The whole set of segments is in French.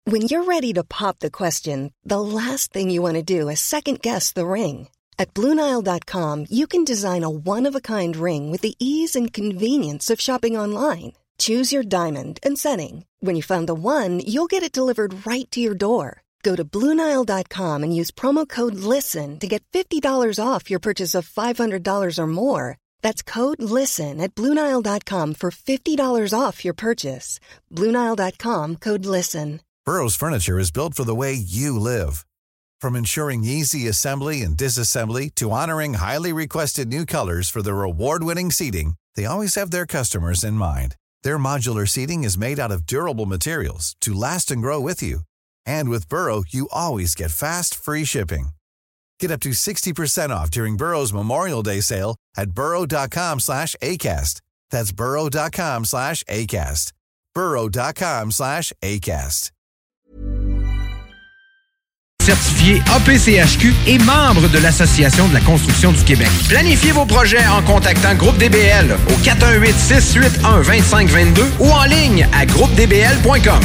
When you're ready to pop the question, the last thing you want to do is second-guess the ring. At BlueNile.com, you can design a one-of-a-kind ring with the ease and convenience of shopping online. Choose your diamond and setting. When you find the one, you'll get it delivered right to your door. Go to BlueNile.com and use promo code LISTEN to get $50 off your purchase of $500 or more. That's code LISTEN at BlueNile.com for $50 off your purchase. BlueNile.com, code LISTEN. Burrow's furniture is built for the way you live. From ensuring easy assembly and disassembly to honoring highly requested new colors for their award-winning seating, they always have their customers in mind. Their modular seating is made out of durable materials to last and grow with you. And with Burrow, you always get fast, free shipping. Get up to 60% off during Burrow's Memorial Day sale at burrow.com/ACAST. That's burrow.com/ACAST. burrow.com/ACAST. Certifié APCHQ et membre de l'Association de la construction du Québec. Planifiez vos projets en contactant Groupe DBL au 418-681-2522 ou en ligne à groupedbl.com.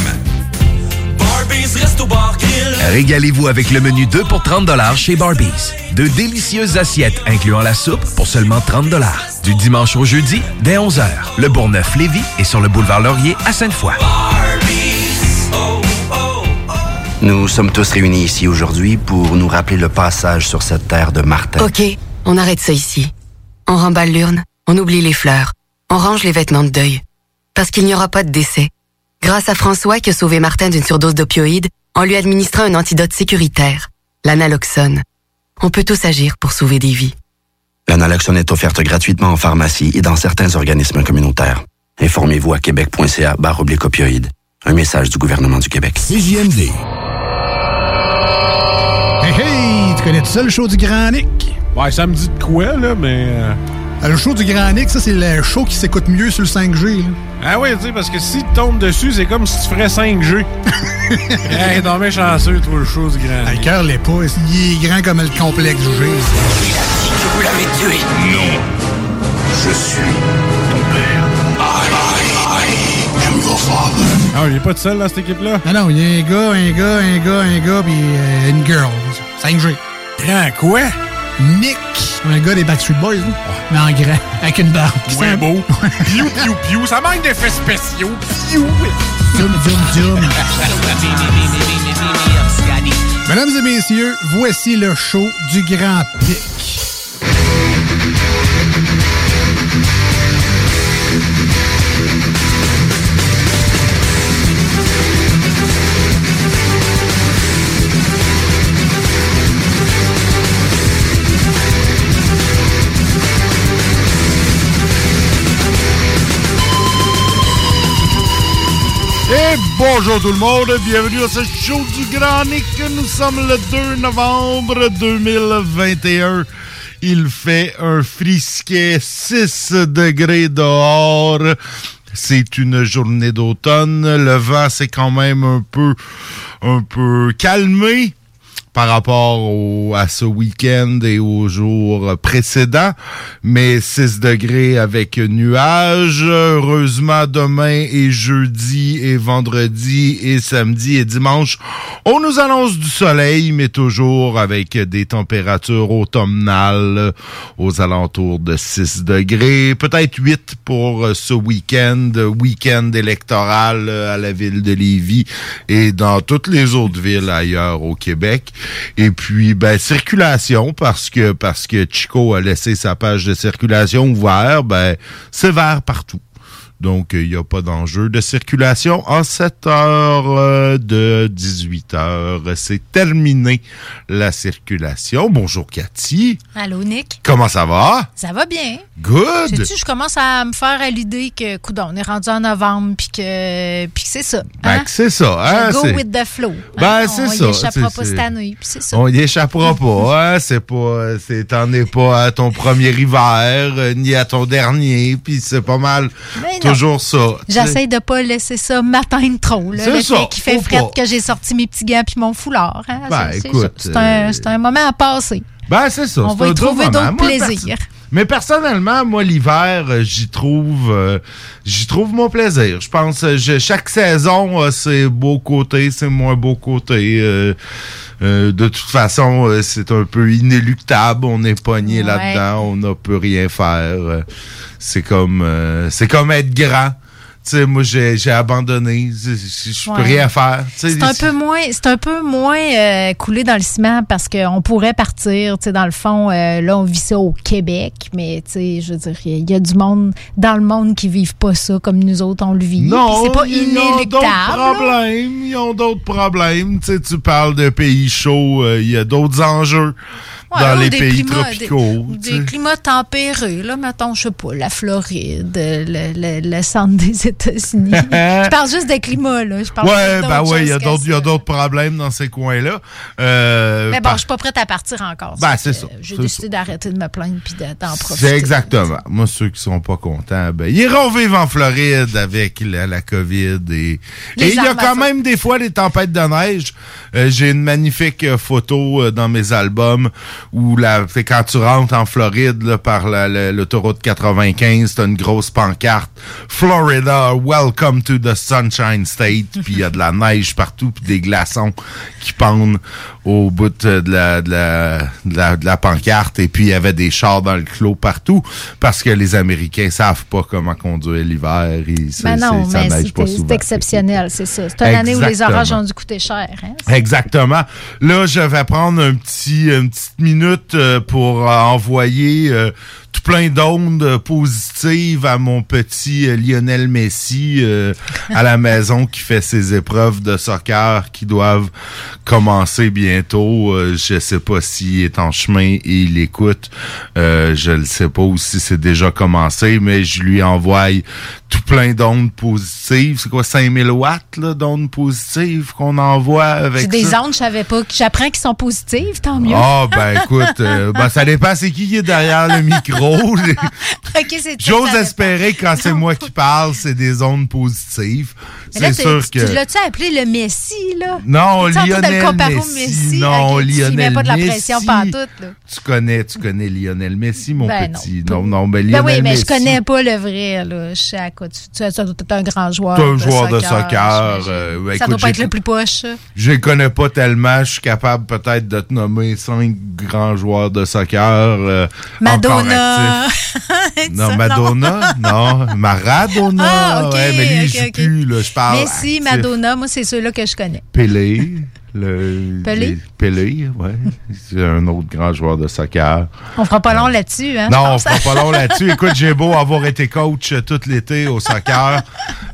Régalez-vous avec le menu 2 pour 30$ chez Barbies. De délicieuses assiettes incluant la soupe pour seulement 30$. Du dimanche au jeudi, dès 11h. Le Bourgneuf-Lévis est sur le boulevard Laurier à Sainte-Foy. Nous sommes tous réunis ici aujourd'hui pour nous rappeler le passage sur cette terre de Martin. OK, on arrête ça ici. On remballe l'urne, on oublie les fleurs, on range les vêtements de deuil. Parce qu'il n'y aura pas de décès. Grâce à François qui a sauvé Martin d'une surdose d'opioïdes en lui administrant un antidote sécuritaire, l'analoxone. On peut tous agir pour sauver des vies. L'analoxone est offerte gratuitement en pharmacie et dans certains organismes communautaires. Informez-vous à québec.ca/opioïdes. Un message du gouvernement du Québec. CJMD. Hey, hey! Tu connais tout ça, le show du Grand Nick? Ouais, ça me dit de quoi, là, mais... Le show du Grand Nick, ça, c'est le show qui s'écoute mieux sur le 5G, là. Ah oui, tu sais, parce que si tu tombes dessus, c'est comme si tu ferais 5G. Hey, t'en mets chanceux, toi, le show du Grand Nick. Le cœur l'est pas. Il est grand comme le complexe G. Je vous l'avez tué. Non. Je suis ton père. I am your father. Ah, il est pas tout seul, là, cette équipe-là? Ah non, il y a un gars, puis une girl. 5G. Grand quoi? Nick. Un gars des Backstreet Boys, là. Mais en grand, avec une barbe. C'est beau. Piou, piou, piou. Ça manque d'effets spéciaux. Piou. Zoom, zoom, zoom. Mesdames et messieurs, voici le show du Grand Pic. Et bonjour tout le monde, bienvenue à ce show du Grand Nick. Nous sommes le 2 novembre 2021. Il fait un frisquet 6 degrés dehors. C'est une journée d'automne. Le vent s'est quand même un peu calmé par rapport à ce week-end et aux jours précédents, mais 6 degrés avec nuages. Heureusement, demain et jeudi et vendredi et samedi et dimanche, on nous annonce du soleil, mais toujours avec des températures automnales aux alentours de 6 degrés, peut-être 8 pour ce week-end électoral à la ville de Lévis et dans toutes les autres villes ailleurs au Québec. Et puis, circulation, parce que Chico a laissé sa page de circulation ouverte, c'est vert partout. Donc, il n'y a pas d'enjeu de circulation. En 7 heures de 18 heures, c'est terminé la circulation. Bonjour, Cathy. Allô, Nick. Comment ça va? Ça va bien. Good. Sais-tu, je commence à me faire à l'idée que, coudonc, on est rendu en novembre, puis que c'est ça. Hein? Que c'est ça. Hein? Go with the flow. C'est ça. On y échappera pas cette année, puis c'est ça. On y échappera pas. Hein? T'en es pas à ton premier hiver, ni à ton dernier, puis c'est pas mal toujours ça. J'essaie de pas laisser ça m'atteindre trop. Là, c'est ça. Qui fait frette que j'ai sorti mes petits gants puis mon foulard. Hein? Écoute, c'est un moment à passer. C'est ça. On va y trouver d'autres plaisirs. Mais personnellement, moi, l'hiver, j'y trouve mon plaisir. Je pense chaque saison a ses beaux côtés, ses moins beaux côtés. De toute façon, c'est un peu inéluctable. On est pogné là-dedans. On ne peut rien faire. C'est comme être grand. Tu sais, moi, j'ai abandonné. Je peux rien faire. C'est un peu moins coulé dans le ciment parce qu'on pourrait partir. Tu sais, dans le fond, là, on vit ça au Québec, mais tu sais, je veux dire, il y a du monde dans le monde qui vivent pas ça comme nous autres, on le vit. Non, c'est pas inéluctable. Ils ont d'autres problèmes. Tu sais, tu parles de pays chauds, il y a d'autres enjeux. Dans les pays tropicaux. Des climats tempérés, là, mettons, je sais pas, la Floride, le centre des États-Unis. Je parle juste des climats, là. Il y a d'autres problèmes dans ces coins-là. Mais bon, je suis pas prête à partir encore. C'est ça. J'ai décidé d'arrêter de me plaindre puis d'en profiter. C'est exactement. Moi, ceux qui sont pas contents, ils iront vivre en Floride avec la COVID. Et il y a quand même des fois des tempêtes de neige. J'ai une magnifique photo dans mes albums où quand tu rentres en Floride là, par l'autoroute 95, t'as une grosse pancarte Florida, welcome to the Sunshine State, puis il y a de la neige partout, puis des glaçons qui pendent au bout de la pancarte, et puis il y avait des chars dans le clos partout, parce que les Américains savent pas comment conduire l'hiver, ça neige pas souvent. C'est exceptionnel, c'est ça. C'est une année où les orages ont dû coûter cher. Hein? Exactement. Là, je vais prendre une petite minute pour envoyer tout plein d'ondes positives à mon petit Lionel Messi à la maison qui fait ses épreuves de soccer qui doivent commencer bientôt. Je sais pas s'il est en chemin et il écoute. Je ne sais pas ou si c'est déjà commencé, mais je lui envoie tout plein d'ondes positives. C'est quoi, 5000 watts là, d'ondes positives qu'on envoie avec ça? C'est des ondes, je savais pas. J'apprends qu'ils sont positives, tant mieux. Ah, écoute, ça dépend c'est qui est derrière le micro. J'ose espérer que quand c'est moi qui parle, c'est des ondes positives. C'est sûr que... Tu l'as-tu appelé le Messi, là? Non, Lionel Messi. Non, Lionel Messi. Tu mets pas de la pression pantoute, là. Tu connais Lionel Messi, mon petit. Non, mais Lionel Messi. Oui, mais je connais pas le vrai, là. Je sais à quoi tu es un grand joueur. Tu es un joueur de soccer. Ça doit pas être le plus poche. Je les connais pas tellement. Je suis capable peut-être de te nommer 5 grands joueurs de soccer. Madonna. Non, Madonna? Non. Maradona? Ah, OK. Ouais, mais lui, je sais plus, là. Je parle. Messi, Madonna, moi, c'est ceux-là que je connais. Pelé. Pelé, ouais. C'est un autre grand joueur de soccer. On fera pas long là-dessus, hein? Non, on fera pas long là-dessus. Écoute, j'ai beau avoir été coach tout l'été au soccer.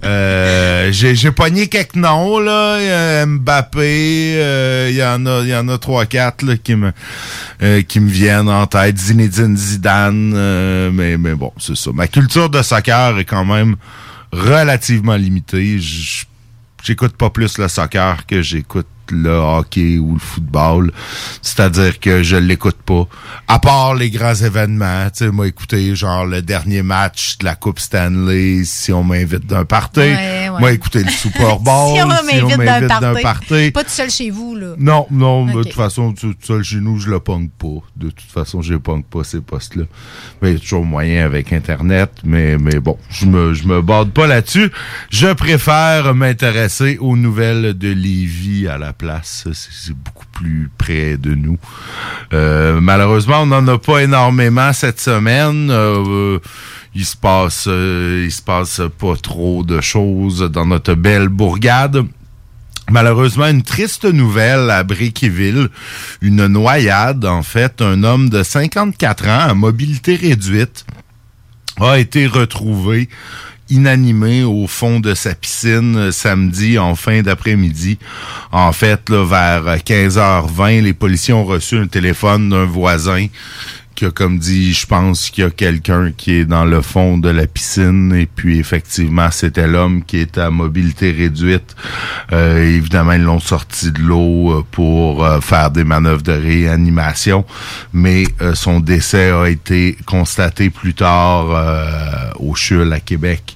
J'ai pogné quelques noms, là. Mbappé, il y en a 3-4 là, qui me viennent en tête. Zinedine Zidane, mais bon, c'est ça. Ma culture de soccer est quand même relativement limitée. J'écoute pas plus le soccer que j'écoute le hockey ou le football. C'est-à-dire que je l'écoute pas. À part les grands événements. Tu sais, moi, écouter genre le dernier match de la Coupe Stanley, si on m'invite d'un party. Ouais. Moi, écouter le Super Bowl, si on m'invite d'un party. Pas tout seul chez vous, là. Non, okay. De toute façon, tout seul chez nous, je le punk pas. De toute façon, je punk pas ces postes-là. Mais il y a toujours moyen avec Internet, mais bon, je me borde pas là-dessus. Je préfère m'intéresser aux nouvelles de Lévis à la place. C'est beaucoup plus près de nous. Malheureusement, on n'en a pas énormément cette semaine. Il se passe pas trop de choses dans notre belle bourgade. Malheureusement, une triste nouvelle à Bréquéville. Une noyade, en fait. Un homme de 54 ans à mobilité réduite a été retrouvé inanimé au fond de sa piscine samedi en fin d'après-midi. En fait, là, vers 15h20, les policiers ont reçu un téléphone d'un voisin qui a comme dit, je pense qu'il y a quelqu'un qui est dans le fond de la piscine, et puis effectivement, c'était l'homme qui était à mobilité réduite. Évidemment, ils l'ont sorti de l'eau pour faire des manœuvres de réanimation, mais son décès a été constaté plus tard au CHUL à Québec.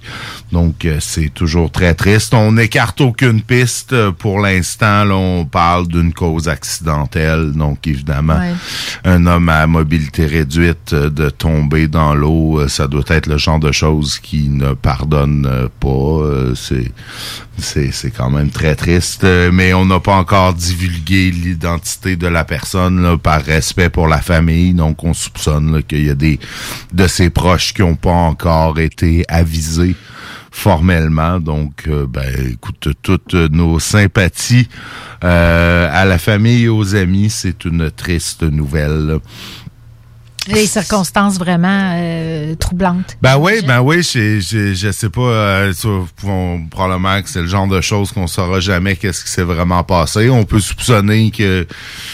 Donc, c'est toujours très triste. On n'écarte aucune piste. Pour l'instant, là, on parle d'une cause accidentelle. Donc, évidemment, un homme à mobilité réduite de tomber dans l'eau, ça doit être le genre de choses qui ne pardonne pas. C'est quand même très triste. Mais on n'a pas encore divulgué l'identité de la personne là, par respect pour la famille. Donc, on soupçonne là, qu'il y a des de ses proches qui n'ont pas encore été avisés formellement. Donc, écoute, toutes nos sympathies à la famille et aux amis. C'est une triste nouvelle. Les circonstances vraiment troublantes. Ben oui, je sais pas, probablement que c'est le genre de choses qu'on saura jamais qu'est-ce qui s'est vraiment passé. On peut soupçonner que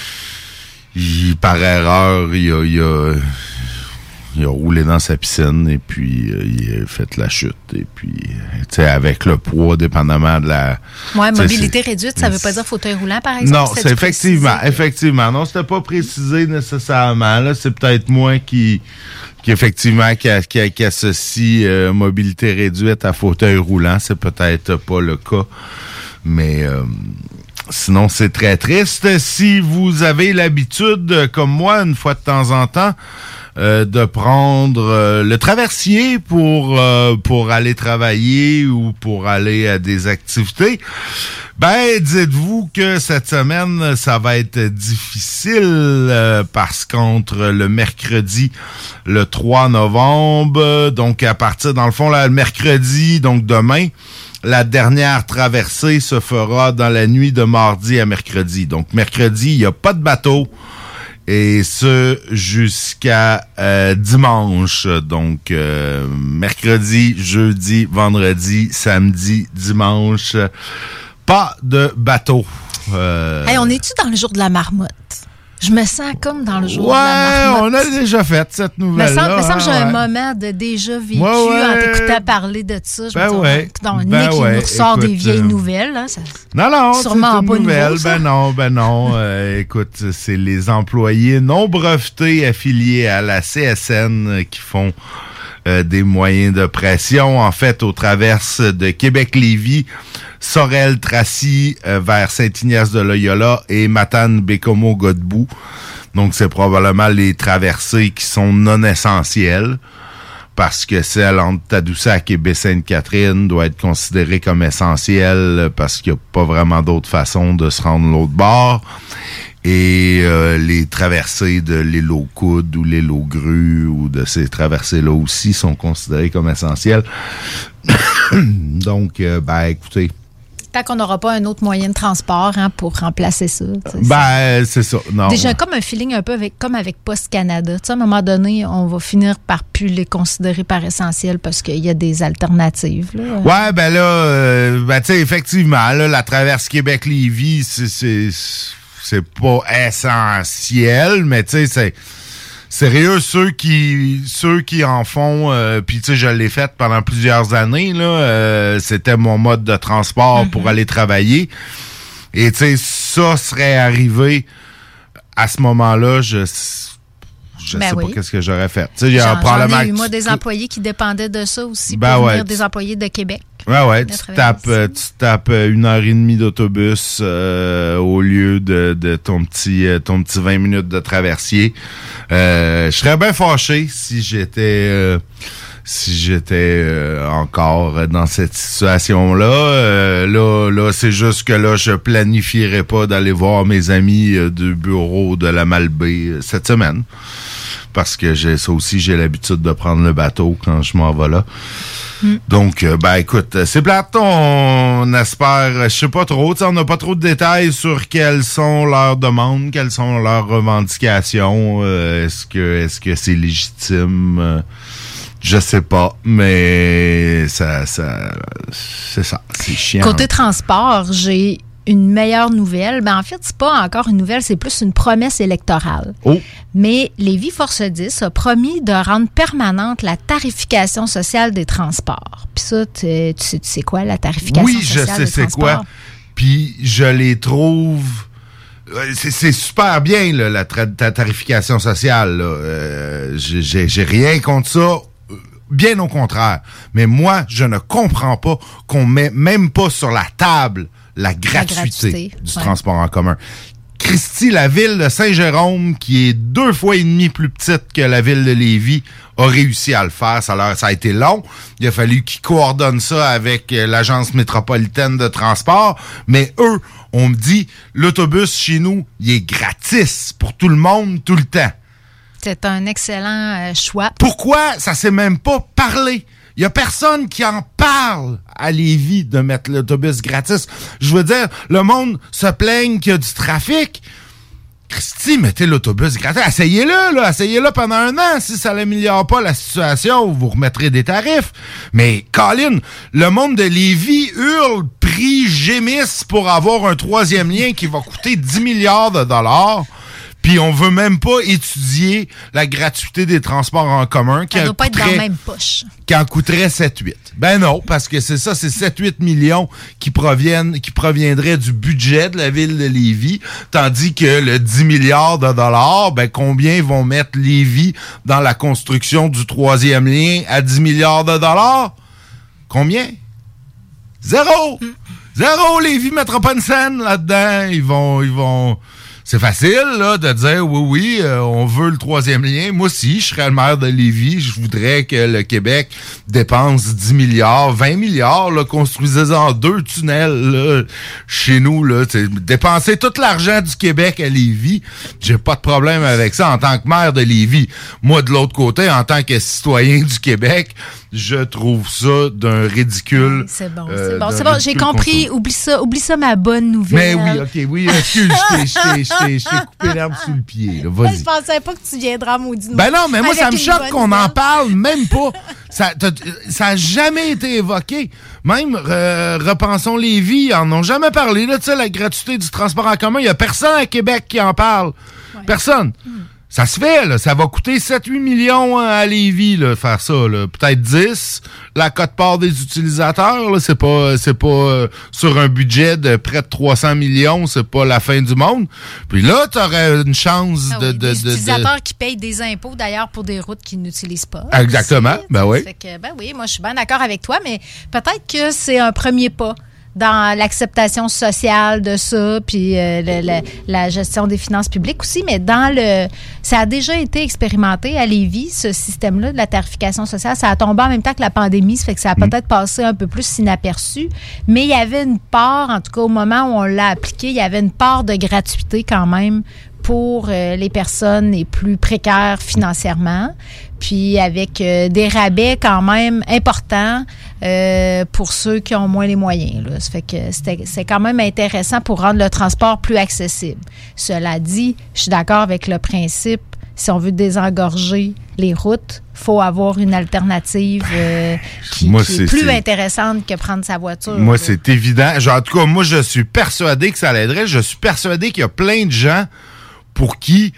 par erreur, il a roulé dans sa piscine et puis il a fait la chute. Et puis, tu sais, avec le poids, dépendamment de la... Oui, mobilité réduite, ça veut pas dire fauteuil roulant, par exemple? Non, c'est effectivement. Non, c'était pas précisé nécessairement. Là, c'est peut-être moi qui associe mobilité réduite à fauteuil roulant. C'est peut-être pas le cas. Mais... sinon, c'est très triste. Si vous avez l'habitude, comme moi, une fois de temps en temps, de prendre le traversier pour aller travailler ou pour aller à des activités, dites-vous que cette semaine, ça va être difficile parce qu'entre le mercredi, le 3 novembre, donc à partir, dans le fond, là, le mercredi, donc demain, la dernière traversée se fera dans la nuit de mardi à mercredi. Donc, mercredi, il n'y a pas de bateau. Et ce, jusqu'à dimanche. Donc, mercredi, jeudi, vendredi, samedi, dimanche. Pas de bateau. On est-tu dans le jour de la marmotte? Je me sens comme dans le jour de la marmotte. On a déjà fait cette nouvelle-là. Me semble que j'ai un moment de déjà vécu en t'écoutant parler de ça. Je me dis, Nick, il nous ressort des vieilles nouvelles. Hein, ça, non, sûrement c'est une nouvelle. Nouveau, non. Écoute, c'est les employés non brevetés affiliés à la CSN qui font des moyens de pression. En fait, au traverse de Québec-Lévis, Sorel-Tracy vers Saint-Ignace-de-Loyola et Matane-Bécomo-Godbout. Donc, c'est probablement les traversées qui sont non essentielles parce que celle entre Tadoussac et Baie-Sainte-Catherine doit être considérée comme essentielle parce qu'il n'y a pas vraiment d'autre façon de se rendre l'autre bord. Et les traversées de l'île aux Coudes ou l'île aux Grues ou de ces traversées-là aussi sont considérées comme essentielles. Donc, écoutez... Tant qu'on n'aura pas un autre moyen de transport pour remplacer ça. C'est ça. Non. Déjà, comme un feeling un peu comme avec Post Canada. Tu sais, à un moment donné, on va finir par plus les considérer par essentiels parce qu'il y a des alternatives. Là. Ouais, tu sais, effectivement, là, la traverse Québec-Lévis, c'est pas essentiel, mais tu sais, c'est sérieux, ceux qui en font, puis tu sais, je l'ai fait pendant plusieurs années, là, c'était mon mode de transport pour aller travailler. Et tu sais, ça serait arrivé à ce moment-là, je sais pas qu'est-ce que j'aurais fait. Tu sais, j'en ai eu, moi, des employés qui dépendaient de ça aussi pour venir des employés de Québec. Ouais, tu tapes 1h30 d'autobus au lieu de ton petit 20 minutes de traversier. Je serais bien fâché si j'étais encore dans cette situation-là. Là, c'est juste que là, je planifierais pas d'aller voir mes amis du bureau de la Malbaie cette semaine. Parce que j'ai l'habitude de prendre le bateau quand je m'en vais là. Donc, écoute, c'est plate, on espère, je sais pas trop, on n'a pas trop de détails sur quelles sont leurs demandes, quelles sont leurs revendications, est-ce que c'est légitime, je sais pas, mais ça, c'est ça, c'est chiant. Côté transport, j'ai une meilleure nouvelle. En fait, c'est pas encore une nouvelle, c'est plus une promesse électorale. Oh. Mais Lévis Force 10 a promis de rendre permanente la tarification sociale des transports. Puis ça, tu sais quoi, la tarification sociale des transports? Oui, je sais c'est quoi. Puis je les trouve... C'est super bien, là, ta tarification sociale. Là. J'ai rien contre ça. Bien au contraire. Mais moi, je ne comprends pas qu'on met même pas sur la table la gratuité du transport en commun. Christy, la ville de Saint-Jérôme, qui est 2 fois et demi plus petite que la ville de Lévis, a réussi à le faire. Ça a été long. Il a fallu qu'ils coordonnent ça avec l'Agence métropolitaine de transport. Mais eux, on me dit, l'autobus chez nous, il est gratis pour tout le monde, tout le temps. C'est un excellent choix. Pourquoi ça s'est même pas parlé? Il y a personne qui en parle à Lévis de mettre l'autobus gratis. Je veux dire, le monde se plaigne qu'il y a du trafic. Christy, mettez l'autobus gratis. Essayez-le pendant 1 an. Si ça n'améliore pas la situation, vous remettrez des tarifs. Mais, Colin, le monde de Lévis hurle, prie, gémisse pour avoir un 3e lien qui va coûter 10 milliards de dollars. Puis on veut même pas étudier la gratuité des transports en commun. Ça doit pas être dans la même poche. Qui en coûterait 7-8. Ben non, parce que c'est 7-8 millions qui proviendraient du budget de la ville de Lévis, tandis que le 10 milliards de dollars, ben combien vont mettre Lévis dans la construction du 3e lien à 10 milliards de dollars? Combien? 0! 0! Lévis mettra pas une scène là-dedans. Ils vont... C'est facile, là, de dire, oui, on veut le 3e lien. Moi aussi, je serais le maire de Lévis. Je voudrais que le Québec dépense 10 milliards, 20 milliards, là, construisez-en 2 tunnels, là, chez nous, là. Dépenser tout l'argent du Québec à Lévis, j'ai pas de problème avec ça en tant que maire de Lévis. Moi, de l'autre côté, en tant que citoyen du Québec, je trouve ça d'un ridicule. C'est bon. J'ai compris. Oublie ça, ma bonne nouvelle. Mais oui, excuse, je t'ai coupé l'herbe sous le pied. Là. Vas-y. Je pensais pas que tu viendras maudit. Ben non, mais moi, ça me choque qu'on en parle même pas. Ça a jamais été évoqué. Même, repensons Lévis, ils en ont jamais parlé. Là, tu sais, la gratuité du transport en commun, il y a personne à Québec qui en parle. Ouais. Personne. Ça se fait, là. Ça va coûter 7-8 millions à Lévis, là, faire ça, là. Peut-être 10. La quote-part des utilisateurs, là, c'est pas sur un budget de près de 300 millions, c'est pas la fin du monde. Puis là, t'aurais une chance des utilisateurs qui payent des impôts, d'ailleurs, pour des routes qu'ils n'utilisent pas. Exactement, oui. Fait que, oui, moi, je suis bien d'accord avec toi, mais peut-être que c'est un premier pas dans l'acceptation sociale de ça, puis la gestion des finances publiques aussi, mais ça a déjà été expérimenté à Lévis, ce système-là de la tarification sociale. Ça a tombé en même temps que la pandémie, ça fait que ça a peut-être passé un peu plus inaperçu, mais il y avait une part, en tout cas au moment où on l'a appliqué, il y avait une part de gratuité quand même pour les personnes les plus précaires financièrement, puis avec des rabais quand même importants pour ceux qui ont moins les moyens. Là. Ça fait que c'est quand même intéressant pour rendre le transport plus accessible. Cela dit, je suis d'accord avec le principe, si on veut désengorger les routes, il faut avoir une alternative qui est plus intéressante que prendre sa voiture. Moi, c'est évident. Genre, en tout cas, moi, je suis persuadé que ça l'aiderait. Je suis persuadé qu'il y a plein de gens pour qui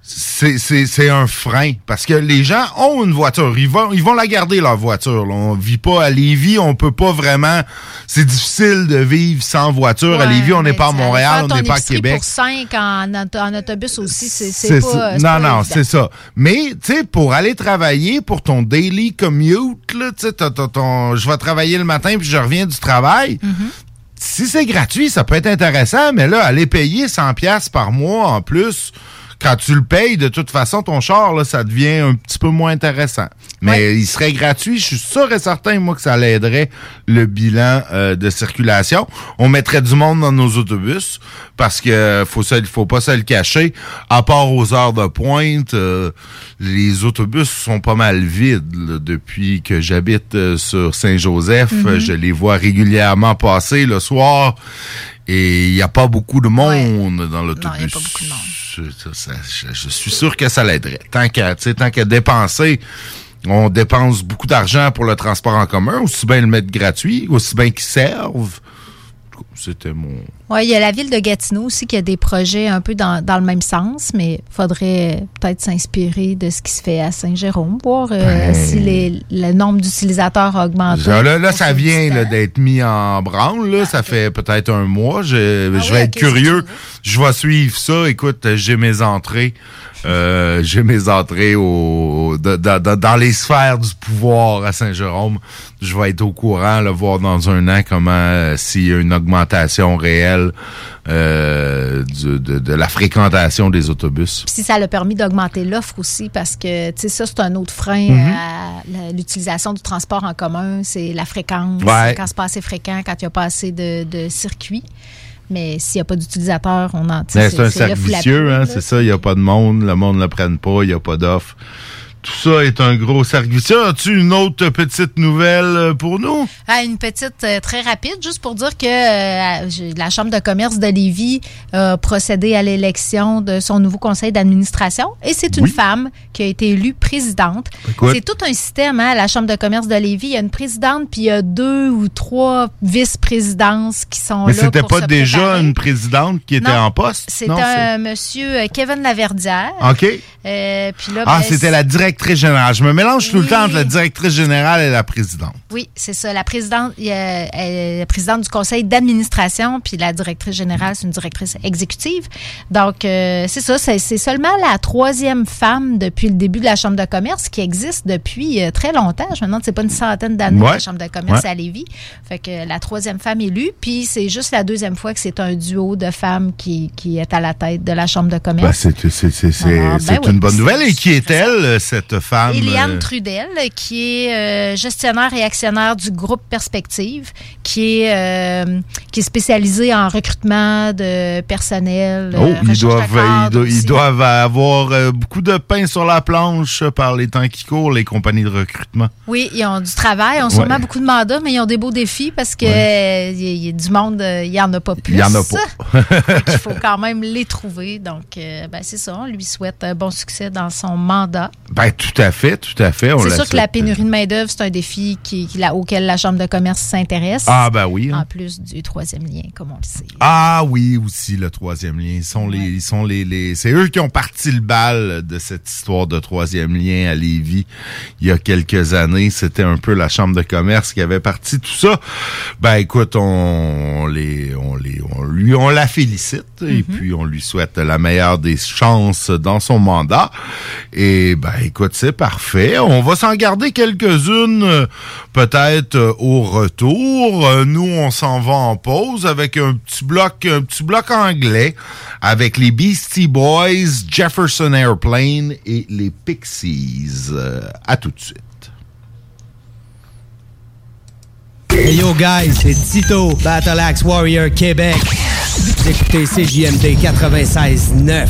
c'est un frein. Parce que les gens ont une voiture. Ils vont la garder, leur voiture. Là. On vit pas à Lévis. On peut pas vraiment... C'est difficile de vivre sans voiture. À Lévis, on n'est pas à Montréal, on n'est pas à Québec. Pour 5 en autobus aussi, c'est pas... Non, c'est ça. Mais, tu sais, pour aller travailler, pour ton daily commute, là, tu sais, je vais travailler le matin puis je reviens du travail... Si c'est gratuit, ça peut être intéressant, mais là, aller payer 100$ par mois en plus, quand tu le payes, de toute façon, ton char, là, ça devient un petit peu moins intéressant. Mais il serait gratuit, je suis sûr et certain, moi, que ça l'aiderait le bilan de circulation. On mettrait du monde dans nos autobus, parce que faut pas se le cacher. À part aux heures de pointe, les autobus sont pas mal vides là, depuis que j'habite sur Saint-Joseph. Je les vois régulièrement passer le soir. Et il n'y a pas beaucoup de monde dans l'autobus. Non, il n'y a pas beaucoup de monde. Je suis sûr que ça l'aiderait. Tant qu'à dépenser, on dépense beaucoup d'argent pour le transport en commun, aussi bien le mettre gratuit, aussi bien qu'il serve. C'était mon... Oui, il y a la ville de Gatineau aussi qui a des projets un peu dans le même sens, mais il faudrait peut-être s'inspirer de ce qui se fait à Saint-Jérôme, voir si le nombre d'utilisateurs a augmenté. Là ça vient d'être mis en branle. Là, ça fait peut-être un mois. Je vais être curieux. je vais suivre ça. Écoute, j'ai mes entrées. Dans les sphères du pouvoir à Saint-Jérôme. Je vais être au courant, là, voir dans un an comment s'il y a une augmentation réelle de la fréquentation des autobus. Puis si ça l'a permis d'augmenter l'offre aussi, parce que tu sais, ça, c'est un autre frein à l'utilisation du transport en commun, c'est la fréquence. Ouais. Quand c'est pas assez fréquent, quand il n'y a pas assez de circuits. Mais s'il n'y a pas d'utilisateurs, on en tire. C'est un cercle vicieux, hein, c'est ça. Il n'y a pas de monde, le monde ne le prenne pas, il n'y a pas d'offre. Tout ça est un gros cercle vicieux. As-tu une autre petite nouvelle pour nous? Une petite très rapide, juste pour dire que la Chambre de commerce de Lévis a procédé à l'élection de son nouveau conseil d'administration. Et c'est une femme qui a été élue présidente. Écoute. C'est tout un système, hein, la Chambre de commerce de Lévis. Il y a une présidente, puis il y a 2 ou 3 vice-présidences qui sont là. Mais c'était pas déjà une présidente qui était en poste? C'était monsieur Kevin Laverdière. OK. Puis là, c'était la directrice générale. Je me mélange tout le temps entre la directrice générale et la présidente. Oui, c'est ça. La présidente, la présidente du conseil d'administration, puis la directrice générale, c'est une directrice exécutive. Donc, c'est ça. C'est seulement la 3e femme depuis le début de la Chambre de commerce qui existe depuis très longtemps. Je me demande si c'est pas une centaine d'années la Chambre de commerce à Lévis. Fait que la 3e femme élue, puis c'est juste la 2e fois que c'est un duo de femmes qui est à la tête de la Chambre de commerce. C'est une bonne nouvelle. Et qui est-elle, cette femme? Éliane Trudel, qui est gestionnaire et actionnaire du groupe Perspective, qui est spécialisé en recrutement de personnel. Ils doivent avoir beaucoup de pain sur la planche par les temps qui courent, les compagnies de recrutement. Oui, ils ont du travail, ils ont sûrement beaucoup de mandats, mais ils ont des beaux défis parce que y a du monde, il n'y en a pas plus. Il n'y en a pas. Il faut quand même les trouver. Donc, c'est ça. On lui souhaite bon succès dans son mandat. Tout à fait. C'est sûr que la pénurie de main-d'œuvre, c'est un défi auquel la Chambre de commerce s'intéresse. Ah, ben oui. En plus du 3e lien, comme on le sait. Ah oui, aussi le 3e lien. C'est eux qui ont parti le bal de cette histoire de 3e lien à Lévis il y a quelques années. C'était un peu la Chambre de commerce qui avait parti tout ça. Écoute, on la félicite et puis on lui souhaite la meilleure des chances dans son mandat. Et écoute, c'est parfait. On va s'en garder quelques-unes peut-être au retour. Nous, on s'en va en pause avec un petit bloc anglais avec les Beastie Boys, Jefferson Airplane et les Pixies. À tout de suite. Hey yo guys, c'est Tito, Battle Axe Warrior Québec. Vous écoutez CJMD 96.9.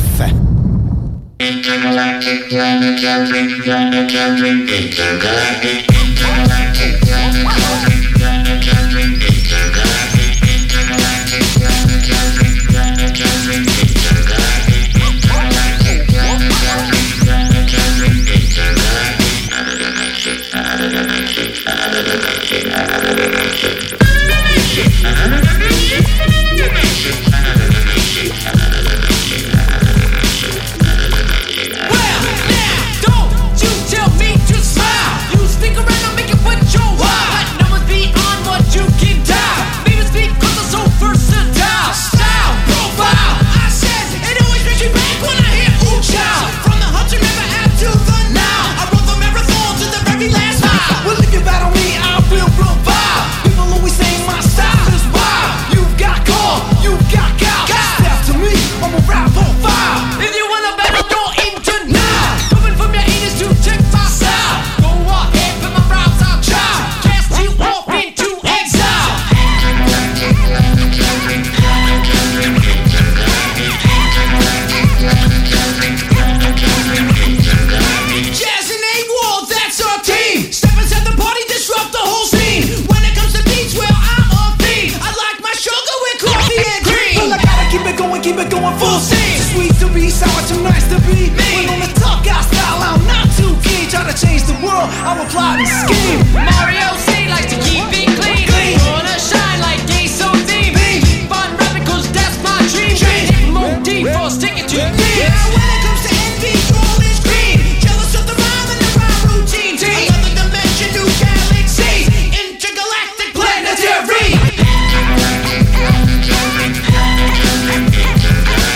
Keep it going full steam. Too sweet to be sour, too nice to be me. When on the tough guy style, I'm not too keen. Try to change the world, I will plot and scheme. Mario C likes to keep it clean. Wanna shine like gay so deep. Fun rapping cause that's my dream. More deep for sticking to me. When it comes to envy, all is green. Jealous of the rhyme and the rhyme routine. Another dimension, new galaxies. Intergalactic planetary.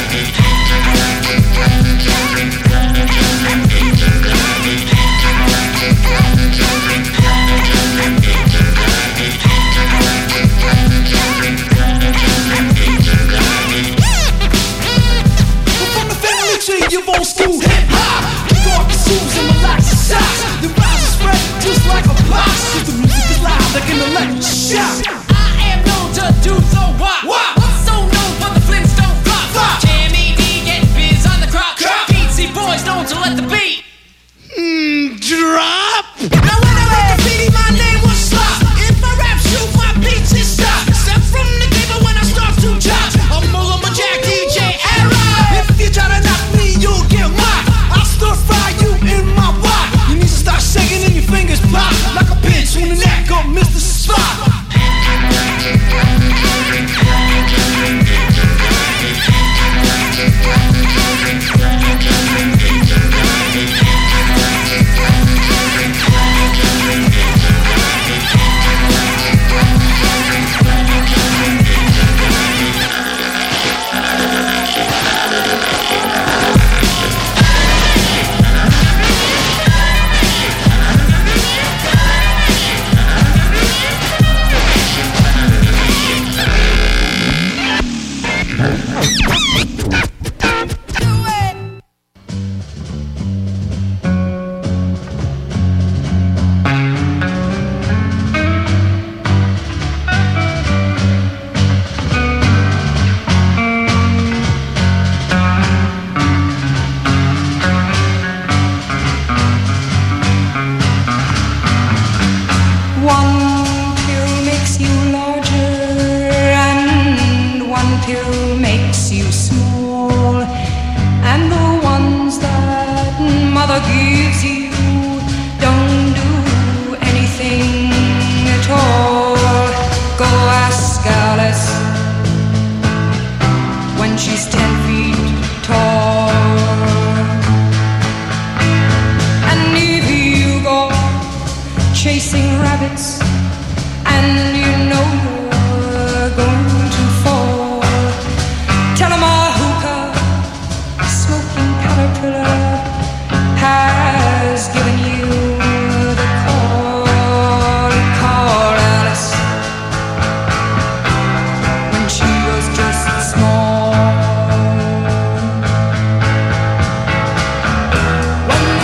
to your old school hip-hop. Kick off your shoes and relax your socks. The rhymes are spread just like a box. Cause the music is loud like an electric shock. I am known to do the wop. I'm so known for the Flintstone flop. Jamie D get biz on the crop. Beatsy boys known to let the beat drop. Now when I make a beat, my name was Slop. If I rap, shoot my beats and stop. Step from the table when I start to chop. I'm Mullah Jack DJ era. If you try to knock me, you'll get mocked. I'll stir fry you in my wok. You need to start shaking and your fingers pop like a pinch on the neck of Mr. Spock.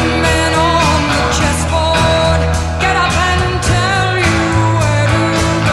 Get up and tell you where to go.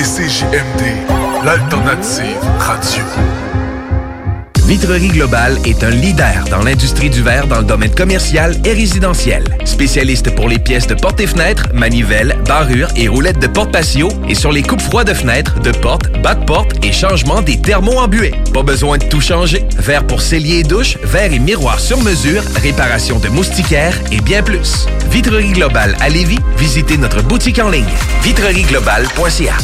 écoutez CJMD, l'alternative radio. Vitrerie Globale est un leader dans l'industrie du verre dans le domaine commercial et résidentiel. Spécialiste pour les pièces de portes et fenêtres, manivelles, barrures et roulettes de porte patio et sur les coupes froides de fenêtres, de portes, bas de porte et changement des thermos embués. Pas besoin de tout changer. Verre pour cellier et douche, verre et miroir sur mesure, réparation de moustiquaires et bien plus. Vitrerie Globale à Lévis, visitez notre boutique en ligne. vitrerieglobale.ca.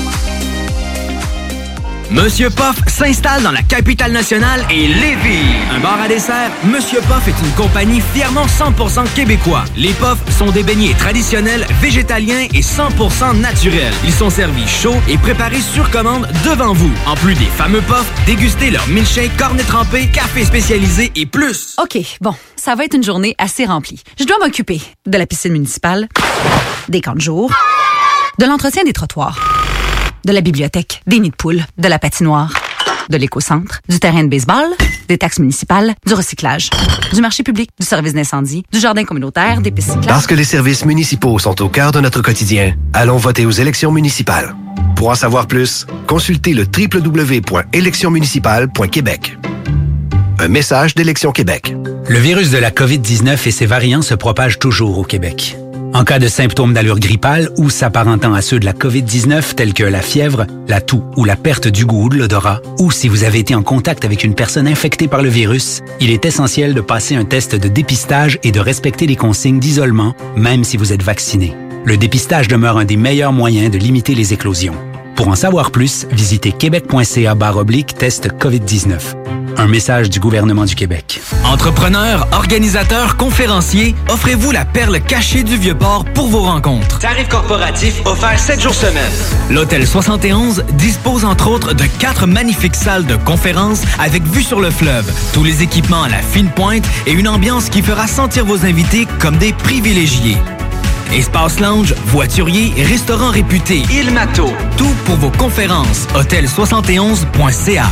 Monsieur Poff s'installe dans la capitale nationale et Lévis. Un bar à dessert, Monsieur Poff est une compagnie fièrement 100% québécois. Les Poffs sont des beignets traditionnels, végétaliens et 100% naturels. Ils sont servis chauds et préparés sur commande devant vous. En plus des fameux Poffs, dégustez leur milkshake, cornet trempé, café spécialisé et plus. OK, bon, ça va être une journée assez remplie. Je dois m'occuper de la piscine municipale, des camps de jour, de l'entretien des trottoirs, de la bibliothèque, des nids de poules, de la patinoire, de l'éco-centre, du terrain de baseball, des taxes municipales, du recyclage, du marché public, du service d'incendie, du jardin communautaire, des pistes cyclables. Parce que les services municipaux sont au cœur de notre quotidien, allons voter aux élections municipales. Pour en savoir plus, consultez le www.électionsmunicipales.québec. Un message d'Élections Québec. Le virus de la COVID-19 et ses variants se propagent toujours au Québec. En cas de symptômes d'allure grippale ou s'apparentant à ceux de la COVID-19 tels que la fièvre, la toux ou la perte du goût ou de l'odorat, ou si vous avez été en contact avec une personne infectée par le virus, il est essentiel de passer un test de dépistage et de respecter les consignes d'isolement, même si vous êtes vacciné. Le dépistage demeure un des meilleurs moyens de limiter les éclosions. Pour en savoir plus, visitez québec.ca/test COVID-19. Un message du gouvernement du Québec. Entrepreneurs, organisateurs, conférenciers, offrez-vous la perle cachée du Vieux-Port pour vos rencontres. Tarif corporatif offert 7 jours semaine. L'Hôtel 71 dispose entre autres de 4 magnifiques salles de conférences avec vue sur le fleuve, tous les équipements à la fine pointe et une ambiance qui fera sentir vos invités comme des privilégiés. Espace lounge, voiturier, restaurant réputé, Il Mato. Tout pour vos conférences. Hôtel71.ca.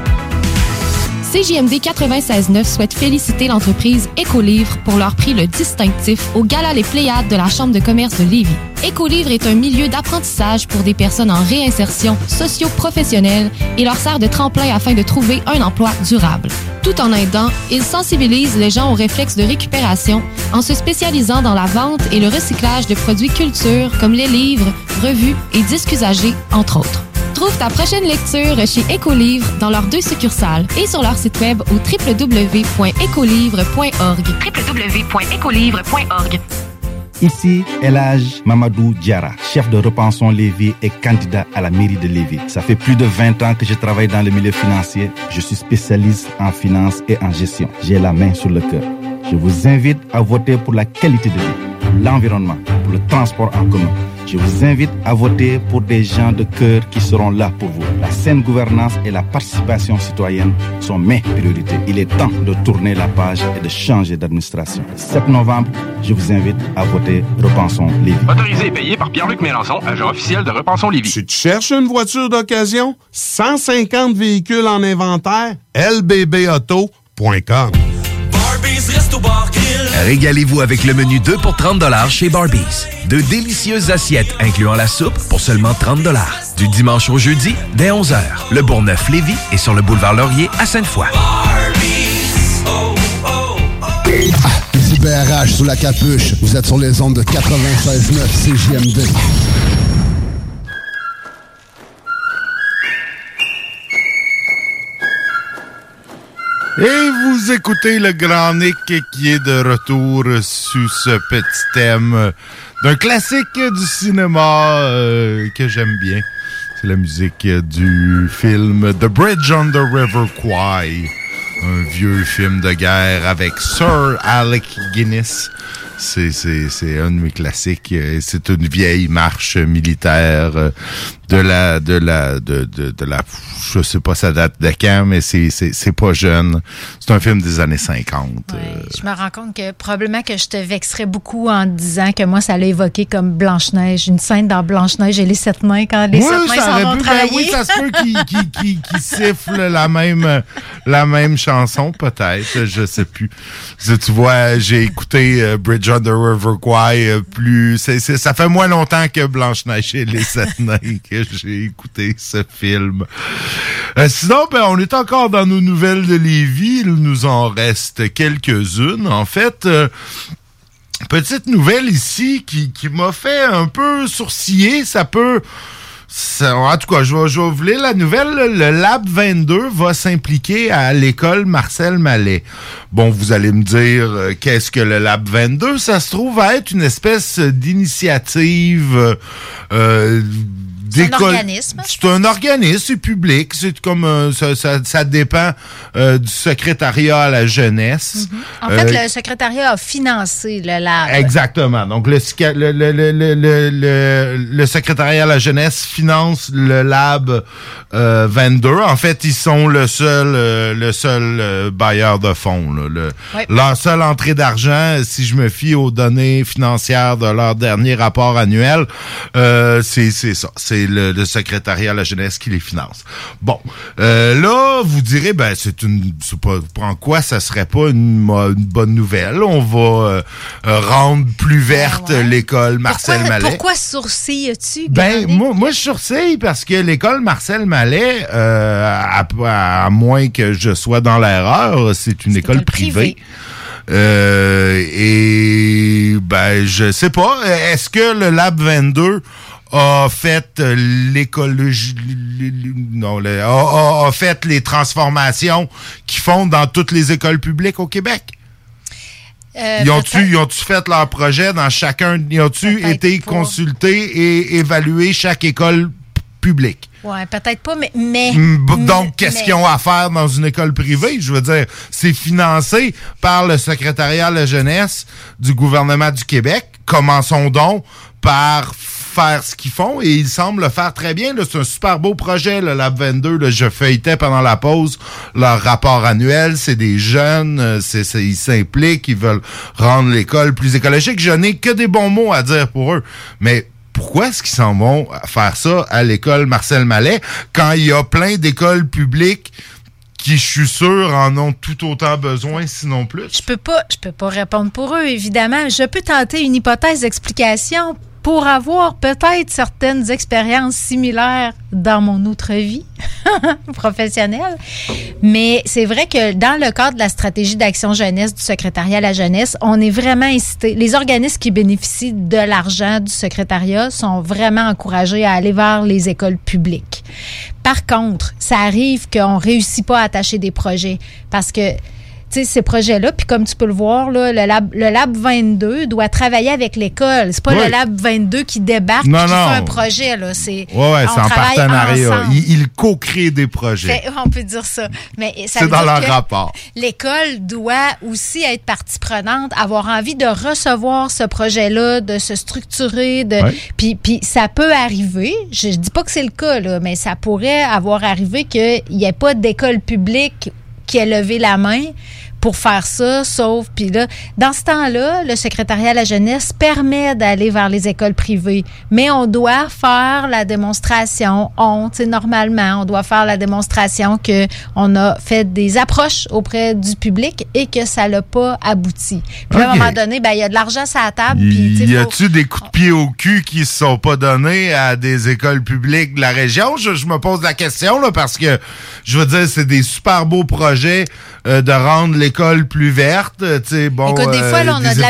CJMD 96.9 souhaite féliciter l'entreprise Écolivre pour leur prix le distinctif au Gala Les Pléiades de la Chambre de commerce de Lévis. Écolivre est un milieu d'apprentissage pour des personnes en réinsertion socio-professionnelle et leur sert de tremplin afin de trouver un emploi durable. Tout en aidant, ils sensibilisent les gens aux réflexes de récupération en se spécialisant dans la vente et le recyclage de produits culture comme les livres, revues et disques usagés, entre autres. Trouve ta prochaine lecture chez Écolivre dans leurs 2 succursales et sur leur site web au www.écolivre.org. www.écolivre.org. Ici, Elhadj Mamadou Diarra, chef de Repensons Lévis et candidat à la mairie de Lévis. Ça fait plus de 20 ans que je travaille dans le milieu financier. Je suis spécialiste en finance et en gestion. J'ai la main sur le cœur. Je vous invite à voter pour la qualité de vie, pour l'environnement, pour le transport en commun. Je vous invite à voter pour des gens de cœur qui seront là pour vous. La saine gouvernance et la participation citoyenne sont mes priorités. Il est temps de tourner la page et de changer d'administration. Le 7 novembre, je vous invite à voter Repensons Lévis. Autorisé et payé par Pierre-Luc Mélenchon, agent officiel de Repensons Lévis. Si tu cherches une voiture d'occasion, 150 véhicules en inventaire, lbbauto.com. Régalez-vous avec le menu 2 pour 30 $ chez Barbies. De délicieuses assiettes incluant la soupe pour seulement 30 $. Du dimanche au jeudi, dès 11h. Le Bourgneuf-Lévis est sur le boulevard Laurier à Sainte-Foy. Ici BRH sous la capuche. Vous êtes sur les ondes de 96.9 CJMD. Et vous écoutez le Grand Nick qui est de retour sous ce petit thème d'un classique du cinéma que j'aime bien. C'est la musique du film The Bridge on the River Kwai, un vieux film de guerre avec Sir Alec Guinness. C'est un de mes classiques. C'est une vieille marche militaire de la je sais pas sa date de quand, mais c'est pas jeune. C'est un film des années 50. Ouais, je me rends compte que probablement que je te vexerais beaucoup en disant que moi, ça l'a évoqué comme Blanche-Neige. Une scène dans Blanche-Neige et les 7 nains quand les 7 nains s'en vont travailler. Oui, ça se peut qu'ils sifflent la même chanson, peut-être. Je sais plus. Tu vois, j'ai écouté Bridge John the River Kwai plus... ça fait moins longtemps que Blanche-Neige et les 7 nains que j'ai écouté ce film. Sinon, on est encore dans nos nouvelles de Lévis. Il nous en reste quelques-unes. En fait... petite nouvelle ici qui m'a fait un peu sourciller. En tout cas, je vais vous lire la nouvelle. Le Lab 22 va s'impliquer à l'école Marcel Mallet. Bon, vous allez me dire, qu'est-ce que le Lab 22? Ça se trouve à être une espèce d'initiative... C'est un organisme. C'est un organisme, c'est public. C'est comme ça dépend du secrétariat à la jeunesse. Mm-hmm. En fait, le secrétariat a financé le lab. Exactement. Donc le secrétariat à la jeunesse finance le lab 22. En fait, ils sont le seul bailleur de fonds. Là. Leur seule entrée d'argent, si je me fie aux données financières de leur dernier rapport annuel, c'est ça. C'est le secrétariat à la jeunesse qui les finance. Bon, là, vous direz, en quoi ça serait pas une bonne nouvelle? On va rendre plus verte l'école Marcel Mallet. Pourquoi sourcilles-tu? Moi, je sourcille parce que l'école Marcel Mallet, à moins que je sois dans l'erreur, c'est une école privée. Je sais pas. Est-ce que le Lab 22 a fait l'écologie, a fait les transformations qu'ils font dans toutes les écoles publiques au Québec? Ils ont-tu fait leur projet dans chacun? Ils ont-tu été consultés et évalués chaque école publique? Ouais, peut-être pas, mais donc, qu'est-ce qu'ils ont à faire dans une école privée? Je veux dire, c'est financé par le secrétariat à la jeunesse du gouvernement du Québec. Commençons donc par faire ce qu'ils font et ils semblent le faire très bien. Là, c'est un super beau projet, le Lab 22. Là, je feuilletais pendant la pause leur rapport annuel. C'est des jeunes, ils s'impliquent, ils veulent rendre l'école plus écologique. Je n'ai que des bons mots à dire pour eux. Mais pourquoi est-ce qu'ils s'en vont faire ça à l'école Marcel Mallet quand il y a plein d'écoles publiques qui, je suis sûr, en ont tout autant besoin, sinon plus? Je peux pas répondre pour eux, évidemment. Je peux tenter une hypothèse d'explication pour avoir peut-être certaines expériences similaires dans mon autre vie professionnelle. Mais c'est vrai que dans le cadre de la stratégie d'action jeunesse du secrétariat à la jeunesse, on est vraiment incité. Les organismes qui bénéficient de l'argent du secrétariat sont vraiment encouragés à aller vers les écoles publiques. Par contre, ça arrive qu'on ne réussit pas à attacher des projets parce que ces projets-là, puis comme tu peux le voir, là, le Lab 22 doit travailler avec l'école. C'est pas le Lab 22 qui débarque et qui fait un projet. Là. C'est en partenariat. Ils co-créent des projets. On peut dire ça. Mais ça c'est dans leur rapport. L'école doit aussi être partie prenante, avoir envie de recevoir ce projet-là, de se structurer. Puis ça peut arriver, je dis pas que c'est le cas, là, mais ça pourrait avoir arrivé qu'il n'y ait pas d'école publique qui ait levé la main pour faire ça, sauf, puis là, dans ce temps-là, le secrétariat à la jeunesse permet d'aller vers les écoles privées, mais on doit faire la démonstration, normalement, on doit faire la démonstration qu'on a fait des approches auprès du public et que ça l'a pas abouti. Puis à un moment donné, il y a de l'argent sur la table. Y a-tu des coups de pied au cul qui se sont pas donnés à des écoles publiques de la région? Je me pose la question, là, parce que, je veux dire, c'est des super beaux projets de rendre l'école plus verte. Écoute, des fois, là, on a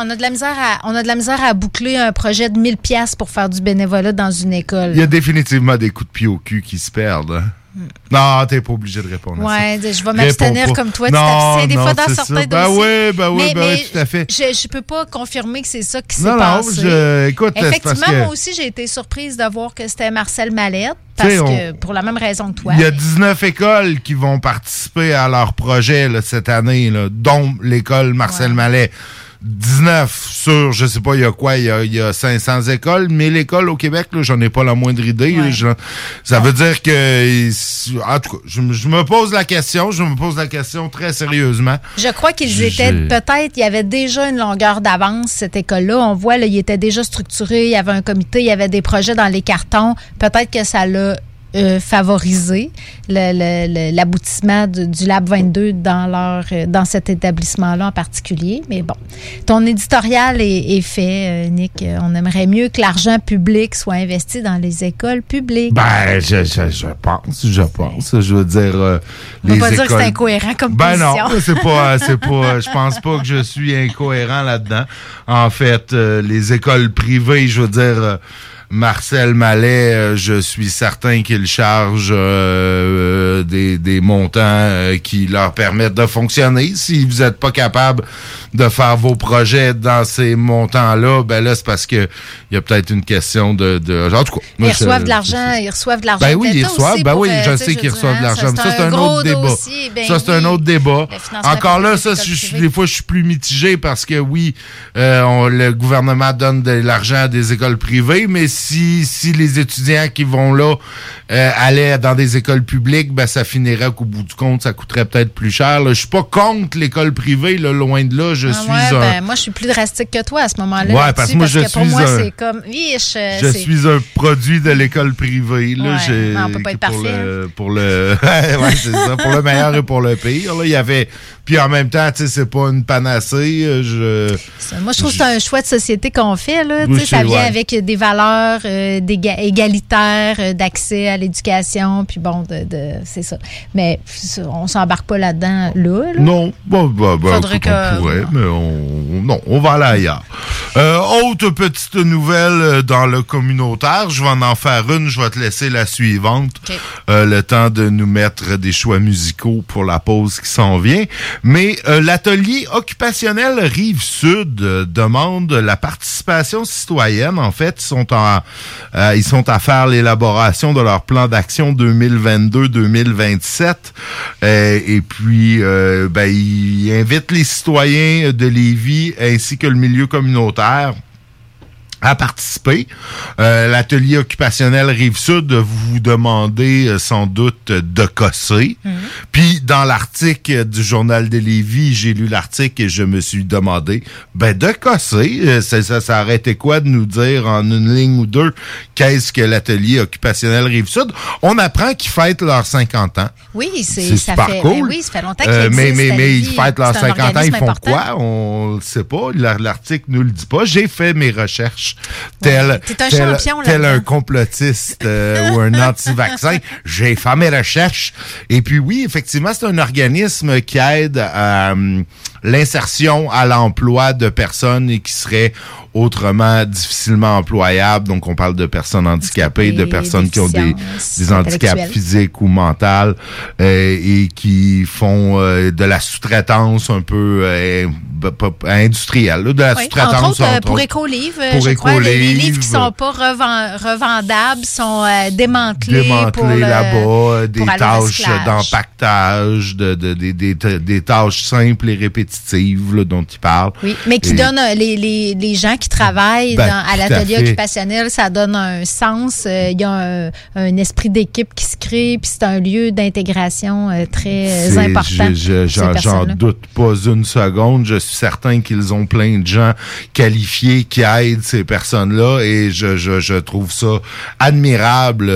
de la misère à boucler un projet de 1000 $, pour faire du bénévolat dans une école. Il y a définitivement des coups de pied au cul qui se perdent. Hein? Non, t'es pas obligé de répondre à ça. Je vais m'abstenir comme toi. Tu t'abstiens des fois dans certains dossiers. Oui, tout à fait. Je peux pas confirmer que c'est ça qui s'est passé. Écoute, effectivement, moi aussi, j'ai été surprise de voir que c'était Marcel Mallet, parce que pour la même raison que toi. Il y a 19 écoles qui vont participer à leur projet là, cette année, là, dont l'école Marcel Mallet. 19 sur, je sais pas, il y a quoi, il y a 500 écoles, 1000 écoles au Québec, là, j'en ai pas la moindre idée. Ça veut dire que, en tout cas, je me pose la question très sérieusement. Je crois qu'ils étaient, peut-être, il y avait déjà une longueur d'avance, cette école-là. On voit, là, il était déjà structuré, il y avait un comité, il y avait des projets dans les cartons. Peut-être que ça l'a favoriser l'aboutissement du Lab 22 dans cet établissement-là en particulier. Mais bon, ton éditorial est fait, Nick. On aimerait mieux que l'argent public soit investi dans les écoles publiques. Ben, je pense. Je veux dire, on va pas dire que c'est incohérent comme position. Ben non, c'est pas. Je pense pas que je suis incohérent là-dedans. En fait, les écoles privées, je veux dire. Marcel Mallet, je suis certain qu'il charge des montants qui leur permettent de fonctionner. Si vous n'êtes pas capable de faire vos projets dans ces montants-là, ben là, c'est parce que il y a peut-être une question de en tout cas. Ils reçoivent de l'argent. Ben oui, ils reçoivent. Ben oui, je sais qu'ils reçoivent de l'argent. Ça, c'est un autre débat. Ça, c'est un autre débat. Encore là, ça, des fois, je suis plus mitigé parce que oui, le gouvernement donne de l'argent à des écoles privées, mais si les étudiants qui vont là allaient dans des écoles publiques, ben ça finirait qu'au bout du compte, ça coûterait peut-être plus cher. Là. Je suis pas contre l'école privée, là, loin de là. Moi, je suis plus drastique que toi à ce moment-là. Ouais, parce que moi, pour moi, c'est comme... je suis un produit de l'école privée. Là. Ouais, on peut pas être parfait. Ouais, c'est ça. Pour le meilleur et pour le pire. Là, il y avait... Puis en même temps, tu sais, c'est pas une panacée. Moi, je trouve que c'est un choix de société qu'on fait. Là. Ça vient avec des valeurs égalitaires, d'accès à l'éducation. Puis bon, c'est ça. Mais on s'embarque pas là-dedans, là. Non. Faudrait qu'on pourrait, mais on va aller ailleurs. Autre petite nouvelle dans le communautaire. Je vais en faire une. Je vais te laisser la suivante. Okay. Le temps de nous mettre des choix musicaux pour la pause qui s'en vient. Mais l'atelier occupationnel Rive-Sud demande la participation citoyenne. En fait, ils sont à faire l'élaboration de leur plan d'action 2022-2027. Et puis, ils invitent les citoyens de Lévis ainsi que le milieu communautaire à participer. L'atelier occupationnel Rive-Sud, vous demandez sans doute de cosser. Puis, dans l'article du Journal de Lévis, j'ai lu l'article et je me suis demandé, de cosser. Ça aurait été quoi de nous dire en une ligne ou deux qu'est-ce que l'atelier occupationnel Rive-Sud? On apprend qu'ils fêtent leurs 50 ans. Oui, c'est super cool. Oui, ça fait longtemps qu'ils existent. Mais ils fêtent leurs 50 ans, ils font quoi? On le sait pas. L'article nous le dit pas. J'ai fait mes recherches. Tel un complotiste ou un anti-vaccin. J'ai fait mes recherches. Et puis oui, effectivement, c'est un organisme qui aide à l'insertion à l'emploi de personnes qui seraient autrement difficilement employables. Donc, on parle de personnes handicapées, de personnes qui ont des handicaps physiques ou mentaux et qui font de la sous-traitance un peu industrielle. De la sous-traitance, entre autres, pour Écolivre, je crois, les livres qui sont pas revendables sont démantelés là-bas, des tâches d'empaquetage, des tâches simples et répétitives là, dont ils parlent. Oui, mais qui donnent les gens qui travaillent à l'atelier occupationnel, ça donne un sens. Il y a un esprit d'équipe qui se crée, puis c'est un lieu d'intégration très important. J'en doute pas une seconde. Je suis certain qu'ils ont plein de gens qualifiés qui aident ces personnes-là et je trouve ça admirable,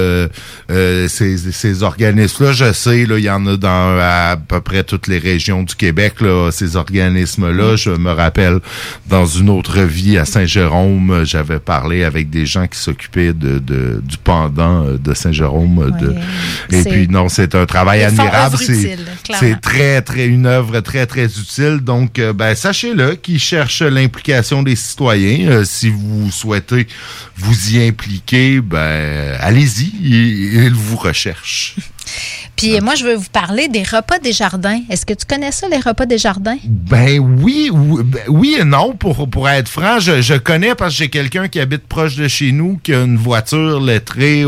ces organismes-là. Je sais, là, il y en a dans à peu près toutes les régions du Québec, là, ces organismes-là. Je me rappelle, dans une autre vie à Saint-Jérôme, j'avais parlé avec des gens qui s'occupaient du pendant de Saint-Jérôme. Et puis, non, c'est un travail admirable. C'est une œuvre très, très utile. Donc, sachez-le qu'ils cherchent l'implication des citoyens. Si vous souhaitez vous y impliquer, allez-y, ils vous recherchent. Puis moi, je veux vous parler des repas des jardins. Est-ce que tu connais ça, les repas des jardins? Oui et non. Pour être franc, je connais parce que j'ai quelqu'un qui habite proche de chez nous, qui a une voiture lettrée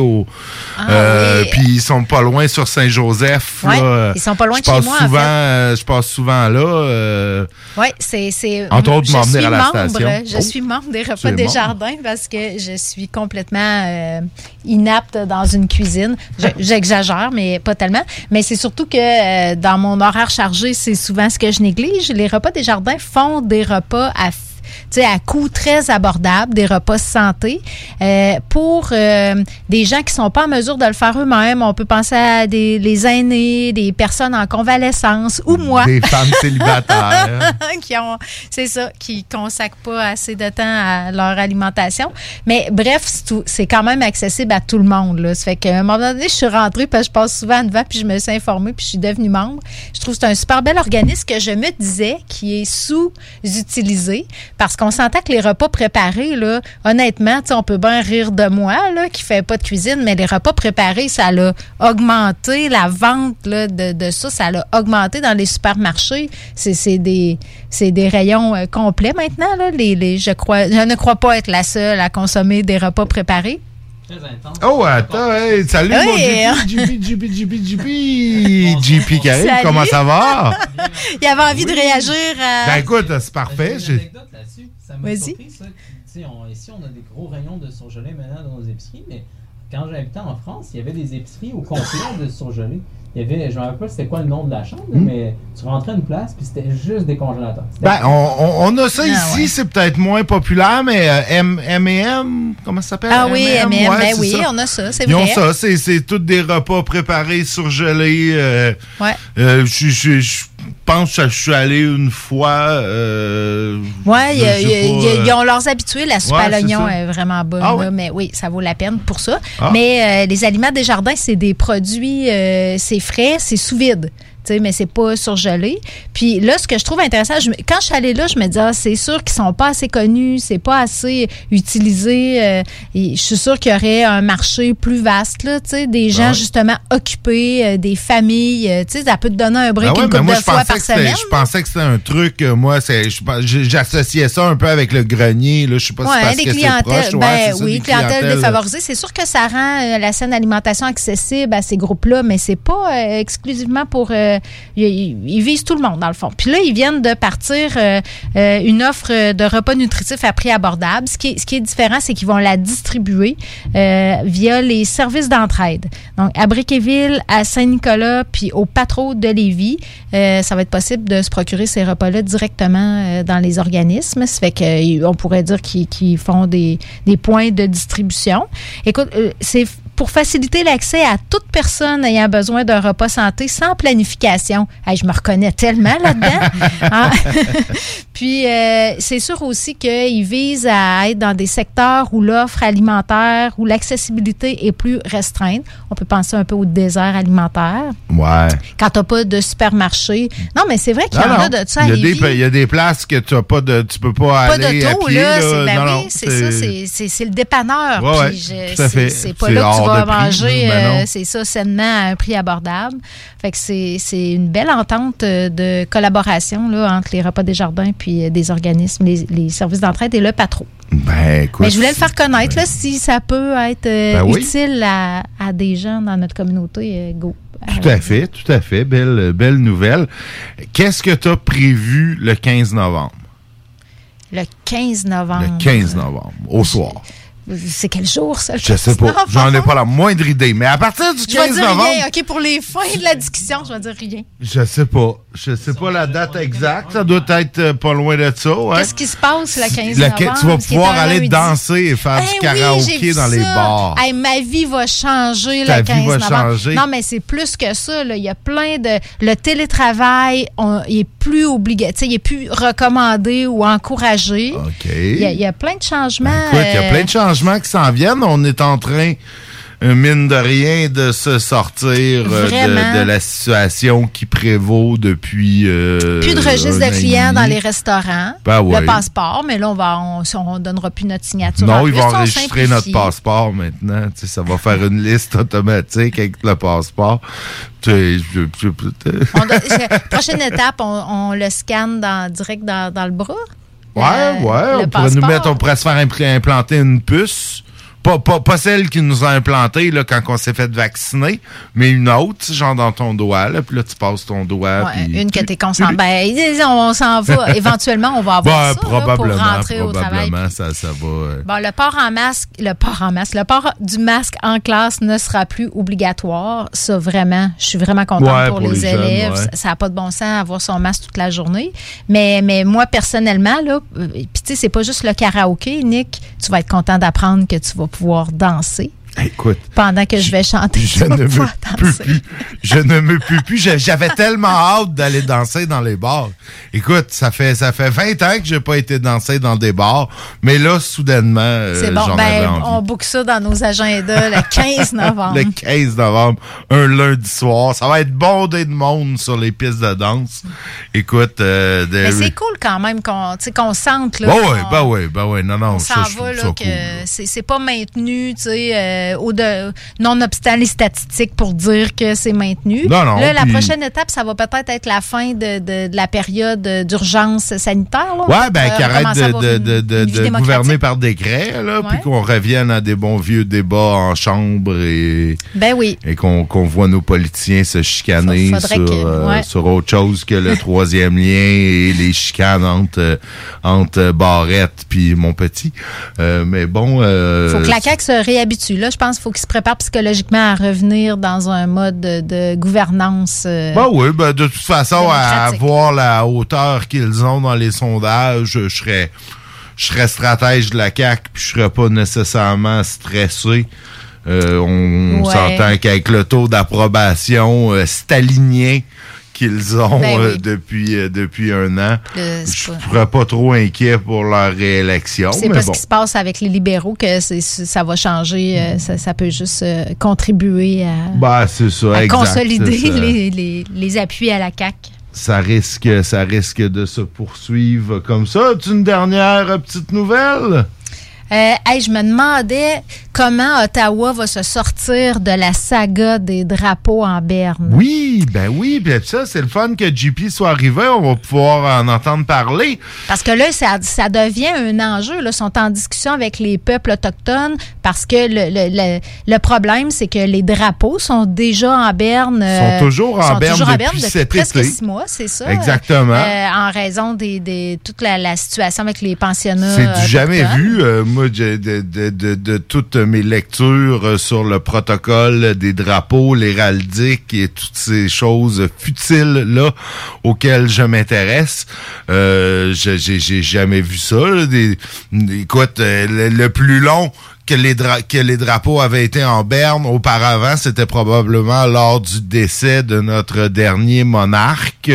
puis ils sont pas loin sur Saint-Joseph. Oui, ils sont pas loin de chez moi, je passe souvent là. Oui, c'est... Entre autres, m'emmener à la station. Je suis membre des repas des jardins parce que je suis complètement inapte dans une cuisine. J'exagère, mais pas tellement. Mais c'est surtout que dans mon horaire chargé, c'est souvent ce que je néglige. Les repas des jardins font des repas à coût très abordable, des repas santé. Pour des gens qui sont pas en mesure de le faire eux-mêmes, on peut penser à les aînés, des personnes en convalescence ou moi. Des femmes célibataires. qui consacrent pas assez de temps à leur alimentation. Mais bref, c'est quand même accessible à tout le monde, là. Ça fait qu'à un moment donné, je suis rentrée, parce que je passe souvent devant, puis je me suis informée, puis je suis devenue membre. Je trouve que c'est un super bel organisme que je me disais qui est sous-utilisé, parce qu'on s'entend que les repas préparés, là, honnêtement, on peut bien rire de moi, là, qui fait pas de cuisine, mais les repas préparés, ça a augmenté la vente là, de ça l'a augmenté dans les supermarchés. C'est des rayons complets maintenant, là. Je ne crois pas être la seule à consommer des repas préparés. Oh, attends, hey, salut mon JP qui arrive, comment ça va? Il avait envie de réagir à... Ben écoute, c'est parfait. J'ai une anecdote là-dessus. Ça m'a surpris, ça. Ici, on a des gros rayons de surgelés maintenant dans nos épiceries, mais quand j'habitais en France, il y avait des épiceries au complet de surgelés. Il y avait, je me rappelle pas c'était quoi le nom de la chambre, mais tu rentrais une place puis c'était juste des congélateurs. On a ça ici, c'est peut-être moins populaire, mais M&M, comment ça s'appelle? Ah oui, M&M, ouais, oui, ça. On a ça, c'est Ils vrai. ont ça, c'est tous des repas préparés, surgelés. Je pense que je suis allé une fois. Ils ont leurs habitués. La soupe à l'oignon est vraiment bonne, là, mais oui, ça vaut la peine pour ça. Mais les aliments des jardins, c'est des produits, c'est frais, c'est sous vide. Mais c'est pas surgelé. Puis là, ce que je trouve intéressant, quand je suis allée là, je me dis, c'est sûr qu'ils sont pas assez connus, c'est pas assez utilisé. Je suis sûre qu'il y aurait un marché plus vaste, là, des gens justement occupés, des familles. Ça peut te donner un break une couple de fois par semaine. Je pensais que c'était un truc, moi, j'associais ça un peu avec le grenier. Là, je sais pas si parce que c'est proche. Clientèle défavorisée. C'est sûr que ça rend la saine alimentation accessible à ces groupes-là, mais c'est pas exclusivement pour... ils visent tout le monde, dans le fond. Puis là, ils viennent de partir une offre de repas nutritifs à prix abordable. Ce qui est différent, c'est qu'ils vont la distribuer via les services d'entraide. Donc, à Briqueville, à Saint-Nicolas, puis au Patro de Lévis, ça va être possible de se procurer ces repas-là directement dans les organismes. Ça fait qu'on pourrait dire qu'ils font des points de distribution. Écoute, c'est pour faciliter l'accès à toute personne ayant besoin d'un repas santé sans planification. Hey, je me reconnais tellement là-dedans. Puis, c'est sûr aussi qu'ils visent à être dans des secteurs où l'offre alimentaire, où l'accessibilité est plus restreinte. On peut penser un peu au désert alimentaire. Ouais. Quand tu n'as pas de supermarché. Non, mais c'est vrai qu'il y en a de ça à Lévis. Il y a des places que tu peux pas aller à pied. C'est le dépanneur. Ouais, puis tout à fait. C'est pas là que tu vas manger, c'est ça, sainement à un prix abordable. Fait que c'est une belle entente de collaboration là, entre les repas des jardins puis des organismes, les services d'entraide et le Patro. Ben, écoute, mais je voulais le faire connaître là, si ça peut être utile à des gens dans notre communauté. Go. Tout à fait. Belle nouvelle. Qu'est-ce que tu as prévu le 15 novembre? Le 15 novembre. Le 15 novembre, au soir. C'est quel jour, ça? Je sais pas. J'en ai pas la moindre idée. Mais à partir du 15 novembre... rien. OK, pour les fins de la discussion, je vais dire rien. Je sais pas la date exacte. Ça doit être pas loin de ça. Ouais. Qu'est-ce qui se passe le 15 novembre? Tu vas pouvoir aller danser et faire du karaoké dans les bars. Hey, ma vie va changer le 15 novembre. Non, mais c'est plus que ça. Là. Il y a plein de... Le télétravail, il est plus obligatoire. Il est plus recommandé ou encouragé. OK. Il y a plein de changements. Écoute, il y a plein de changements qui s'en viennent. On est en train, mine de rien, de se sortir de la situation qui prévaut depuis... plus de registre de clients dans les restaurants. Le passeport, mais là, on donnera plus notre signature. Non, ils vont enregistrer notre passeport maintenant. Tu sais, ça va faire une liste automatique avec le passeport. Prochaine étape, on le scanne direct dans le bras. Ouais, on pourrait se faire implanter une puce Pas celle qui nous a implanté là, quand on s'est fait vacciner, mais une autre, genre dans ton doigt, là, puis là, tu passes ton doigt. Ouais, puis une que t'es concentré. Ben, on s'en va. Éventuellement, on va avoir ça probablement, là, pour rentrer au travail. Ça va... Bon, le port du masque en classe ne sera plus obligatoire. Ça, vraiment, je suis vraiment contente pour les élèves. Jeunes, Ça n'a pas de bon sens avoir son masque toute la journée. Mais moi, personnellement, là, puis tu sais, c'est pas juste le karaoké, Nick. Tu vas être content d'apprendre que tu vas pouvoir danser. Écoute, pendant que je vais chanter, je ne me peux plus. J'avais tellement hâte d'aller danser dans les bars. Écoute, ça fait 20 ans que j'ai pas été danser dans des bars, mais là, soudainement, c'est bon, j'en avais envie. On book ça dans nos agendas le 15 novembre. Le 15 novembre, un lundi soir. Ça va être bondé de monde sur les pistes de danse. Écoute... mais c'est cool quand même qu'on sente... Là, ben oui. Non, on s'en va, là, que cool. C'est pas maintenu, tu sais... nonobstant les statistiques pour dire que c'est maintenu. Non, là, la prochaine étape, ça va peut-être être la fin de la période d'urgence sanitaire. Là, qui arrête de gouverner par décret, là, puis qu'on revienne à des bons vieux débats en chambre et qu'on voit nos politiciens se chicaner sur autre chose que le troisième lien et les chicanes entre Barrette puis mon petit. Mais bon... faut que la CAQ se réhabitue. Là, je pense qu'il faut qu'ils se préparent psychologiquement à revenir dans un mode de gouvernance. De toute façon, à voir la hauteur qu'ils ont dans les sondages, je serais stratège de la CAQ, puis je serais pas nécessairement stressé. On s'entend qu'avec le taux d'approbation stalinien qu'ils ont depuis un an. Je ne serais pas trop inquiet pour leur réélection. C'est pas ce qui se passe avec les libéraux que ça va changer. Ça peut juste contribuer à consolider les appuis à la CAQ. Ça risque de se poursuivre comme ça. As-tu une dernière petite nouvelle? Je me demandais comment Ottawa va se sortir de la saga des drapeaux en berne. Oui. Puis ça, c'est le fun que JP soit arrivé. On va pouvoir en entendre parler. Parce que là, ça devient un enjeu. Là, ils sont en discussion avec les peuples autochtones parce que le problème, c'est que les drapeaux sont déjà en berne. Sont toujours en berne depuis cet presque été. 6 mois, c'est ça. Exactement. En raison de toute la situation avec les pensionnats. C'est du jamais vu. Moi, de toutes mes lectures sur le protocole des drapeaux, l'héraldique et toutes ces choses futiles-là auxquelles je m'intéresse. J'ai jamais vu ça. Écoute, le plus long que les drapeaux avaient été en berne auparavant, c'était probablement lors du décès de notre dernier monarque,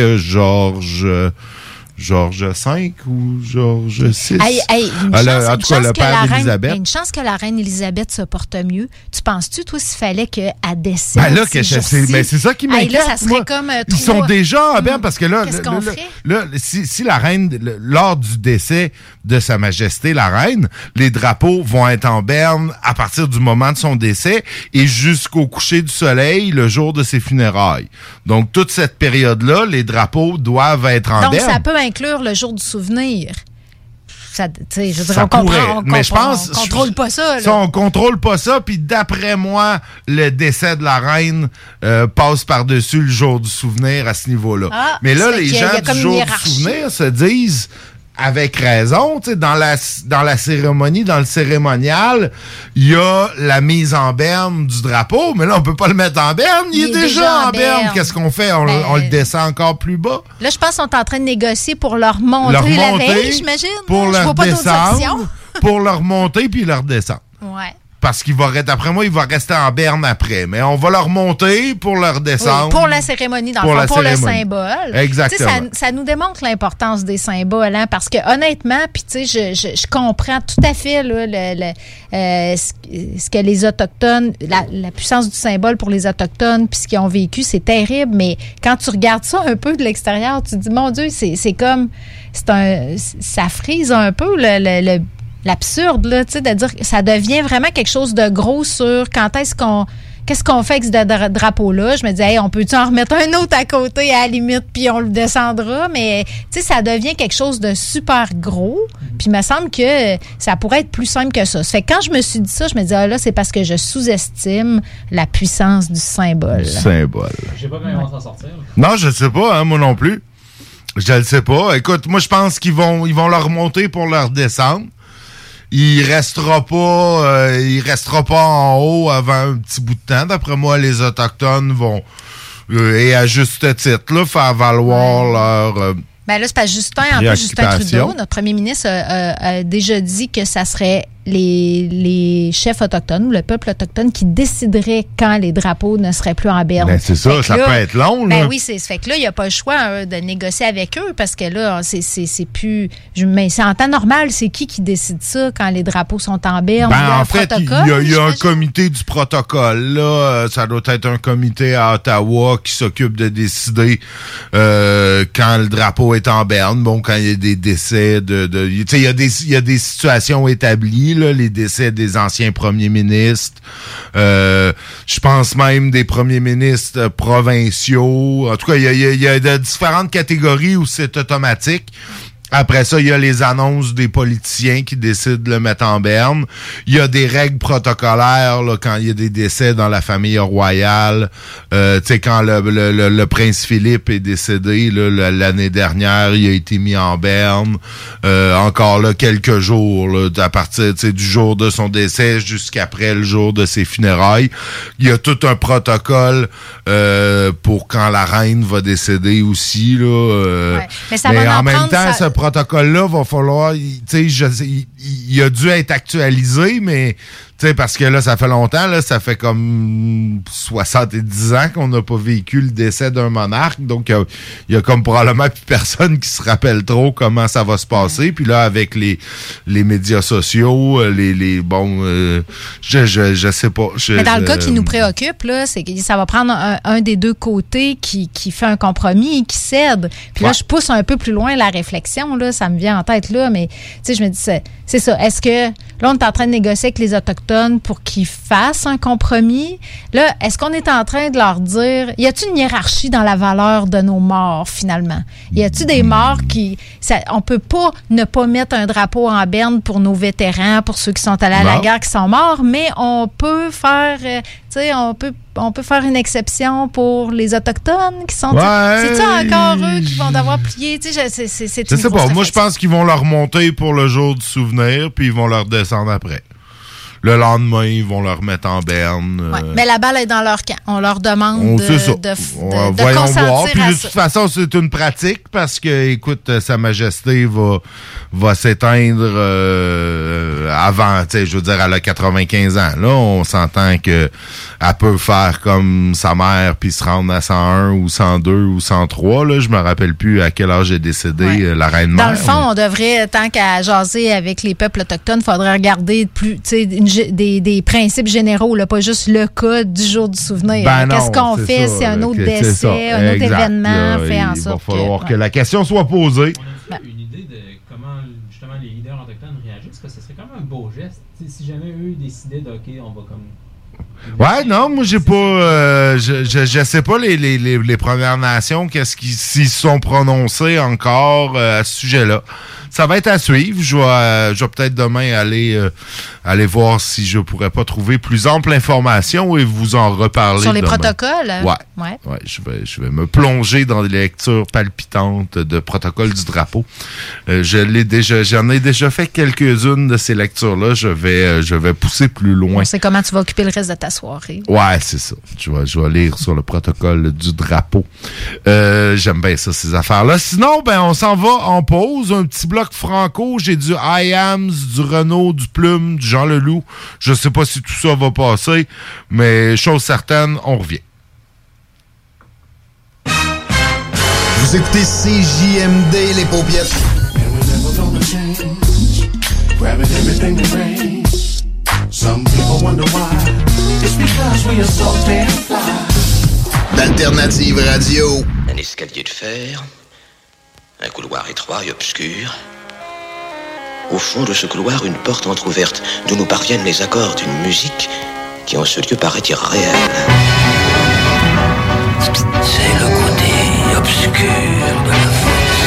Georges V ou Georges VI? En tout cas, le père d'Élisabeth. Une chance que la reine Élisabeth se porte mieux. Tu penses-tu, toi, s'il fallait qu'elle décède? Mais c'est ça qui m'inquiète. Là, ça serait comme ils sont déjà en berne parce que là, qu'est-ce qu'on ferait? Si la reine, lors du décès de Sa Majesté la reine, les drapeaux vont être en berne à partir du moment de son décès et jusqu'au coucher du soleil le jour de ses funérailles. Donc, toute cette période-là, les drapeaux doivent être en berne. Donc, ça peut inclure le jour du souvenir. Ça, je veux dire, on contrôle pas ça. Là. On contrôle pas ça, puis d'après moi, le décès de la reine passe par-dessus le jour du souvenir à ce niveau-là. Mais là, les gens du jour du souvenir se disent... Avec raison, tu sais, dans la cérémonie, dans le cérémonial, il y a la mise en berne du drapeau, mais là, on peut pas le mettre en berne, il est déjà en berne. Qu'est-ce qu'on fait? On le descend encore plus bas? Là, je pense qu'on est en train de négocier pour leur monter la veille, j'imagine. Pour leur descendre, pour leur monter puis leur descendre. Ouais. Parce d'après moi, il va rester en berne après. Mais on va leur monter pour leur descendre. Oui, pour la cérémonie, dans le fond, pour le symbole. Exactement. Ça nous démontre l'importance des symboles, hein, parce que honnêtement, puis tu sais, je comprends tout à fait là, ce que les Autochtones, la puissance du symbole pour les Autochtones, puis ce qu'ils ont vécu, c'est terrible. Mais quand tu regardes ça un peu de l'extérieur, tu te dis, mon Dieu, c'est comme, ça frise un peu l'absurde, là, tu sais, de dire que ça devient vraiment quelque chose de gros sur quand est-ce qu'on qu'est-ce qu'on fait avec ce drapeau-là? Je me disais, hey, on peut-tu en remettre un autre à côté à la limite, puis on le descendra? Mais, tu sais, ça devient quelque chose de super gros. Puis, il me semble que ça pourrait être plus simple que ça. Ça fait que quand je me suis dit ça, je me disais, là, c'est parce que je sous-estime la puissance du symbole. Du symbole. Je sais pas comment ils vont s'en sortir. Non, je sais pas, hein, moi non plus. Je le sais pas. Écoute, moi, je pense qu'ils vont leur remonter pour leur descendre. Il restera pas en haut avant un petit bout de temps. D'après moi, les Autochtones vont, et à juste titre, là, faire valoir leur... Ben là, c'est pas Justin Trudeau, notre premier ministre, a déjà dit que ça serait les chefs autochtones ou le peuple autochtone qui déciderait quand les drapeaux ne seraient plus en berne. Ben c'est ça, ça peut être long. Ben oui, ça fait que là, il n'y a pas le choix de négocier avec eux parce que là, c'est plus... Mais c'est en temps normal, c'est qui décide ça quand les drapeaux sont en berne? Ben, en fait, il y a un comité du protocole. Là, ça doit être un comité à Ottawa qui s'occupe de décider quand le drapeau est en berne. Bon, quand il y a des décès tu sais, il y a des situations établies, là, les décès des anciens premiers ministres. Je pense même des premiers ministres provinciaux. En tout cas, il y a de différentes catégories où c'est automatique. Après ça, il y a les annonces des politiciens qui décident de le mettre en berne. Il y a des règles protocolaires là, quand il y a des décès dans la famille royale. Tu sais, quand le prince Philippe est décédé là, l'année dernière, il a été mis en berne. Encore là, quelques jours, là, à partir du jour de son décès jusqu'après le jour de ses funérailles. Il y a tout un protocole pour quand la reine va décéder aussi. Là, ouais. Mais ça va en même temps, ce protocole-là, va falloir, tu sais, il a dû être actualisé, mais tu sais, parce que là, ça fait longtemps, là, ça fait comme 70 ans qu'on n'a pas vécu le décès d'un monarque, donc il y a comme probablement plus personne qui se rappelle trop comment ça va se passer, puis là, avec les médias sociaux, je sais pas. Mais dans le cas qui nous préoccupe, là, c'est que ça va prendre un des deux côtés qui fait un compromis et qui cède. Puis là, je pousse un peu plus loin la réflexion, là, ça me vient en tête, là, mais tu sais, je me dis, c'est ça. Est-ce que là, on est en train de négocier avec les Autochtones pour qu'ils fassent un compromis? Là, est-ce qu'on est en train de leur dire... Y a-t-il une hiérarchie dans la valeur de nos morts, finalement? Y a-t-il des morts qui... on peut pas ne pas mettre un drapeau en berne pour nos vétérans, pour ceux qui sont allés à la guerre, qui sont morts, mais on peut faire... tu sais, on peut faire une exception pour les Autochtones qui sont... C'est-tu encore eux qui vont devoir plier? Tu sais, c'est je sais pas. Moi, je pense qu'ils vont leur monter pour le jour du souvenir, puis ils vont leur descendre après. Le lendemain, ils vont leur mettre en berne. Ouais, mais la balle est dans leur camp. On leur demande de consentir puis à de toute façon, c'est une pratique parce que, écoute, Sa Majesté va s'éteindre avant, tu sais, je veux dire, elle a 95 ans. Là, on s'entend que elle peut faire comme sa mère puis se rendre à 101 ou 102 ou 103. Là, je me rappelle plus à quel âge est décédée la reine-mère. Dans le fond, on devrait, tant qu'à jaser avec les peuples autochtones, il faudrait regarder plus, tu sais, des principes généraux, là, pas juste le cas du jour du souvenir. Qu'est-ce qu'on fait si un autre décès, un autre événement fait en sorte que... Il va falloir que la question soit posée. On a une idée de comment, justement, les leaders autochtones réagissent? Parce que ce serait quand même un beau geste. T'sais, si jamais eux décidaient de, OK, on va comme... Ouais, non, moi j'ai pas, je sais pas les Premières Nations s'ils se sont prononcés encore à ce sujet-là. Ça va être à suivre. Je vais peut-être demain aller voir si je pourrais pas trouver plus ample information et vous en reparler sur les demain. protocoles. Ouais, je vais me plonger dans des lectures palpitantes de protocole du drapeau. J'en ai déjà fait quelques-unes de ces lectures-là. Je vais pousser plus loin. On sait comment tu vas occuper le reste de ta soirée. Ouais, c'est ça. Je vais lire sur le protocole du drapeau. J'aime bien ça, ces affaires-là. Sinon, on s'en va en pause. Un petit bloc franco. J'ai du IAMS, du Renault, du Plume, du Jean Leloup. Je sais pas si tout ça va passer, mais chose certaine, on revient. Vous écoutez CJMD, les paupiètes. D'Alternative Radio. Un escalier de fer, un couloir étroit et obscur. Au fond de ce couloir, une porte entr'ouverte d'où nous parviennent les accords d'une musique qui en ce lieu paraît irréel. C'est le côté obscur de la force.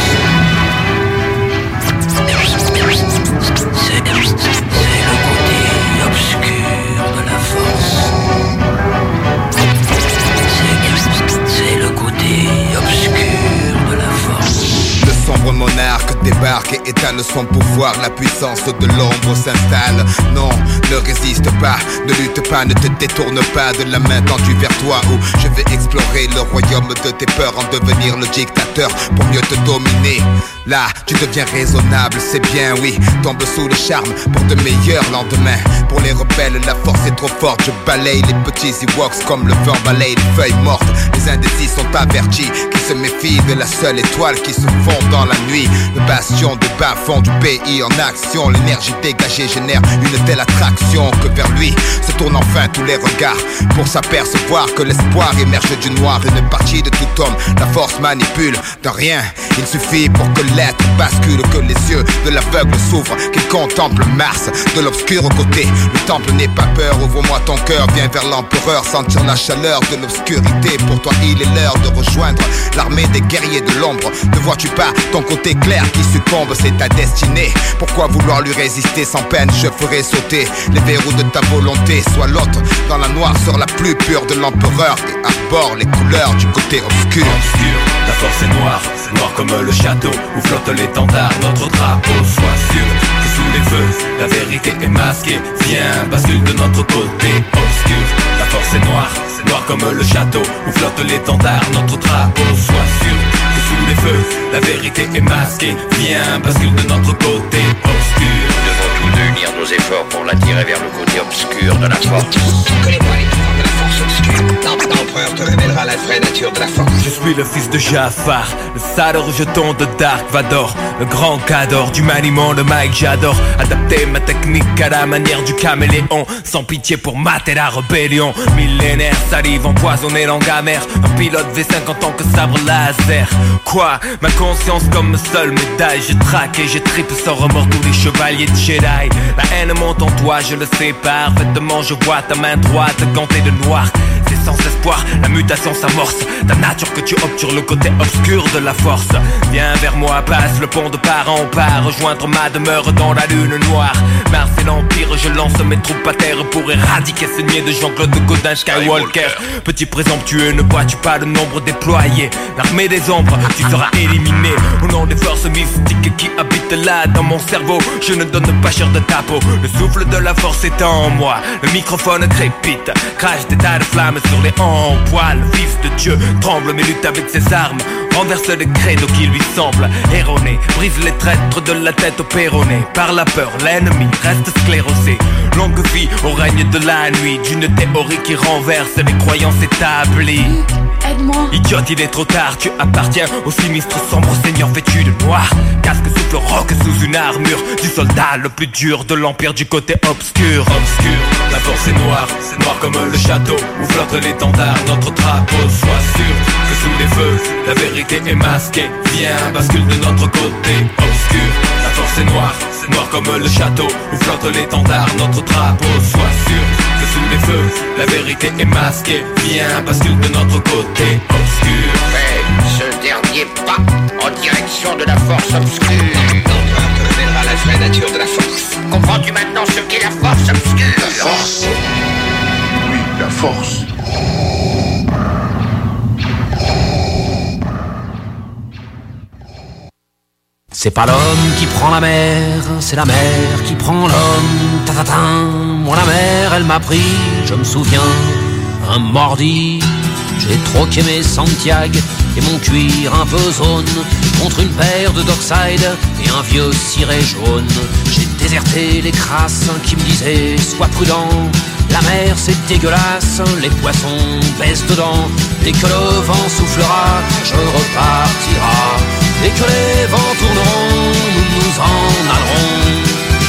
C'est le côté obscur de la force. C'est le côté obscur de la force. Le sombre monarque débarque et étale son pouvoir. La puissance de l'ombre s'installe. Non, ne résiste pas, ne lutte pas, ne te détourne pas de la main tendue vers toi, où je vais explorer le royaume de tes peurs, en devenir le dictateur pour mieux te dominer. Là, tu deviens raisonnable, c'est bien, oui. Tombe sous le charme pour de meilleurs lendemains. Pour les rebelles, la force est trop forte. Je balaye les petits Ewoks comme le vent balaye les feuilles mortes. Les indécis sont avertis, qui se méfient de la seule étoile qui se fond dans la nuit. Le bastion de bas-fond du pays en action. L'énergie dégagée génère une telle attraction que vers lui se tournent enfin tous les regards, pour s'apercevoir que l'espoir émerge du noir. Une partie de tout homme, la force manipule de rien. Il suffit pour que l'être bascule, que les yeux de l'aveugle s'ouvrent, qu'il contemple Mars de l'obscur côté. Le temple n'est pas peur, ouvre-moi ton cœur, viens vers l'empereur, sentir la chaleur de l'obscurité. Pour toi il est l'heure de rejoindre l'armée des guerriers de l'ombre. Ne vois-tu pas ton côté clair qui succombe, c'est ta destinée. Pourquoi vouloir lui résister sans peine? Je ferai sauter les verrous de ta volonté. Sois l'autre dans la noirceur la plus pure de l'empereur et arbore les couleurs du côté obscur. La force est noire comme le château où flotte l'étendard, notre drapeau. Sois sûr que sous les feux, la vérité est masquée. Viens, bascule de notre côté obscur. La force est noire comme le château où flotte l'étendard, notre drapeau. Sois sûr que sous les feux, la vérité est masquée. Viens, bascule de notre côté obscur. Nous devons tous deux unir nos efforts pour l'attirer vers le côté obscur de la force. Tu ne connais pas les pouvoirs de la force obscure. L'empereur te révélera la vraie nature de la force. Je suis le fils de Jafar, le sale rejeton de Dark Vador, le grand cador du maniement de Mike. J'adore adapter ma technique à la manière du caméléon, sans pitié pour mater la rébellion. Millénaire, salive empoisonnée, langue amère, un pilote V5 en tant que sabre laser. Quoi? Ma conscience comme seule médaille. Je traque et je tripe sans remords tous les chevaliers de Jedi. La haine monte en toi, je le sais parfaitement. Je vois ta main droite gantée de noir. C'est sans espoir, la mutation s'amorce. Ta nature que tu optes sur le côté obscur de la force. Viens vers moi, passe le pont de part en part, rejoindre ma demeure dans la lune noire. Mars et l'Empire, je lance mes troupes à terre pour éradiquer ce niais de Jean-Claude Godin Skywalker. Petit présomptueux, ne vois-tu pas le nombre déployé? L'armée des ombres, tu seras éliminé. Au nom des forces mystiques qui habitent là dans mon cerveau, je ne donne pas cher de ta peau. Le souffle de la force est en moi, le microphone crépite, crache des tas de flammes sur les hanches. Le fils de Dieu tremble mais lutte avec ses armes, renverse les credos qui lui semblent erronés, brise les traîtres de la tête au péroné. Par la peur, l'ennemi reste sclérosé. Longue vie au règne de la nuit, d'une théorie qui renverse les croyances établies. Aide-moi. Idiote, il est trop tard, tu appartiens au sinistre sombre seigneur vêtu de noir. Casque souffle roc sous une armure du soldat le plus dur de l'empire du côté obscur. Obscur, la force est noire comme le château où flotte l'étendard, notre drapeau. Sois sûr que sous les feux, la vérité est masquée. Viens, bascule de notre côté obscur. La force est noire comme le château où flotte l'étendard, notre drapeau. Sois sûr que sous les feux, la vérité est masquée. Viens, bascule de notre côté obscur. Fais ce dernier pas en direction de la force obscure. L'empereur te révélera la vraie nature de la force. Comprends-tu maintenant ce qu'est la force obscure? La force? Oui, la force. C'est pas l'homme qui prend la mer, c'est la mer qui prend l'homme. Ta-ta-ta. Moi la mer, elle m'a pris, je me souviens, un mordi. J'ai troqué mes Santiago et mon cuir un peu zone contre une paire de Dockside et un vieux ciré jaune. J'ai déserté les crasses qui me disaient sois prudent. La mer c'est dégueulasse, les poissons baissent dedans. Dès que le vent soufflera, je repartira. Dès que les vents tourneront, nous nous en allerons.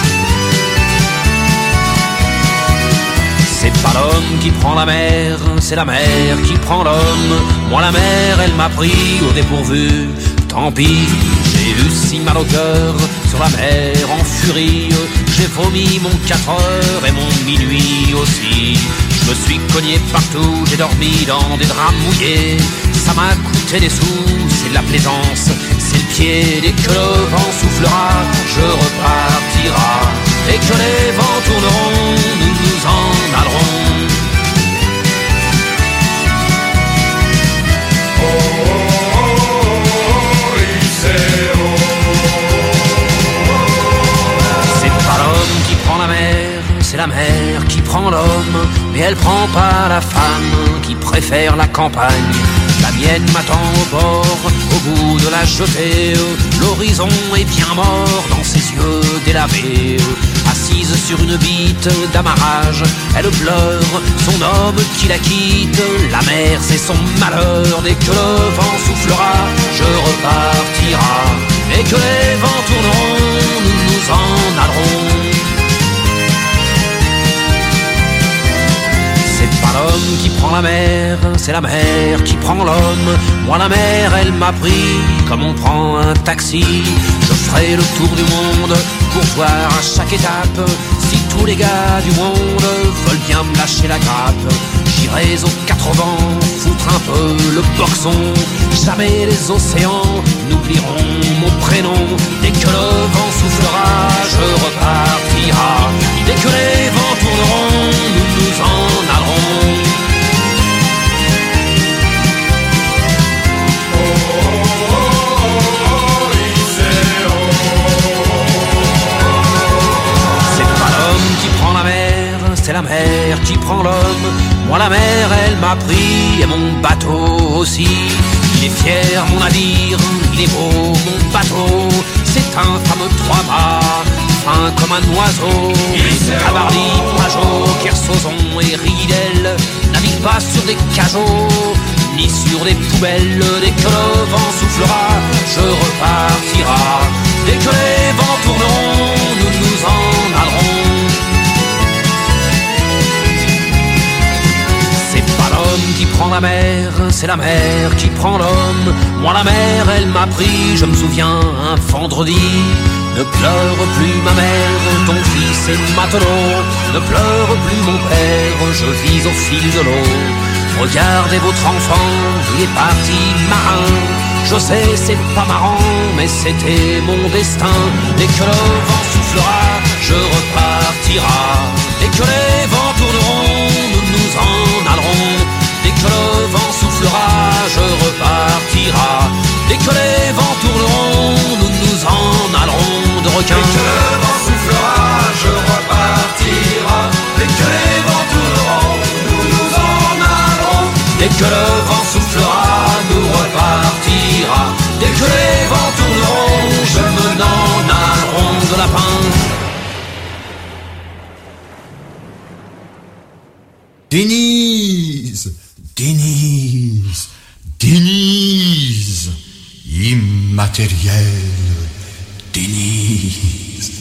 C'est pas l'homme qui prend la mer, c'est la mer qui prend l'homme. Moi la mer, elle m'a pris au dépourvu. Tant pis, j'ai eu si mal au cœur sur la mer en furie. J'ai vomi mon 4 heures et mon minuit aussi. Je me suis cogné partout, j'ai dormi dans des draps mouillés. Ça m'a coûté des sous, c'est de la plaisance, c'est le pied. Dès que le vent soufflera, je repartira. Dès que les vents tourneront, nous nous en allerons. La mer, c'est la mer qui prend l'homme, mais elle prend pas la femme qui préfère la campagne. La mienne m'attend au bord, au bout de la jetée. L'horizon est bien mort dans ses yeux délavés. Assise sur une bite d'amarrage, elle pleure son homme qui la quitte. La mer c'est son malheur, dès que le vent soufflera, je repartira. Dès que les vents tourneront, nous nous en allerons. C'est pas l'homme qui prend la mer, c'est la mer qui prend l'homme. Moi la mer elle m'a pris comme on prend un taxi. Je ferai le tour du monde pour voir à chaque étape si tous les gars du monde veulent bien me lâcher la grappe. J'irai aux quatre vents foutre un peu le boxon. Jamais les océans n'oublieront mon prénom. Dès que le vent soufflera, je repartira. Dès que les vents tourneront, nous nous en allerons. C'est la mer qui prend l'homme. Moi la mer elle m'a pris et mon bateau aussi. Il est fier mon navire, il est beau mon bateau. C'est un fameux trois-mâts, fin comme un oiseau. Cabarly, Pajot, Kersozon et Ridel naviguent pas sur des cajots ni sur des poubelles. Dès que le vent soufflera, je repartira. Dès que les vents tourneront, nous nous en allerons. Qui prend la mer, c'est la mer qui prend l'homme. Moi la mer elle m'a pris, je me souviens un vendredi. Ne pleure plus ma mère, ton fils est matelot. Ne pleure plus mon père, je vis au fil de l'eau. Regardez votre enfant, il est parti marin. Je sais c'est pas marrant, mais c'était mon destin. Dès que le vent soufflera, je repartira. Dès que les vents tourneront, nous nous en allerons. Dès que le vent soufflera, je repartira. Dès que les vents tourneront, nous nous en allerons de requins. Dès que le vent soufflera, je repartira. Dès que les vents tourneront, nous nous en allerons. Dès que le vent soufflera, nous repartira. Dès que les vents tourneront, je me n'en allerons de lapin. Denise, Denise, Denise, immatériel, Denise.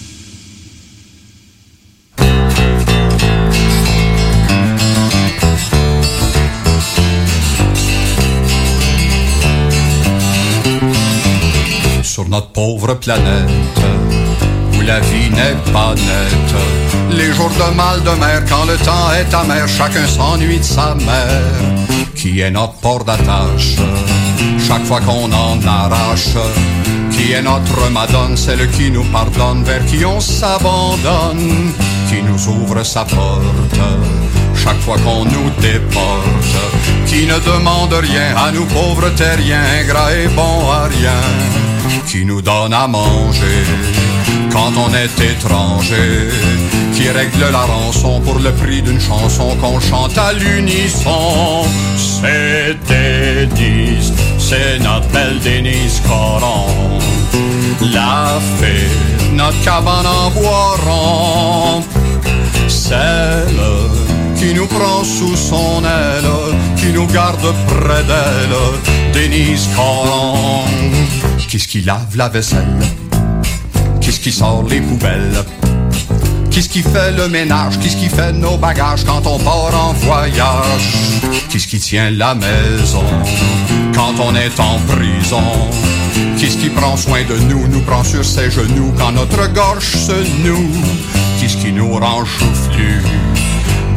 Sur notre pauvre planète, où la vie n'est pas nette, les jours de mal de mer, quand le temps est amer, chacun s'ennuie de sa mère, qui est notre port d'attache, chaque fois qu'on en arrache, qui est notre madone, celle qui nous pardonne, vers qui on s'abandonne, qui nous ouvre sa porte, chaque fois qu'on nous déporte, qui ne demande rien à nous pauvres terriens, ingrats et bons à rien, qui nous donne à manger quand on est étranger, qui règle la rançon pour le prix d'une chanson qu'on chante à l'unisson. C'est Denise, c'est notre belle Denise Coron, la fée, notre cabane en bois rond, celle qui nous prend sous son aile, qui nous garde près d'elle, Denise Coron. Qu'est-ce qui lave la vaisselle? Qu'est-ce qui sort les poubelles? Qu'est-ce qui fait le ménage? Qu'est-ce qui fait nos bagages quand on part en voyage? Qu'est-ce qui tient la maison quand on est en prison? Qu'est-ce qui prend soin de nous, nous prend sur ses genoux quand notre gorge se noue? Qu'est-ce qui nous rend joufflus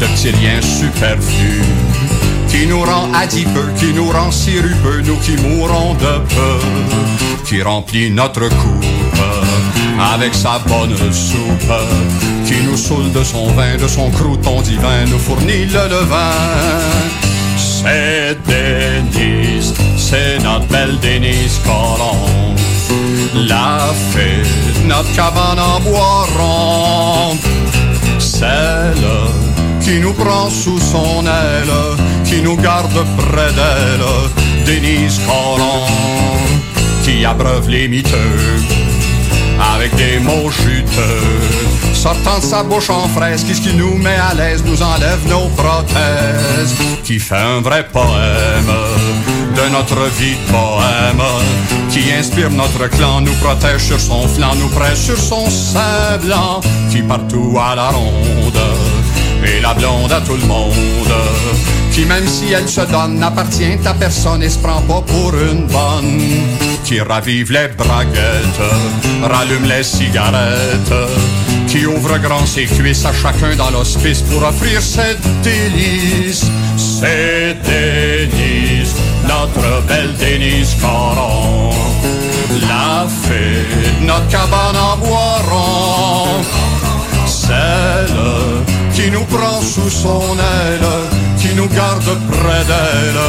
de petits riens superflus qui nous rend adipeux, qui nous rend sirupeux, nous qui mourons de peur, qui remplit notre coupe avec sa bonne soupe, qui nous saoule de son vin, de son crouton divin, nous fournit le levain. C'est Denise, c'est notre belle Denise Caron, la fée, notre cabane en bois rond, celle qui nous prend sous son aile, qui nous garde près d'elle, Denise Caron, qui abreuve les miteux avec des mots juteux, sortant de sa bouche en fraise, qui nous met à l'aise, nous enlève nos prothèses, qui fait un vrai poème de notre vie de poème, qui inspire notre clan, nous protège sur son flanc, nous presse sur son sein blanc, qui partout à la ronde et la blonde à tout le monde, qui même si elle se donne n'appartient à personne et se prend pas pour une bonne, qui ravive les braguettes, rallume les cigarettes, qui ouvre grand ses cuisses à chacun dans l'hospice pour offrir ses délices. C'est Denise, notre belle Denise Caron, la fée de notre cabane en bois rond, celle qui nous prend sous son aile, qui nous garde près d'elle,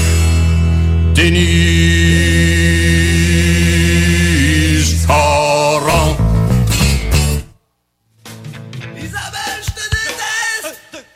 Denise Caron. Isabelle, je te déteste.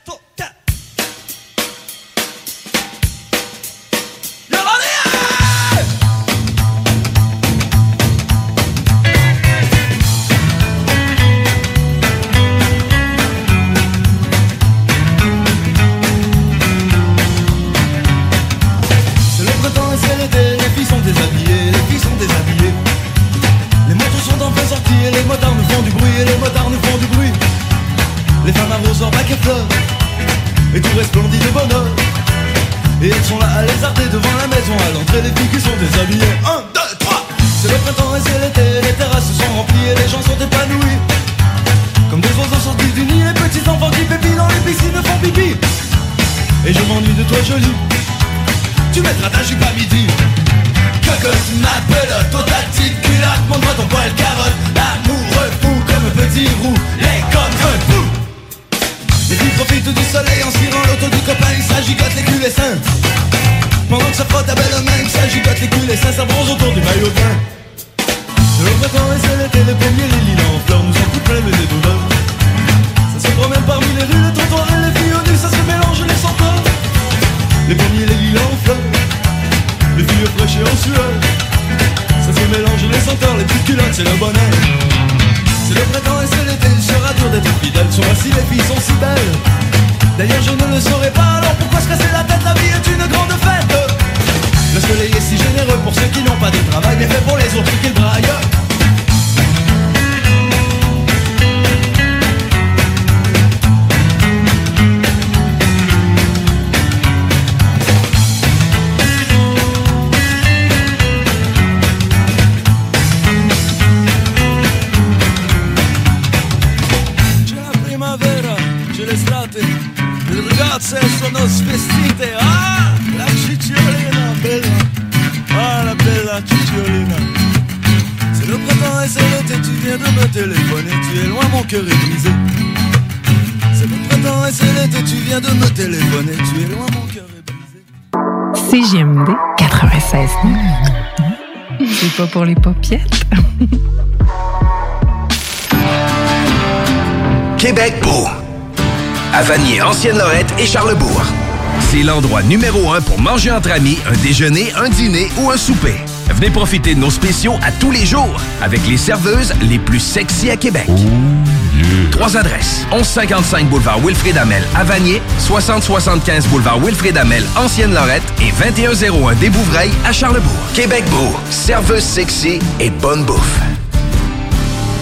Les femmes arrosent leur bac et fleurs, et tout resplendit de bonheur. Et elles sont là à lézarder devant la maison, à l'entrée les filles qui sont déshabillées. 1, 2, 3. C'est le printemps et c'est l'été, les terrasses sont remplies et les gens sont épanouis. Comme des oiseaux sortis du nid, les petits enfants qui pépient dans les piscines font pipi. Et je m'ennuie de toi jolie, tu mettras ta jupe à midi. Cocotte, ma pelote, oh ta petite culotte, montre-moi ton poil carotte. L'amoureux fou comme un petit roulé comme un fou. Les filles profitent du soleil en spirant l'auto du copain, il s'agigote les culs et seins. Pendant que ça frotte à belle main, il s'agigote les culs et seins, ça bronze autour du maillot de bain. C'est le printemps et c'est l'été, les pommiers, les lilas en fleurs nous ont tout plein le nez d'odeur. Ça se promène parmi les rues, les trottoirs et les filles au nu, ça se mélange les senteurs. Les pommiers, les lilas en fleurs, les filles fraîches et en sueur. Ça se mélange les senteurs, les petites culottes, c'est le bonheur. C'est le printemps et c'est l'été, il sera dur d'être fidèle. Sur si les filles sont si belles. D'ailleurs je ne le saurais pas, alors pourquoi se casser la tête? La vie est une grande fête. Le soleil est si généreux pour ceux qui n'ont pas de travail, mais fait pour les autres qui braillent. Sono svestite, ah, la cicciolina bella, ah la bella cicciolina. C'est le printemps et c'est l'été, tu viens de me téléphoner, tu es loin, mon cœur est brisé. C'est le printemps et c'est l'été, tu viens de me téléphoner, tu es loin, mon cœur est brisé. CJMD 96. C'est pas pour les paupiètes. Québec beau. À Vanier, Ancienne-Lorette et Charlebourg. C'est l'endroit numéro 1 pour manger entre amis, un déjeuner, un dîner ou un souper. Venez profiter de nos spéciaux à tous les jours avec les serveuses les plus sexy à Québec. Oh yeah. 3 adresses. 1155 boulevard Wilfrid Hamel à Vanier, 6075 boulevard Wilfrid Hamel, Ancienne-Lorette et 2101 des Bouvrailles à Charlebourg. Québec beau, serveuse sexy et bonne bouffe.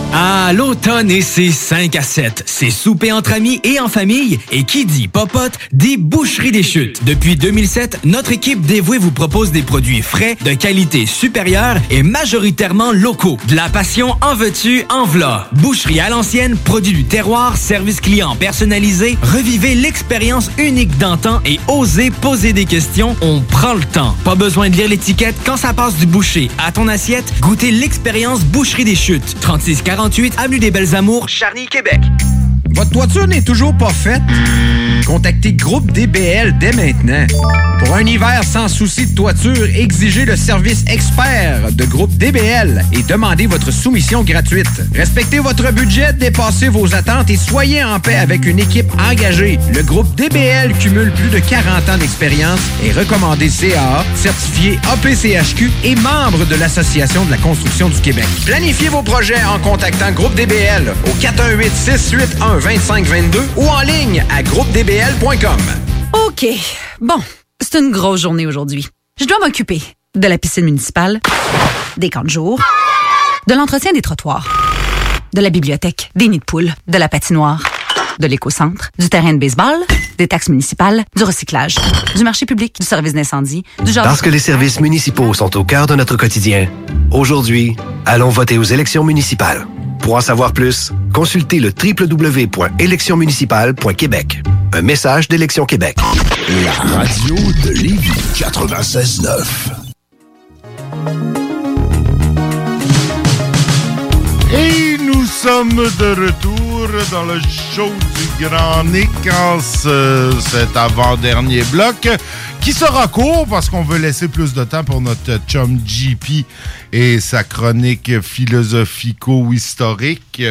Ah, l'automne et ses 5 à 7. C'est souper entre amis et en famille. Et qui dit popote, dit Boucherie des Chutes. Depuis 2007, notre équipe dévouée vous propose des produits frais, de qualité supérieure et majoritairement locaux. De la passion en veux-tu, en v'là. Boucherie à l'ancienne, produit du terroir, service client personnalisé. Revivez l'expérience unique d'antan et osez poser des questions. On prend le temps. Pas besoin de lire l'étiquette. Quand ça passe du boucher à ton assiette, goûtez l'expérience Boucherie des Chutes. 3648 Avenue des Belles Amours, Charny, Québec. Votre toiture n'est toujours pas faite? Contactez Groupe DBL dès maintenant. Pour un hiver sans souci de toiture, exigez le service expert de Groupe DBL et demandez votre soumission gratuite. Respectez votre budget, dépassez vos attentes et soyez en paix avec une équipe engagée. Le Groupe DBL cumule plus de 40 ans d'expérience et recommandé CAA, certifié APCHQ et membre de l'Association de la construction du Québec. Planifiez vos projets en contactant Groupe DBL au 418-681-2522 ou en ligne à groupedbl.com. OK. Bon, c'est une grosse journée aujourd'hui. Je dois m'occuper de la piscine municipale, des camps de jour, de l'entretien des trottoirs, de la bibliothèque, des nids de poules, de la patinoire, de l'éco-centre, du terrain de baseball, des taxes municipales, du recyclage, du marché public, du service d'incendie, du genre... Parce que les services municipaux sont au cœur de notre quotidien, aujourd'hui, allons voter aux élections municipales. Pour en savoir plus, consultez le www.électionsmunicipales.québec. Un message d'Élections Québec. La radio de Lévis 96.9. Et nous sommes de retour dans le show du Grand Nick en cet avant-dernier bloc qui sera court parce qu'on veut laisser plus de temps pour notre chum JP et sa chronique philosophico-historique qui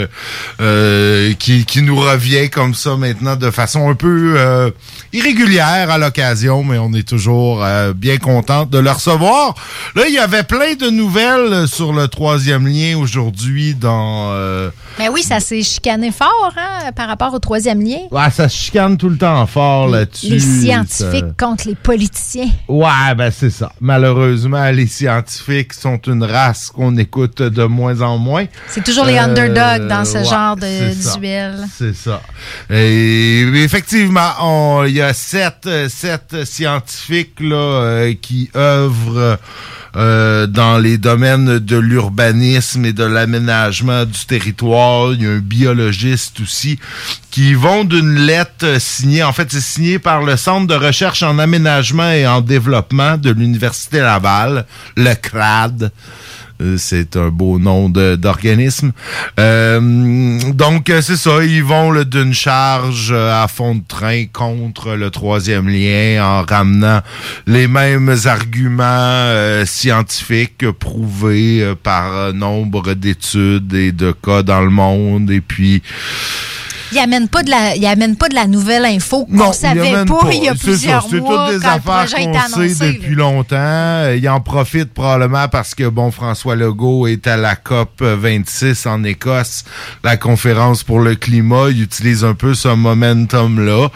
nous revient comme ça maintenant de façon un peu irrégulière à l'occasion, mais on est toujours bien content de le recevoir. Là, il y avait plein de nouvelles sur le troisième lien aujourd'hui dans... Mais oui, ça s'est chicané fort par rapport au troisième lien. Ouais, ça se chicane tout le temps fort là-dessus. Les scientifiques contre les politiciens. Ouais, ben c'est ça. Malheureusement, les scientifiques sont une race qu'on écoute de moins en moins. C'est toujours les underdogs dans ce genre de duel. C'est ça. Et effectivement, il y a sept scientifiques là, qui œuvrent dans les domaines de l'urbanisme et de l'aménagement du territoire. Il y a un biologiste aussi qui vont d'une lettre signée. En fait, c'est signé par le Centre de recherche en aménagement et en développement de l'Université Laval, le CRAD. C'est un beau nom d'organisme. Donc, c'est ça. Ils vont d'une charge à fond de train contre le troisième lien en ramenant les mêmes arguments scientifiques prouvés par nombre d'études et de cas dans le monde. Et puis... Il amène pas de la nouvelle info qu'on savait pas il y a plusieurs mois. C'est toutes des affaires qu'on sait depuis longtemps. Il en profite probablement parce que François Legault est à la COP 26 en Écosse, la conférence pour le climat. Il utilise un peu ce momentum-là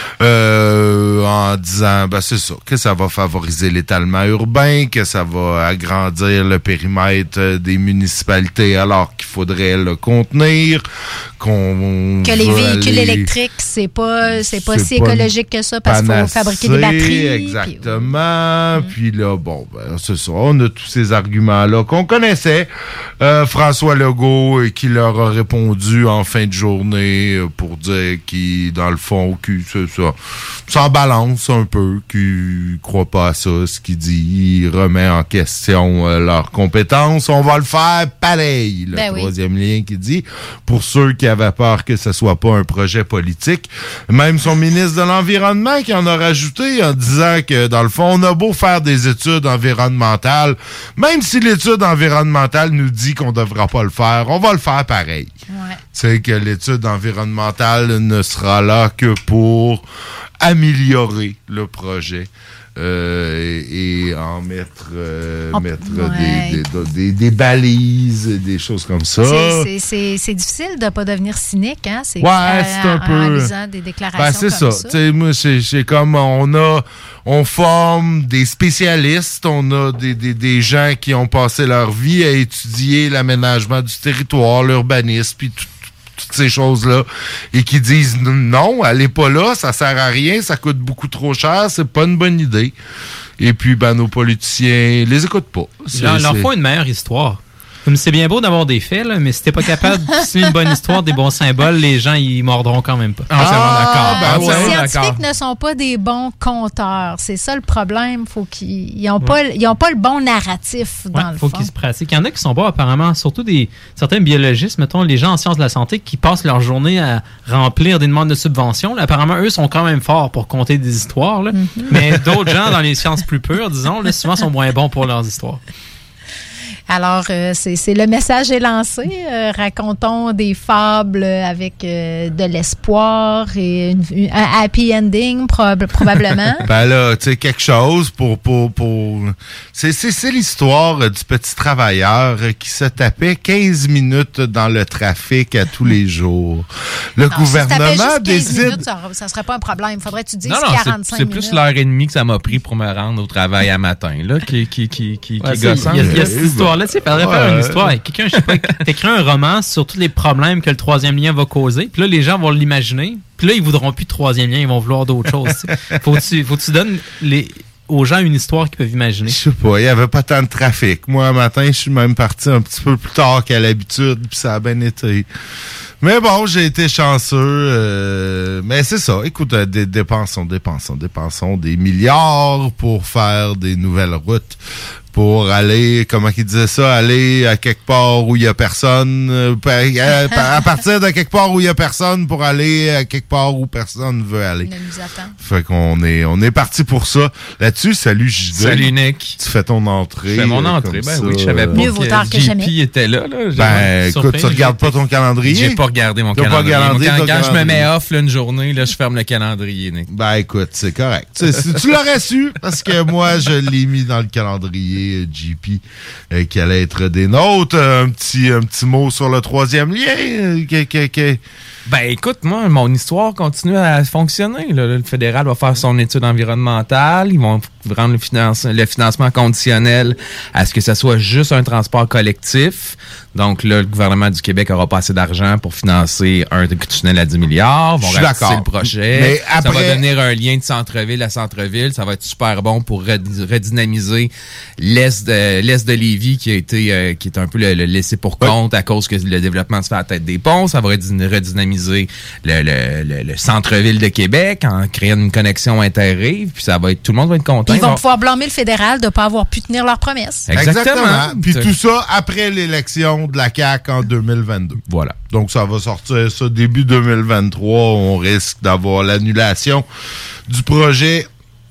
en disant c'est ça, que ça va favoriser l'étalement urbain, que ça va agrandir le périmètre des municipalités alors qu'il faudrait le contenir, que les véhicules électriques, c'est pas si écologique que ça parce qu'il faut fabriquer des batteries. Exactement. Puis là, c'est ça. On a tous ces arguments-là qu'on connaissait. François Legault qui leur a répondu en fin de journée pour dire qu'il, dans le fond, c'est ça, s'en balance un peu, qu'il croit pas à ça, ce qu'il dit. Il remet en question leurs compétences. On va le faire pareil, le troisième lien qui dit, pour ceux qui avaient peur que ce soit pas un projet politique. Même son ministre de l'Environnement qui en a rajouté en disant que, dans le fond, on a beau faire des études environnementales, même si l'étude environnementale nous dit qu'on devra pas le faire, on va le faire pareil. Ouais. C'est que l'étude environnementale ne sera là que pour améliorer le projet. Et en mettre des balises, des choses comme ça. C'est difficile de ne pas devenir cynique, hein? C'est un peu... En lisant des déclarations c'est comme ça. Moi, c'est comme on forme des spécialistes, on a des gens qui ont passé leur vie à étudier l'aménagement du territoire, l'urbanisme, puis toutes ces choses-là, et qui disent non, allez pas là, ça sert à rien, ça coûte beaucoup trop cher, c'est pas une bonne idée. Et puis, nos politiciens les écoutent pas. Il leur faut une meilleure histoire. Comme c'est bien beau d'avoir des faits, là, mais si t'es pas capable de signer une bonne histoire, des bons symboles, les gens, ils mordront quand même pas. Les scientifiques ne sont pas des bons conteurs. C'est ça le problème. Faut qu'ils n'ont pas le bon narratif, dans le fond. Faut qu'ils se pratiquent. Il y en a qui sont bons, apparemment, surtout certains biologistes, mettons, les gens en sciences de la santé qui passent leur journée à remplir des demandes de subventions. Là, apparemment, eux sont quand même forts pour compter des histoires. Là. Mais d'autres gens dans les sciences plus pures, disons, là, souvent sont moins bons pour leurs histoires. Alors, c'est le message est lancé. Racontons des fables avec de l'espoir et un happy ending, probablement. Là, tu sais, quelque chose pour... C'est l'histoire du petit travailleur qui se tapait 15 minutes dans le trafic à tous les jours. Le gouvernement décide... 15 minutes, ça serait pas un problème. Faudrait que tu dises 45 minutes. C'est plus l'heure et demie que ça m'a pris pour me rendre au travail à matin, là, qui est gossant. Il y a cette histoire-là, tu sais, il faudrait faire une histoire avec quelqu'un, je sais pas, t'écris un roman sur tous les problèmes que le troisième lien va causer, puis là, les gens vont l'imaginer, puis là, ils voudront plus de troisième lien, ils vont vouloir d'autres choses. Faut que tu donnes aux gens une histoire qu'ils peuvent imaginer. Je sais pas, il y avait pas tant de trafic. Moi, un matin, je suis même parti un petit peu plus tard qu'à l'habitude, puis ça a bien été. Mais bon, j'ai été chanceux. Mais c'est ça. Écoute, dépensons des milliards pour faire des nouvelles routes. Pour aller, comment il disait ça, aller à quelque part où il y a personne, à partir de quelque part où il y a personne pour aller à quelque part où personne veut aller. Il nous attend. Fait qu'on est parti pour ça. Là-dessus, salut J2. Salut Nick. Tu fais ton entrée. Je fais mon entrée, oui, je savais pas que JP était là. Écoute, tu regardes pas ton calendrier? J'ai pas regardé mon calendrier. Quand je me mets off une journée, là, je ferme le calendrier, Nick. Écoute, c'est correct. Tu l'aurais su, parce que moi, je l'ai mis dans le calendrier. JP qui allait être des nôtres. Un petit mot sur le troisième lien. Écoute, moi, mon histoire continue à fonctionner. Le fédéral va faire son étude environnementale. Ils vont rendre le financement conditionnel à ce que ça soit juste un transport collectif. Donc là, le gouvernement du Québec aura pas assez d'argent pour financer un tunnel à 10 milliards. Ils vont ratisser le projet. Mais après... Ça va donner un lien de centre-ville à centre-ville. Ça va être super bon pour redynamiser l'est de Lévis qui est un peu le laissé pour compte à cause que le développement se fait à la tête des ponts. Ça va redynamiser le centre-ville de Québec en créant une connexion interrive. Puis tout le monde va être content. Ils vont pouvoir blâmer le fédéral de ne pas avoir pu tenir leurs promesses. Exactement. Puis tout ça après l'élection de la CAQ en 2022. Voilà. Donc, ça va sortir ça début 2023. On risque d'avoir l'annulation du projet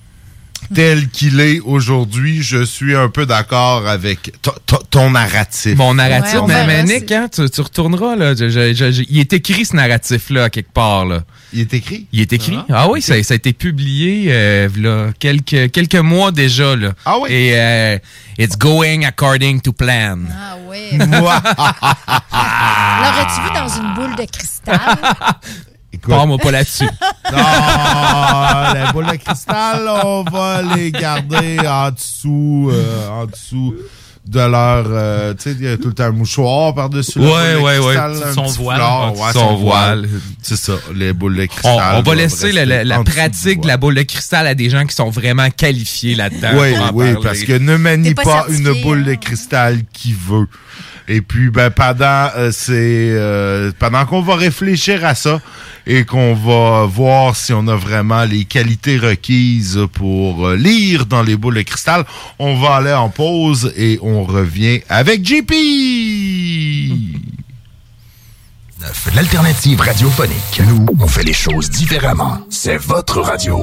tel qu'il est aujourd'hui. Je suis un peu d'accord avec ton narratif. Mon narratif, mais Nick, hein, tu retourneras. Là. Il est écrit, ce narratif-là, quelque part. Là. Il est écrit? Il est écrit. Ah oui, okay. Ça a été publié là, quelques mois déjà. Là. Ah oui? Et it's going according to plan. Ah oui. L'aurais-tu vu dans une boule de cristal? Parle-moi pas là-dessus. Non, les boules de cristal, on va les garder en dessous de leur... tu sais, il y a tout le temps un mouchoir par-dessus la boule de cristal. Son voile. C'est ça, les boules de cristal. On va laisser la pratique de la boule de cristal à des gens qui sont vraiment qualifiés là-dedans. Oui, parce que ne manie pas une boule de cristal qui veut. Et puis, pendant qu'on va réfléchir à ça et qu'on va voir si on a vraiment les qualités requises pour lire dans les boules de cristal, on va aller en pause et on revient avec JP! L'alternative radiophonique. Nous, on fait les choses différemment. C'est votre radio.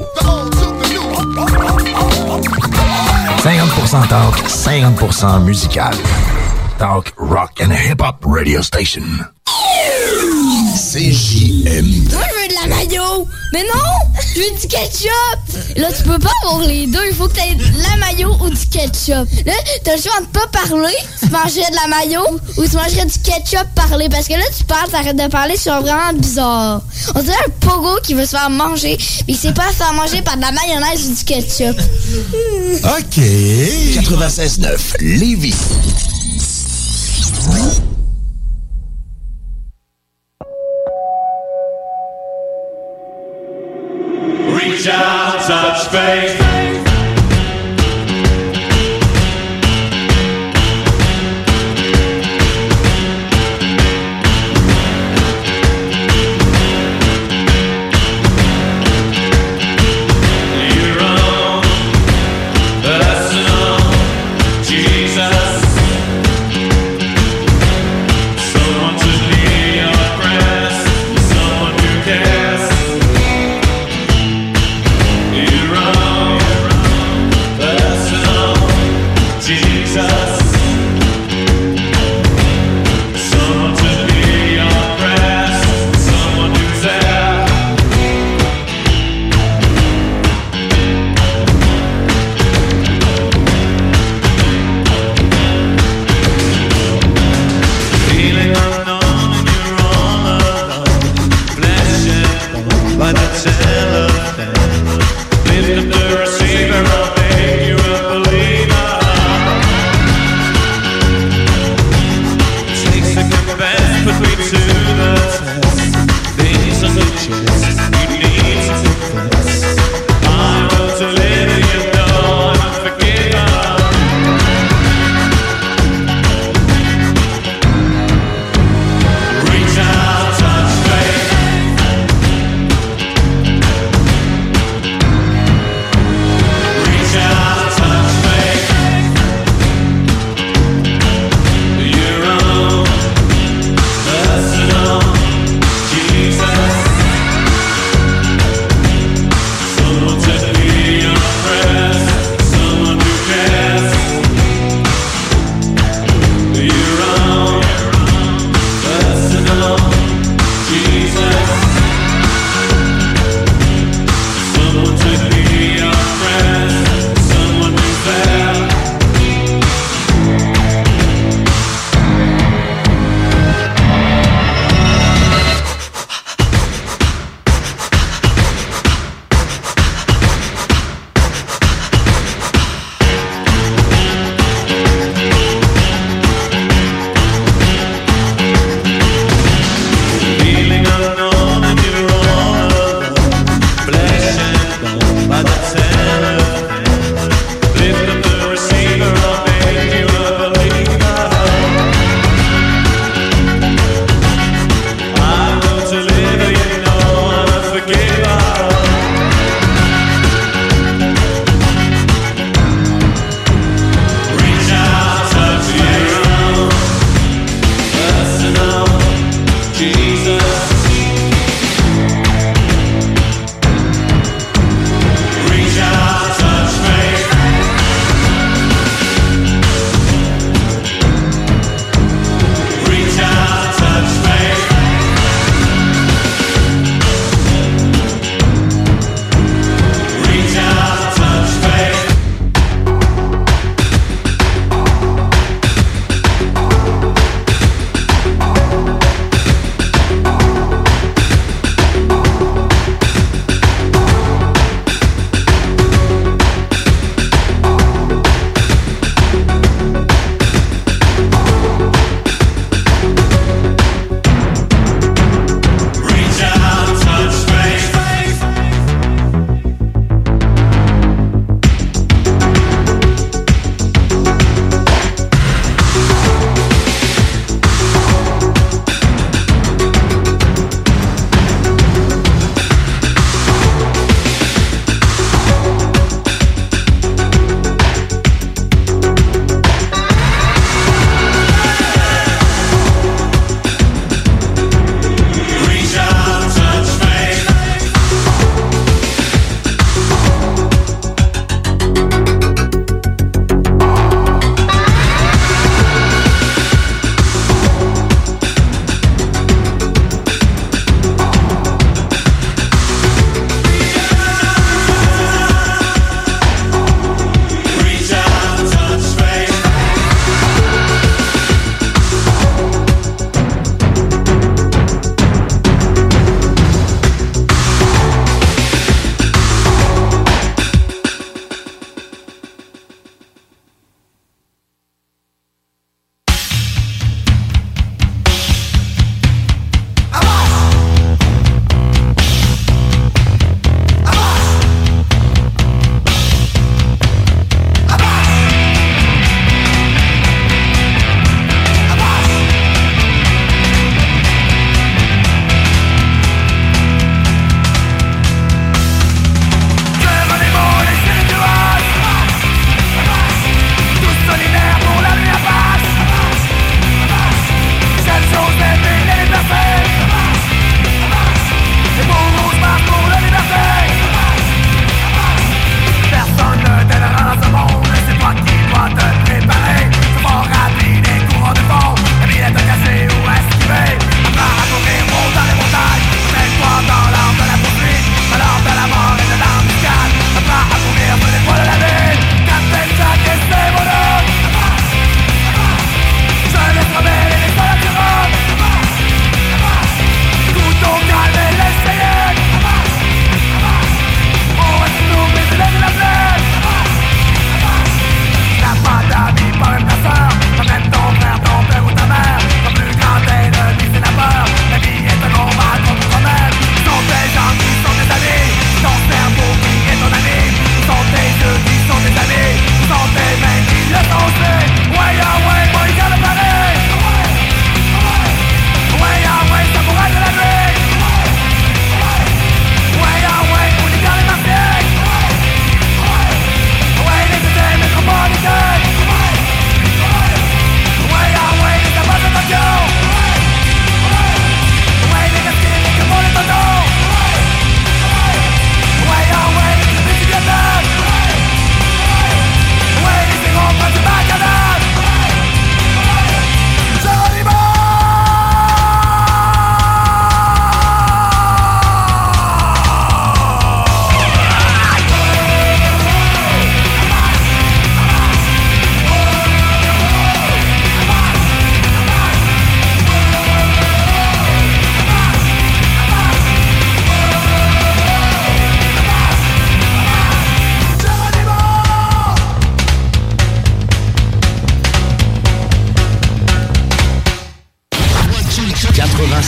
50% talk, 50% musical. Talk, rock and hip-hop radio station. CJMD. Toi, je veux de la la mayo! Mais non! Je veux du ketchup! Là, tu peux pas avoir les deux. Il faut que t'aies la mayo ou du ketchup. Là, t'as le choix de pas parler. Tu mangerais de la mayo ou tu mangerais du ketchup parler. Parce que là, tu parles, t'arrêtes de parler, c'est vraiment bizarre. On dirait un pogo qui veut se faire manger, mais il sait pas se faire manger par de la mayonnaise ou du ketchup. OK. 96.9 Lévis. Reach out, touch faith.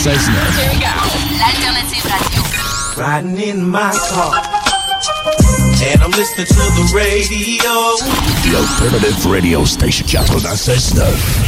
L'alternative radio. Riding in my car, and I'm listening to the radio. The Alternative Radio Station 96.9.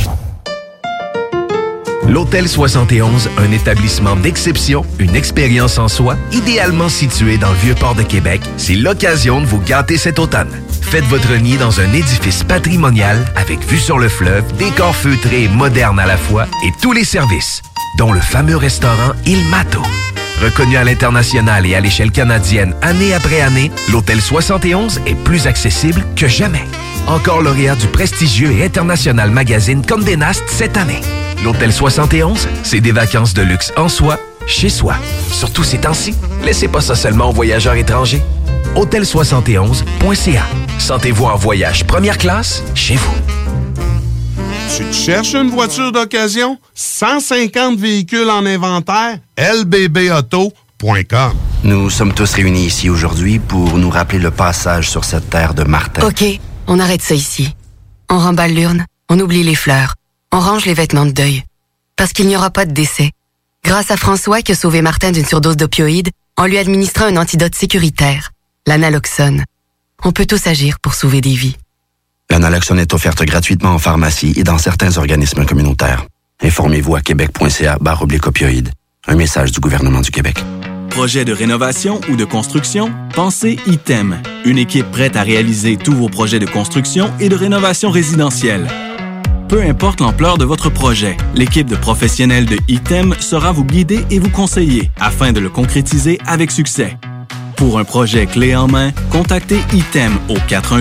L'Hôtel 71, un établissement d'exception, une expérience en soi, idéalement situé dans le Vieux-Port de Québec, c'est l'occasion de vous gâter cet automne. Faites votre nid dans un édifice patrimonial avec vue sur le fleuve, décor feutré et moderne à la fois et tous les services, dont le fameux restaurant Il Mato. Reconnu à l'international et à l'échelle canadienne année après année, l'Hôtel 71 est plus accessible que jamais. Encore lauréat du prestigieux et international magazine Condé Nast cette année. L'Hôtel 71, c'est des vacances de luxe en soi, chez soi. Surtout ces temps-ci, laissez pas ça seulement aux voyageurs étrangers. Hôtel71.ca. Sentez-vous en voyage première classe chez vous. Tu te cherches une voiture d'occasion? 150 véhicules en inventaire? lbbauto.com. Nous sommes tous réunis ici aujourd'hui pour nous rappeler le passage sur cette terre de Martin. OK, on arrête ça ici. On remballe l'urne, on oublie les fleurs, on range les vêtements de deuil. Parce qu'il n'y aura pas de décès. Grâce à François qui a sauvé Martin d'une surdose d'opioïdes, en lui administrant un antidote sécuritaire, l'analoxone. On peut tous agir pour sauver des vies. L'analoxone est offerte gratuitement en pharmacie et dans certains organismes communautaires. Informez-vous à québec.ca/opioïdes. Un message du gouvernement du Québec. Projet de rénovation ou de construction? Pensez ITEM. Une équipe prête à réaliser tous vos projets de construction et de rénovation résidentielle. Peu importe l'ampleur de votre projet, l'équipe de professionnels de ITEM saura vous guider et vous conseiller afin de le concrétiser avec succès. Pour un projet clé en main, contactez ITEM au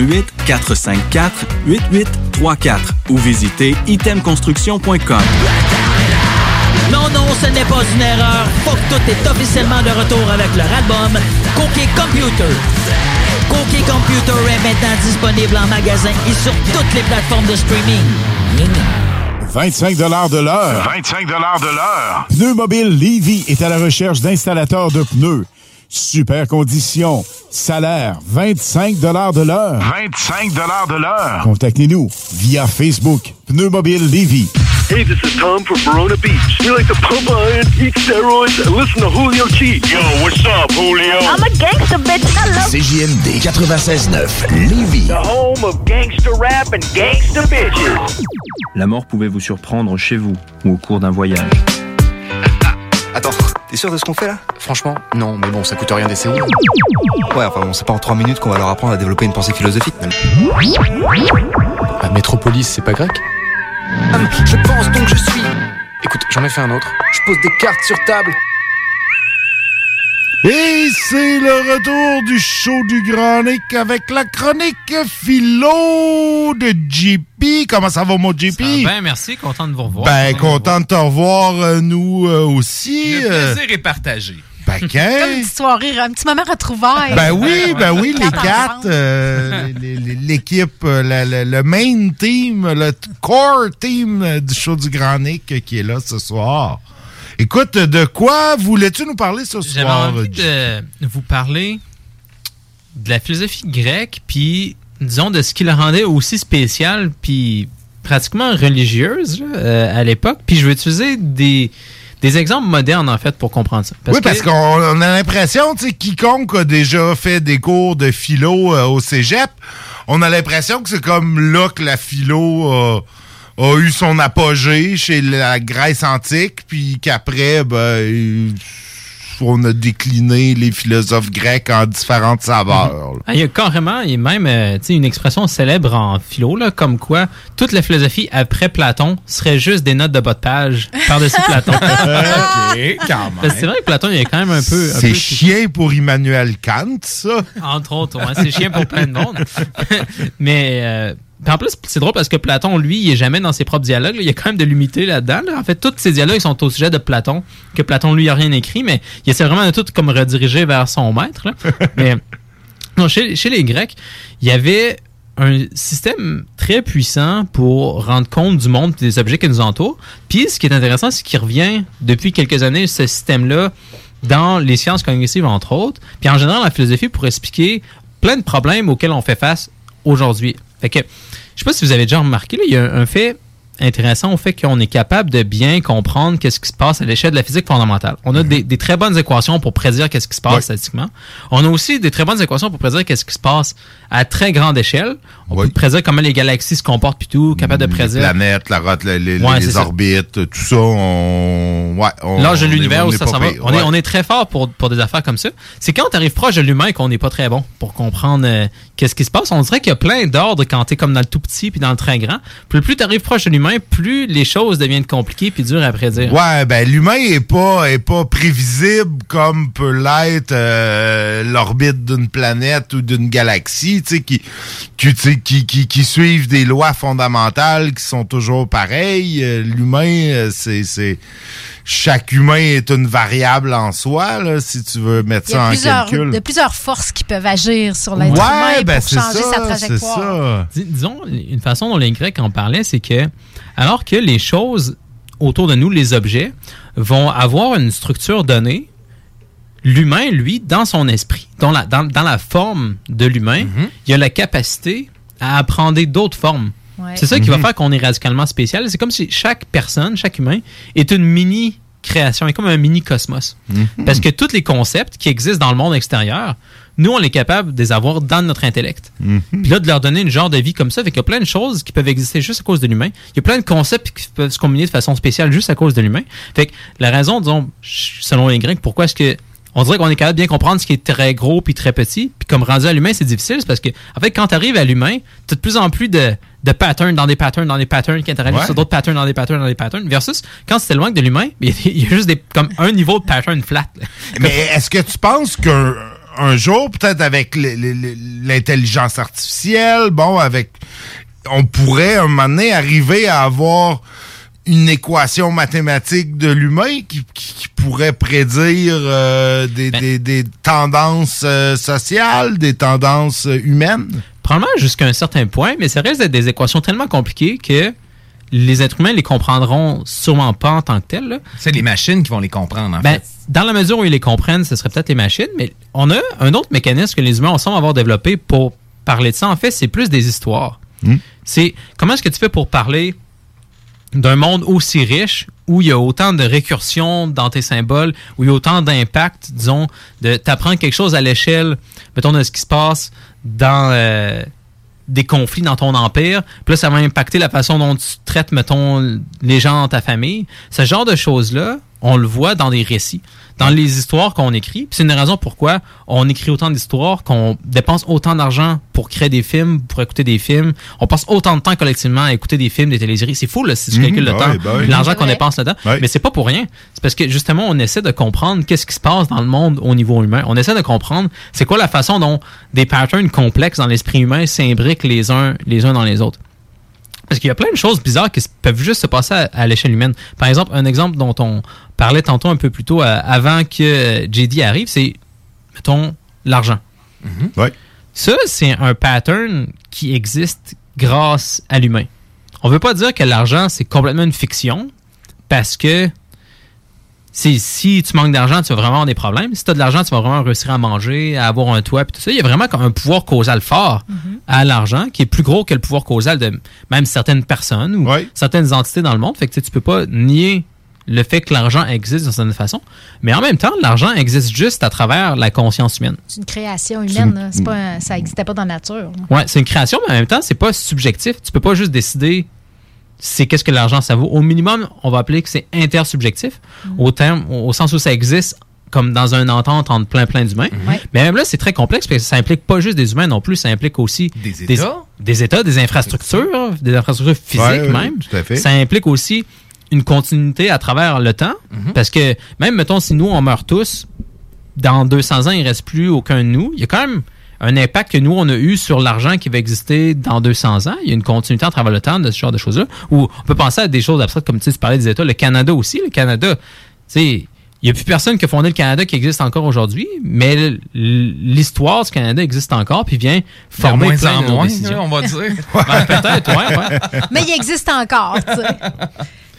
418-454-8834 ou visitez itemconstruction.com. Non, ce n'est pas une erreur. Folk-Tout est officiellement de retour avec leur album Cookie Computer. Cookie Computer est maintenant disponible en magasin et sur toutes les plateformes de streaming. 25 $ de l'heure. 25 $ de l'heure. Pneus Mobile Lévis est à la recherche d'installateurs de pneus. Super conditions. Salaire, 25 $ de l'heure. 25 $ de l'heure. Contactez-nous via Facebook. Pneus Mobile Lévis. Hey, this is Tom from Verona Beach. We like to pump iron, eat steroids, and listen to Julio G. Yo, what's up, Julio? I'm a gangster, bitch. Hello. CJMD 96.9, Lévis. The home of gangster rap and gangster bitches. La mort pouvait vous surprendre chez vous ou au cours d'un voyage. Attends, t'es sûr de ce qu'on fait là? Franchement, non, mais bon, ça coûte rien d'essayer. Ouais, enfin bon, c'est pas en 3 minutes qu'on va leur apprendre à développer une pensée philosophique. La Métropolis, c'est pas grec? Je pense donc je suis. Écoute, j'en ai fait un autre. Je pose des cartes sur table. Et c'est le retour du show du Grand Nick avec la chronique philo de JP. Comment ça va, mon JP? Ben, merci, content de vous revoir. Ben, content de te revoir, nous aussi. Le plaisir est partagé. Ben, Comme une petite soirée, un petit moment retrouvaille. Ben oui, les quatre, l'équipe, le main team, le core team du show du Grand Nick qui est là ce soir. Écoute, de quoi voulais-tu nous parler ce soir? J'avais envie de vous parler de la philosophie grecque, puis disons de ce qui la rendait aussi spéciale, puis pratiquement religieuse là, à l'époque. Puis je vais utiliser des exemples modernes, en fait, pour comprendre ça. Parce qu'on a l'impression, tu sais, quiconque a déjà fait des cours de philo au cégep, on a l'impression que c'est comme là que la philo a eu son apogée chez la Grèce antique, puis qu'après, on a décliné les philosophes grecs en différentes saveurs. Il y a carrément, il y a même une expression célèbre en philo, là, comme quoi toute la philosophie après Platon serait juste des notes de bas de page par-dessus Platon. OK, quand même. C'est vrai que Platon, il est quand même un peu... C'est chien pour Immanuel Kant, ça? Entre autres, ouais, c'est chien pour plein de monde. Mais... en plus, c'est drôle parce que Platon, lui, il est jamais dans ses propres dialogues. Là. Il y a quand même de l'humilité là-dedans. Là. En fait, tous ces dialogues sont au sujet de Platon, que Platon, lui, n'a rien écrit, mais il essaie vraiment de tout comme rediriger vers son maître. Là. Mais non, chez les Grecs, il y avait un système très puissant pour rendre compte du monde et des objets qui nous entourent. Puis, ce qui est intéressant, c'est qu'il revient depuis quelques années, ce système-là, dans les sciences cognitives, entre autres. Puis, en général, la philosophie pour expliquer plein de problèmes auxquels on fait face aujourd'hui. Fait que, je sais pas si vous avez déjà remarqué, là, il y a un fait intéressant au fait qu'on est capable de bien comprendre qu'est-ce qui se passe à l'échelle de la physique fondamentale. On a des très bonnes équations pour prédire qu'est-ce qui se passe statistiquement. On a aussi des très bonnes équations pour prédire qu'est-ce qui se passe à très grande échelle. On peut prédire comment les galaxies se comportent puis tout, capable de prédire. Les planètes, les orbites, tout ça, l'âge de l'univers, où ça s'en va. On est très fort pour des affaires comme ça. C'est quand on arrive proche de l'humain qu'on n'est pas très bon pour comprendre qu'est-ce qui se passe. On dirait qu'il y a plein d'ordres quand t'es comme dans le tout petit puis dans le très grand. Plus tu arrives proche de l'humain, plus les choses deviennent compliquées puis dures à prédire. Ouais, ben l'humain est pas prévisible comme peut l'être l'orbite d'une planète ou d'une galaxie, tu sais, qui suivent des lois fondamentales qui sont toujours pareilles. L'humain, c'est chaque humain est une variable en soi, là, si tu veux mettre ça en calcul. Il y a plusieurs forces qui peuvent agir sur l'être humain pour changer sa trajectoire. Disons, une façon dont les Grecs en parlaient, c'est que alors que les choses autour de nous, les objets, vont avoir une structure donnée, l'humain, lui, dans son esprit, dans la forme de l'humain, il a la capacité à apprendre d'autres formes. Ouais. C'est ça qui va faire qu'on est radicalement spécial. C'est comme si chaque personne, chaque humain, est une mini-création, est comme un mini-cosmos. Parce que tous les concepts qui existent dans le monde extérieur, nous, on est capable de les avoir dans notre intellect. Puis là, de leur donner une genre de vie comme ça, fait qu'il y a plein de choses qui peuvent exister juste à cause de l'humain. Il y a plein de concepts qui peuvent se combiner de façon spéciale juste à cause de l'humain. Fait que la raison, disons, selon les Grecs, pourquoi est-ce que on dirait qu'on est capable de bien comprendre ce qui est très gros puis très petit, puis comme rendu à l'humain, c'est difficile, c'est parce que, en fait, quand tu arrives à l'humain, tu as de plus en plus de patterns dans des patterns dans des patterns qui interagissent sur d'autres patterns dans des patterns dans des patterns, versus quand tu t'éloignes de l'humain, il y a juste comme un niveau de pattern flat. Mais est-ce que tu penses qu'un jour, peut-être avec l'intelligence artificielle, on pourrait un moment donné arriver à avoir une équation mathématique de l'humain qui pourrait prédire des tendances sociales, des tendances humaines? Probablement jusqu'à un certain point, mais ça reste des équations tellement compliquées que les êtres humains les comprendront sûrement pas en tant que tels. Là. C'est les machines qui vont les comprendre, en fait. Dans la mesure où ils les comprennent, ce serait peut-être les machines, mais on a un autre mécanisme que les humains semble avoir développé pour parler de ça. En fait, c'est plus des histoires. C'est comment est-ce que tu fais pour parler d'un monde aussi riche, où il y a autant de récursion dans tes symboles, où il y a autant d'impact, disons, de t'apprendre quelque chose à l'échelle, mettons, de ce qui se passe dans des conflits dans ton empire, puis là, ça va impacter la façon dont tu traites, mettons, les gens dans ta famille. Ce genre de choses-là, on le voit dans des récits, dans les histoires qu'on écrit. Puis c'est une raison pourquoi on écrit autant d'histoires, qu'on dépense autant d'argent pour créer des films, pour écouter des films. On passe autant de temps collectivement à écouter des films, des téléséries. C'est fou, là, si tu calcules le temps, l'argent qu'on dépense là-dedans. Mais c'est pas pour rien. C'est parce que, justement, on essaie de comprendre qu'est-ce qui se passe dans le monde au niveau humain. On essaie de comprendre c'est quoi la façon dont des patterns complexes dans l'esprit humain s'imbriquent les uns dans les autres. Parce qu'il y a plein de choses bizarres qui peuvent juste se passer à l'échelle humaine. Par exemple, un exemple dont on parlait tantôt un peu plus tôt, avant que JD arrive, c'est, mettons, l'argent. Ça, c'est un pattern qui existe grâce à l'humain. On ne veut pas dire que l'argent, c'est complètement une fiction, parce que si tu manques d'argent, tu vas vraiment avoir des problèmes. Si tu as de l'argent, tu vas vraiment réussir à manger, à avoir un toit, puis tout ça. Il y a vraiment comme un pouvoir causal fort à l'argent, qui est plus gros que le pouvoir causal de même certaines personnes ou certaines entités dans le monde. Fait que tu peux pas nier le fait que l'argent existe d'une certaine façon. Mais en même temps, l'argent existe juste à travers la conscience humaine. C'est une création humaine. Ça n'existait pas dans la nature. Oui, c'est une création, mais en même temps, c'est pas subjectif. Tu peux pas juste décider c'est qu'est-ce que l'argent ça vaut. Au minimum, on va appeler que c'est intersubjectif, au sens où ça existe comme dans une entente entre plein d'humains. Mais même là, c'est très complexe parce que ça implique pas juste des humains non plus, ça implique aussi des États, des infrastructures physiques même. Tout à fait. Ça implique aussi une continuité à travers le temps, parce que même, mettons, si nous, on meurt tous, dans 200 ans, il ne reste plus aucun de nous, il y a quand même un impact que nous, on a eu sur l'argent qui va exister dans 200 ans. Il y a une continuité à travers le temps de ce genre de choses-là. Ou on peut penser à des choses abstraites, comme tu parlais des États. Le Canada aussi. Le Canada, tu sais, il n'y a plus personne qui a fondé le Canada qui existe encore aujourd'hui, mais l'histoire du Canada existe encore, puis vient former plein de décisions. On va dire. Peut-être, ouais. Mais il existe encore, tu sais.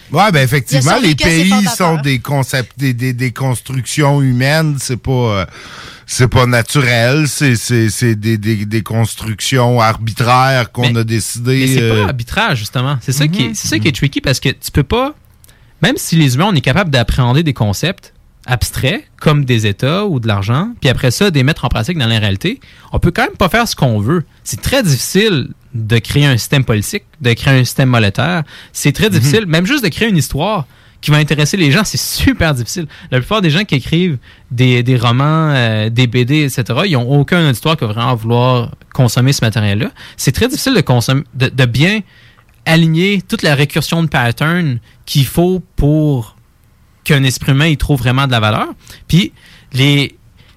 Ouais, ben effectivement, Il a les survécu à ses pays fondateurs. sont des concepts, des constructions humaines. C'est pas naturel. C'est des constructions arbitraires qu'on a décidé. Mais c'est pas arbitraire, justement. C'est ça qui est tricky parce que tu peux pas, même si les humains, on est capable d'appréhender des concepts abstraits, comme des États ou de l'argent, puis après ça, des mettre en pratique dans la réalité, on peut quand même pas faire ce qu'on veut. C'est très difficile de créer un système politique, de créer un système monétaire. C'est très difficile, même juste de créer une histoire qui va intéresser les gens, c'est super difficile. La plupart des gens qui écrivent des romans, des BD, etc., ils n'ont aucun auditoire qui va vraiment vouloir consommer ce matériel-là. C'est très difficile de consommer, de bien aligner toute la récursion de patterns qu'il faut pour qu'un esprit humain y trouve vraiment de la valeur. Puis les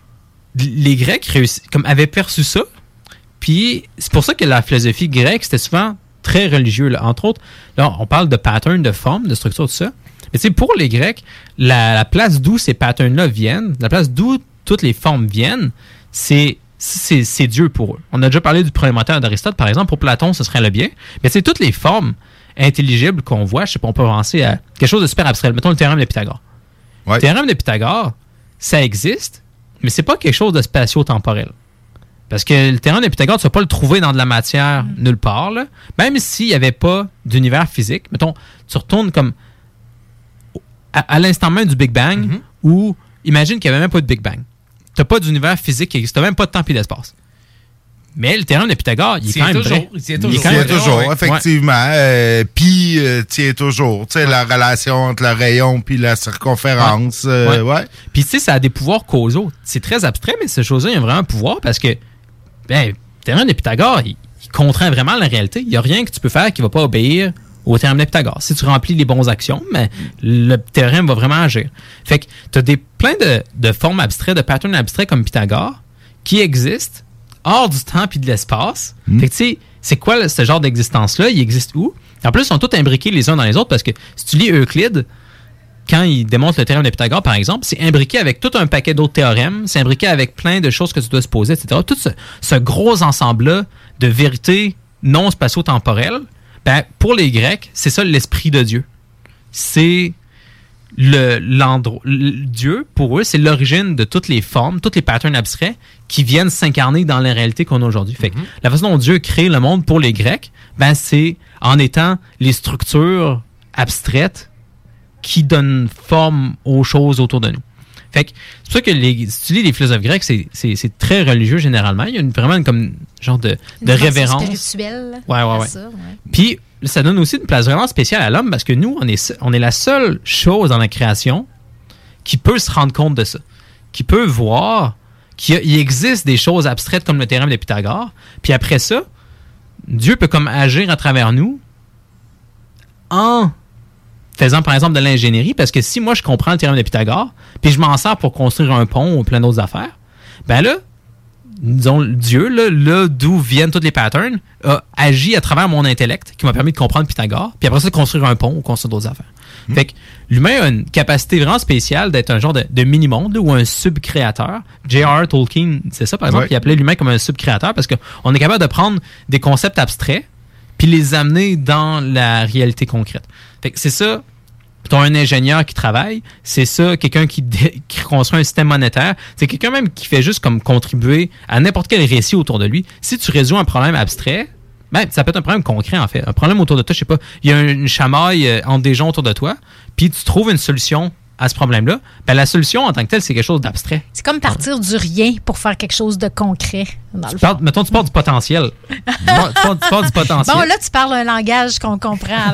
Grecs avaient perçu ça. Puis c'est pour ça que la philosophie grecque, c'était souvent très religieux. Là. Entre autres, là, on parle de patterns, de formes, de structures, tout ça. Mais tu sais, pour les Grecs, la place d'où ces patterns-là viennent, la place d'où toutes les formes viennent, c'est Dieu pour eux. On a déjà parlé du prolémataire d'Aristote, par exemple. Pour Platon, ce serait le bien. Mais tu sais, toutes les formes intelligibles qu'on voit, je sais pas, on peut penser à quelque chose de super abstrait. Mettons le théorème de Pythagore. Ouais. Le théorème de Pythagore, ça existe, mais c'est pas quelque chose de spatio-temporel. Parce que le théorème de Pythagore, tu vas pas le trouver dans de la matière nulle part. Là. Même s'il n'y avait pas d'univers physique, mettons, tu retournes comme à l'instant même du Big Bang, où imagine qu'il n'y avait même pas de Big Bang. Tu n'as pas d'univers physique qui existe, tu n'as même pas de temps et d'espace. Mais le théorème de Pythagore, il est quand même vrai. Il tient toujours, effectivement. Pi tient toujours. Tu sais, la relation entre le rayon puis la circonférence. Ouais. Puis tu sais, ça a des pouvoirs causaux. C'est très abstrait, mais ces choses-là, il y a vraiment un pouvoir parce que le théorème de Pythagore, il contraint vraiment la réalité. Il n'y a rien que tu peux faire qui ne va pas obéir au théorème de Pythagore. Si tu remplis les bons actions, mais le théorème va vraiment agir. Fait que tu as plein de formes abstraites, de patterns abstraits comme Pythagore qui existent hors du temps puis de l'espace. Fait que tu sais, c'est quoi ce genre d'existence-là? Il existe où? En plus, ils sont tous imbriqués les uns dans les autres parce que si tu lis Euclide, quand il démontre le théorème de Pythagore, par exemple, c'est imbriqué avec tout un paquet d'autres théorèmes, c'est imbriqué avec plein de choses que tu dois se poser, etc. Tout ce gros ensemble-là de vérités non spatio-temporelles, ben, pour les Grecs, c'est ça l'esprit de Dieu. C'est Dieu, pour eux, c'est l'origine de toutes les formes, tous les patterns abstraits qui viennent s'incarner dans la réalité qu'on a aujourd'hui. Fait que la façon dont Dieu crée le monde pour les Grecs, ben, c'est en étant les structures abstraites qui donnent forme aux choses autour de nous. Fait que c'est pour ça que si tu lis les philosophes grecs, c'est très religieux généralement. Il y a vraiment comme genre de révérence spirituelle. Ouais. Ça, ouais. Puis ça donne aussi une place vraiment spéciale à l'homme parce que nous, on est la seule chose dans la création qui peut se rendre compte de ça, qui peut voir qu'il existe des choses abstraites comme le théorème de Pythagore. Puis après ça, Dieu peut comme agir à travers nous en faisant par exemple de l'ingénierie, parce que si moi je comprends le théorème de Pythagore, puis je m'en sers pour construire un pont ou plein d'autres affaires, ben là, disons, Dieu, là d'où viennent tous les patterns, a agi à travers mon intellect qui m'a permis de comprendre Pythagore, puis après ça, de construire un pont ou construire d'autres affaires. Fait que l'humain a une capacité vraiment spéciale d'être un genre de mini-monde ou un sub-créateur. J.R.R. Tolkien, c'est ça, par exemple, il appelait l'humain comme un sub-créateur parce qu'on est capable de prendre des concepts abstraits puis les amener dans la réalité concrète. Fait que c'est ça. Tu as un ingénieur qui travaille, c'est ça, quelqu'un qui construit un système monétaire, c'est quelqu'un même qui fait juste comme contribuer à n'importe quel récit autour de lui. Si tu résous un problème abstrait, ben, ça peut être un problème concret en fait. Un problème autour de toi, je sais pas, il y a une chamaille entre des gens autour de toi, puis tu trouves une solution à ce problème-là, ben la solution en tant que telle, c'est quelque chose d'abstrait. C'est comme partir du rien pour faire quelque chose de concret. Mettons, tu pars du potentiel. tu pars du potentiel. Bon, là, tu parles un langage qu'on comprend.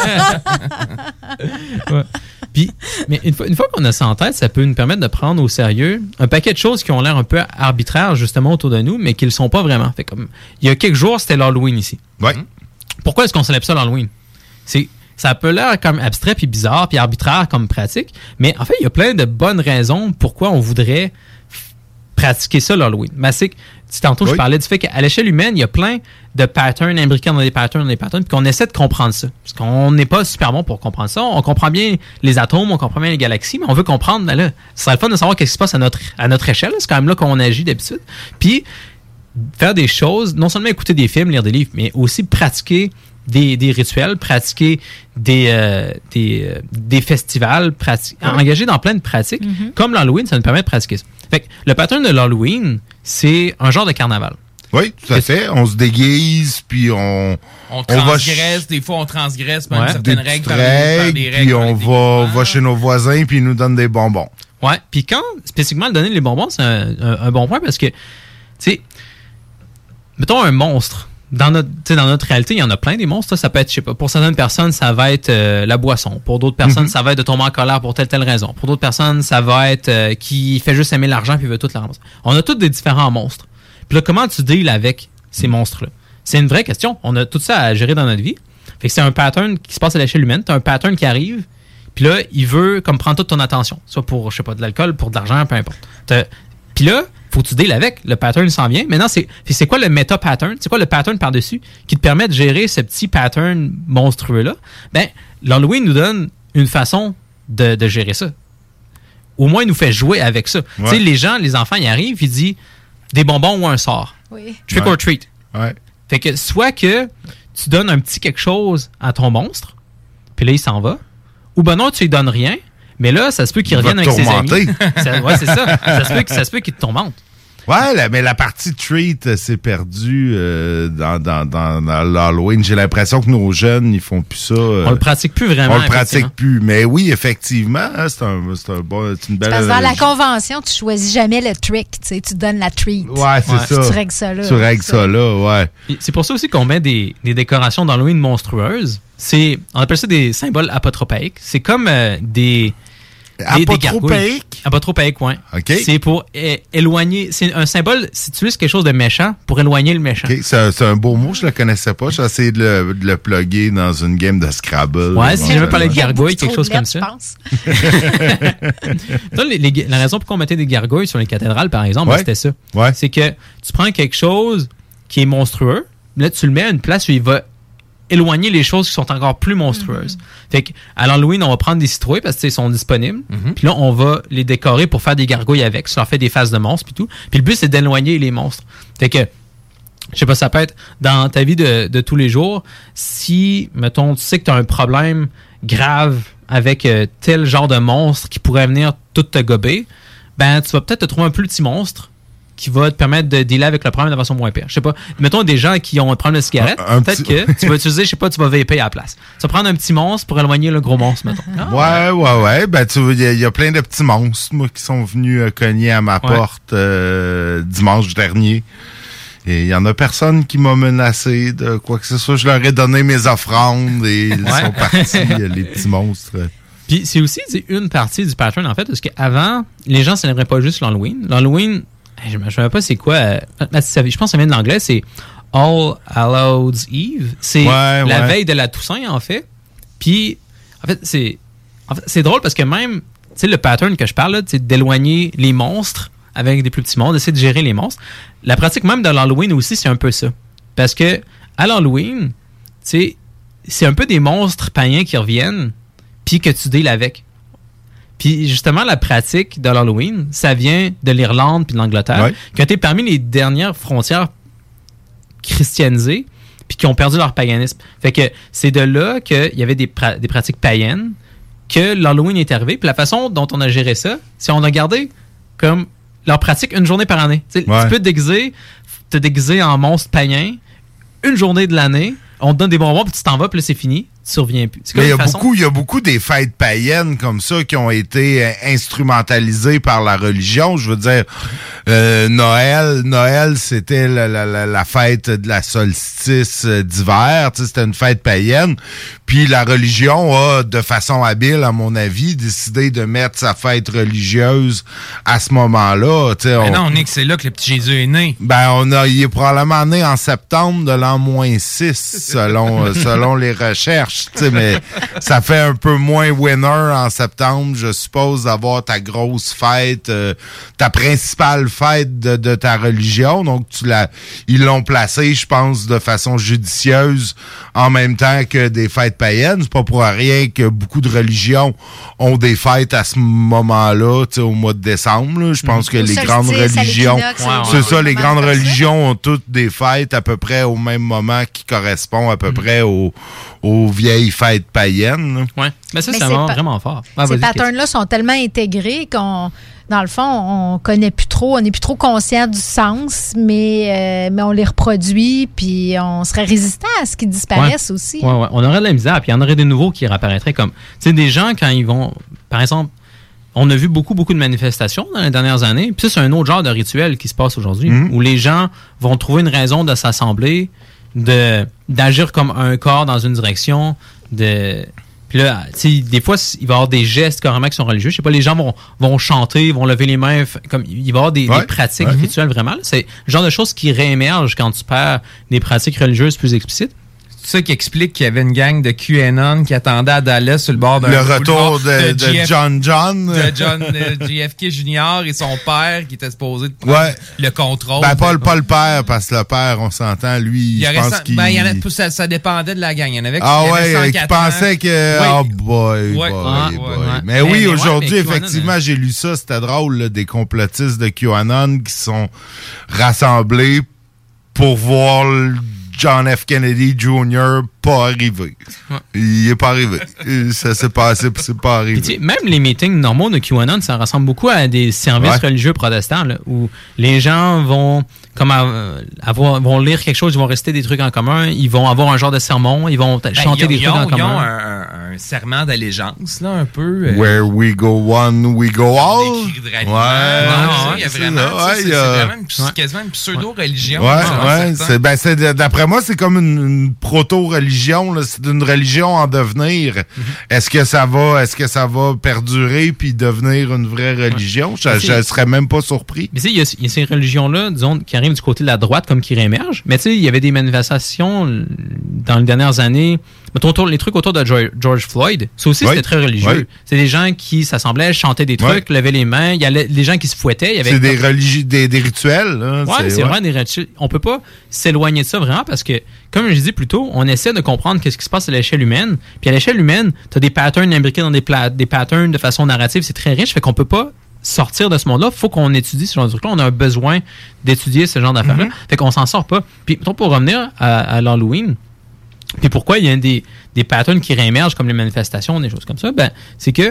Ouais. Puis, mais une fois qu'on a ça en tête, ça peut nous permettre de prendre au sérieux un paquet de choses qui ont l'air un peu arbitraires justement autour de nous, mais qui ne le sont pas vraiment. Fait comme, il y a quelques jours, c'était l'Halloween ici. Ouais. Pourquoi est-ce qu'on célèbre ça l'Halloween? Ça peut l'air comme abstrait, puis bizarre, puis arbitraire comme pratique, mais en fait, il y a plein de bonnes raisons pourquoi on voudrait pratiquer ça l'Halloween. Ben, c'est que, tantôt, je parlais du fait qu'à l'échelle humaine, il y a plein de patterns imbriqués dans des patterns, puis qu'on essaie de comprendre ça. Parce qu'on n'est pas super bon pour comprendre ça. On comprend bien les atomes, on comprend bien les galaxies, mais on veut comprendre, ben là, ce serait le fun de savoir qu'est-ce qui se passe à notre échelle. C'est quand même là qu'on agit d'habitude. Puis, faire des choses, non seulement écouter des films, lire des livres, mais aussi pratiquer des rituels, pratiquer des festivals, engager dans plein de pratiques. Comme l'Halloween, ça nous permet de pratiquer ça. Fait que le pattern de l'Halloween, c'est un genre de carnaval. Oui, tout à fait. On se déguise, puis on transgresse, des fois on transgresse par une certaine règle, par des règles. Puis on va chez nos voisins, puis ils nous donnent des bonbons. Ouais, puis quand, spécifiquement, donner les bonbons, c'est un bon point parce que, tu sais, mettons un monstre. Dans notre réalité, il y en a plein des monstres. Ça peut être, je sais pas, pour certaines personnes, ça va être la boisson. Pour d'autres personnes, ça va être de tomber en colère pour telle raison. Pour d'autres personnes, ça va être qui fait juste aimer l'argent puis veut tout la ramasser. On a tous des différents monstres. Puis là, comment tu deals avec ces monstres-là? C'est une vraie question. On a tout ça à gérer dans notre vie. Fait que c'est un pattern qui se passe à l'échelle humaine. T'as un pattern qui arrive, puis là, il veut comme prendre toute ton attention. Soit pour, je sais pas, de l'alcool, pour de l'argent, peu importe. Puis là, faut que tu deals avec. Le pattern s'en vient. Maintenant, c'est quoi le méta-pattern? C'est quoi le pattern par-dessus qui te permet de gérer ce petit pattern monstrueux-là? Ben, l'Halloween nous donne une façon de gérer ça. Au moins, il nous fait jouer avec ça. Tu sais, les enfants, ils arrivent, ils disent des bonbons ou un sort. Oui. Trick or treat. Ouais. Fait que soit que tu donnes un petit quelque chose à ton monstre, puis là, il s'en va, ou ben non, tu lui donnes rien, mais là, ça se peut qu'il revienne avec ses amis. Ouais, c'est ça. Ça se peut qu'il te tourmente. Ouais, mais la partie treat s'est perdue dans l'Halloween. J'ai l'impression que nos jeunes, ils font plus ça. On le pratique plus vraiment. On le pratique plus. Mais oui, effectivement, c'est une belle... Parce que dans la convention, tu choisis jamais le trick. Tu donnes la treat. Ouais, c'est ça. Tu règles ça là. Tu règles ça là, ouais. Et c'est pour ça aussi qu'on met des décorations d'Halloween monstrueuses. On appelle ça des symboles apotropaïques. C'est comme des apotropaique? Apotropaique, oui. Okay. C'est pour éloigner. C'est un symbole, si tu utilises quelque chose de méchant, pour éloigner le méchant. Okay. C'est un beau mot, je le connaissais pas. J'ai essayé de le plugger dans une game de Scrabble. Ouais, si j'avais parlé de gargouilles, quelque chose comme ça. La raison pourquoi on mettait des gargouilles sur les cathédrales, par exemple, c'était ça. Ouais. C'est que tu prends quelque chose qui est monstrueux, là, tu le mets à une place où il va éloigner les choses qui sont encore plus monstrueuses. Fait qu'à l'Halloween, on va prendre des citrouilles parce qu'ils sont disponibles. Puis là, on va les décorer pour faire des gargouilles avec. Ça leur fait des faces de monstres puis tout. Puis le but, c'est d'éloigner les monstres. Fait que, je sais pas, ça peut être dans ta vie de tous les jours. Si, mettons, tu sais que tu as un problème grave avec tel genre de monstre qui pourrait venir tout te gober, ben, tu vas peut-être te trouver un plus petit monstre qui va te permettre de dealer avec le problème de façon moins pire. Je sais pas, mettons des gens qui ont un problème de cigarette, peut-être que tu vas utiliser, je sais pas, tu vas vaper à la place. Tu vas prendre un petit monstre pour éloigner le gros monstre, mettons. Ouais. Ben, il y a plein de petits monstres, moi, qui sont venus cogner à ma porte dimanche dernier. Et il y en a personne qui m'a menacé de quoi que ce soit. Je leur ai donné mes offrandes et ils sont partis, les petits monstres. Puis c'est aussi une partie du pattern, en fait, parce qu'avant, les gens célébraient pas juste l'Halloween. L'Halloween, je ne sais pas c'est quoi. Je pense que ça vient de l'anglais, c'est All Hallows Eve. C'est la veille de la Toussaint, en fait. Puis, en fait, c'est drôle parce que même, tu sais, le pattern que je parle, là, c'est d'éloigner les monstres avec des plus petits monstres, d'essayer de gérer les monstres. La pratique même de l'Halloween aussi, c'est un peu ça. Parce que, à l'Halloween, tu sais, c'est un peu des monstres païens qui reviennent, puis que tu deals avec. Puis justement, la pratique de l'Halloween, ça vient de l'Irlande puis de l'Angleterre, qui ont été parmi les dernières frontières christianisées puis qui ont perdu leur paganisme. Fait que c'est de là qu'il y avait des pratiques païennes que l'Halloween est arrivé. Puis la façon dont on a géré ça, c'est on a gardé comme leur pratique une journée par année. Tu peux te déguiser en monstre païen une journée de l'année, on te donne des bonbons puis tu t'en vas puis là c'est fini. Tu reviens plus. Il y a beaucoup des fêtes païennes comme ça qui ont été instrumentalisées par la religion. Je veux dire, Noël, c'était la fête de la solstice d'hiver. C'était une fête païenne. Puis la religion a, de façon habile, à mon avis, décidé de mettre sa fête religieuse à ce moment-là. Non, Nick, c'est là que le petit Jésus est né. Il est probablement né en septembre de l'an -6, selon les recherches. marche, tu sais, mais ça fait un peu moins winner en septembre, je suppose, d'avoir ta grosse fête, ta principale fête de ta religion. Donc, ils l'ont placé, je pense, de façon judicieuse en même temps que des fêtes païennes. C'est pas pour rien que beaucoup de religions ont des fêtes à ce moment-là, tu sais, au mois de décembre. Là. Je pense que les grandes religions, c'est ça, les grandes religions ont toutes des fêtes à peu près au même moment qui correspond à peu près aux vieilles fêtes païennes. Oui, mais ça, c'est vraiment fort. Ces patterns-là sont tellement intégrés qu'on, dans le fond, on connaît plus trop, on n'est plus trop conscient du sens, mais on les reproduit, puis on serait résistant à ce qu'ils disparaissent aussi. Oui, on aurait de la misère, puis il y en aurait des nouveaux qui réapparaîtraient comme... Tu sais, des gens, quand ils vont... Par exemple, on a vu beaucoup de manifestations dans les dernières années, puis ça, c'est un autre genre de rituel qui se passe aujourd'hui, où les gens vont trouver une raison de s'assembler, d'agir comme un corps dans une direction, Puis là, tu sais, des fois, il va y avoir des gestes carrément qui sont religieux. Je sais pas, les gens vont chanter, vont lever les mains, comme il va y avoir des pratiques rituelles vraiment. Là. C'est le genre de choses qui réémergent quand tu perds des pratiques religieuses plus explicites. C'est ça qui explique qu'il y avait une gang de QAnon qui attendait à Dallas sur le bord d'un... Le retour de John. De John JFK Jr. et son père qui était supposé prendre le contrôle. Ben, pas le père, parce que le père, on s'entend, lui, je pense qu'il... Ben, il y en a, ça dépendait de la gang. Il y en avait qui pensaient que... Oh boy. Mais oui, aujourd'hui, effectivement, j'ai lu ça, c'était drôle, là, des complotistes de QAnon qui sont rassemblés pour voir... John F. Kennedy Jr. pas arrivé. Il est pas arrivé. Ça s'est passé, c'est pas arrivé. Puis, même les meetings normaux de QAnon, ça ressemble beaucoup à des services religieux protestants, là, où les gens vont vont lire quelque chose, ils vont réciter des trucs en commun, ils vont avoir un genre de sermon, ils vont chanter des trucs en commun. Ils ont un serment d'allégeance, là, un peu. Where we go one, we go all. Des cris de ralliement. Il y a vraiment, c'est vraiment quasiment une pseudo-religion. D'après moi, c'est comme une proto-religion. Là. C'est une religion en devenir. Est-ce que ça va perdurer puis devenir une vraie religion? Je serais même pas surpris. Mais tu sais, il y a ces religions-là, disons, qui arrivent du côté de la droite comme qui réémergent. Mais tu sais, il y avait des manifestations dans les dernières années. Les trucs autour de George Floyd, ça aussi, c'était très religieux. Oui. C'est des gens qui s'assemblaient, chantaient des trucs, levaient les mains. Il y a des gens qui se fouettaient. C'est des rituels. Oui, c'est vraiment des rituels. On peut pas s'éloigner de ça vraiment parce que, comme je disais plus tôt, on essaie de comprendre qu'est-ce qui se passe à l'échelle humaine. Puis à l'échelle humaine, tu as des patterns imbriqués dans des patterns de façon narrative. C'est très riche. Fait qu'on peut pas sortir de ce monde-là. Il faut qu'on étudie ce genre de trucs-là. On a un besoin d'étudier ce genre d'affaires-là. Fait qu'on s'en sort pas. Puis pour revenir à l'Halloween, puis pourquoi il y a des patterns qui réémergent comme les manifestations, des choses comme ça, c'est que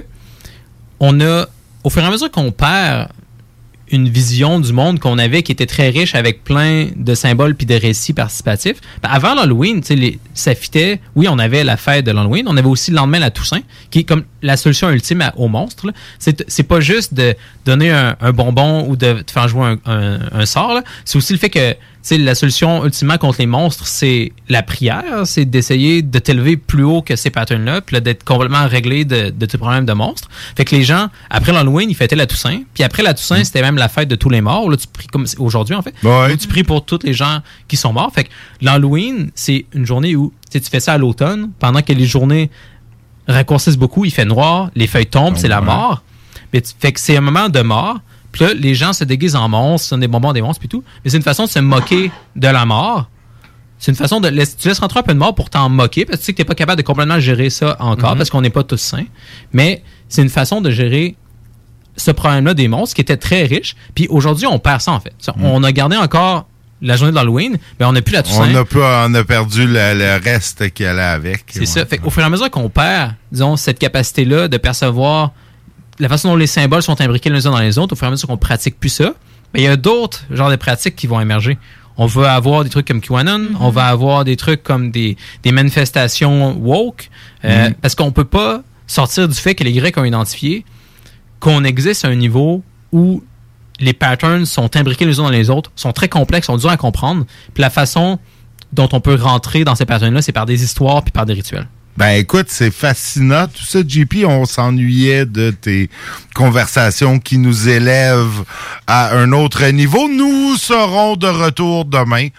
on a, au fur et à mesure qu'on perd une vision du monde qu'on avait qui était très riche avec plein de symboles puis de récits participatifs. Avant l'Halloween, ça fitait, oui, on avait la fête de l'Halloween, on avait aussi le lendemain la Toussaint, qui est comme la solution ultime aux monstres. Là. C'est pas juste de donner un bonbon ou de te faire jouer un sort. Là. C'est aussi le fait que la solution ultimement contre les monstres, c'est la prière, c'est d'essayer de t'élever plus haut que ces patterns-là, puis d'être complètement réglé de tes problèmes de monstres. Fait que les gens, après l'Halloween, ils fêtaient la Toussaint, puis après la Toussaint, c'était même la fête de tous les morts. Là, tu pries comme aujourd'hui, en fait. Là, tu pries pour tous les gens qui sont morts. Fait que l'Halloween, c'est une journée où tu fais ça à l'automne, pendant que les journées raccourcissent beaucoup, il fait noir, les feuilles tombent, c'est la mort. Mais fait que c'est un moment de mort. Puis là, les gens se déguisent en monstres, sont des bonbons des monstres, puis tout. Mais c'est une façon de se moquer de la mort. C'est une façon de... Tu laisses rentrer un peu de mort pour t'en moquer, parce que tu sais que t'es pas capable de complètement gérer ça encore, parce qu'on n'est pas tous sains. Mais c'est une façon de gérer ce problème-là des monstres, qui était très riche. Puis aujourd'hui, on perd ça, en fait. On a gardé encore la journée de l'Halloween, mais on n'a plus la Toussaint. On a perdu le reste qui allait avec. C'est ça. Fait qu'au fur et à mesure qu'on perd, disons, cette capacité-là de percevoir la façon dont les symboles sont imbriqués les uns dans les autres, au fur et à mesure qu'on pratique plus ça, il y a d'autres genres de pratiques qui vont émerger. On va avoir des trucs comme QAnon, on va avoir des trucs comme des manifestations woke, parce qu'on peut pas sortir du fait que les Grecs ont identifié qu'on existe à un niveau où les patterns sont imbriqués les uns dans les autres, sont très complexes, sont durs à comprendre, puis la façon dont on peut rentrer dans ces patterns-là, c'est par des histoires puis par des rituels. Ben écoute, c'est fascinant tout ça, JP. On s'ennuyait de tes conversations qui nous élèvent à un autre niveau. Nous serons de retour demain.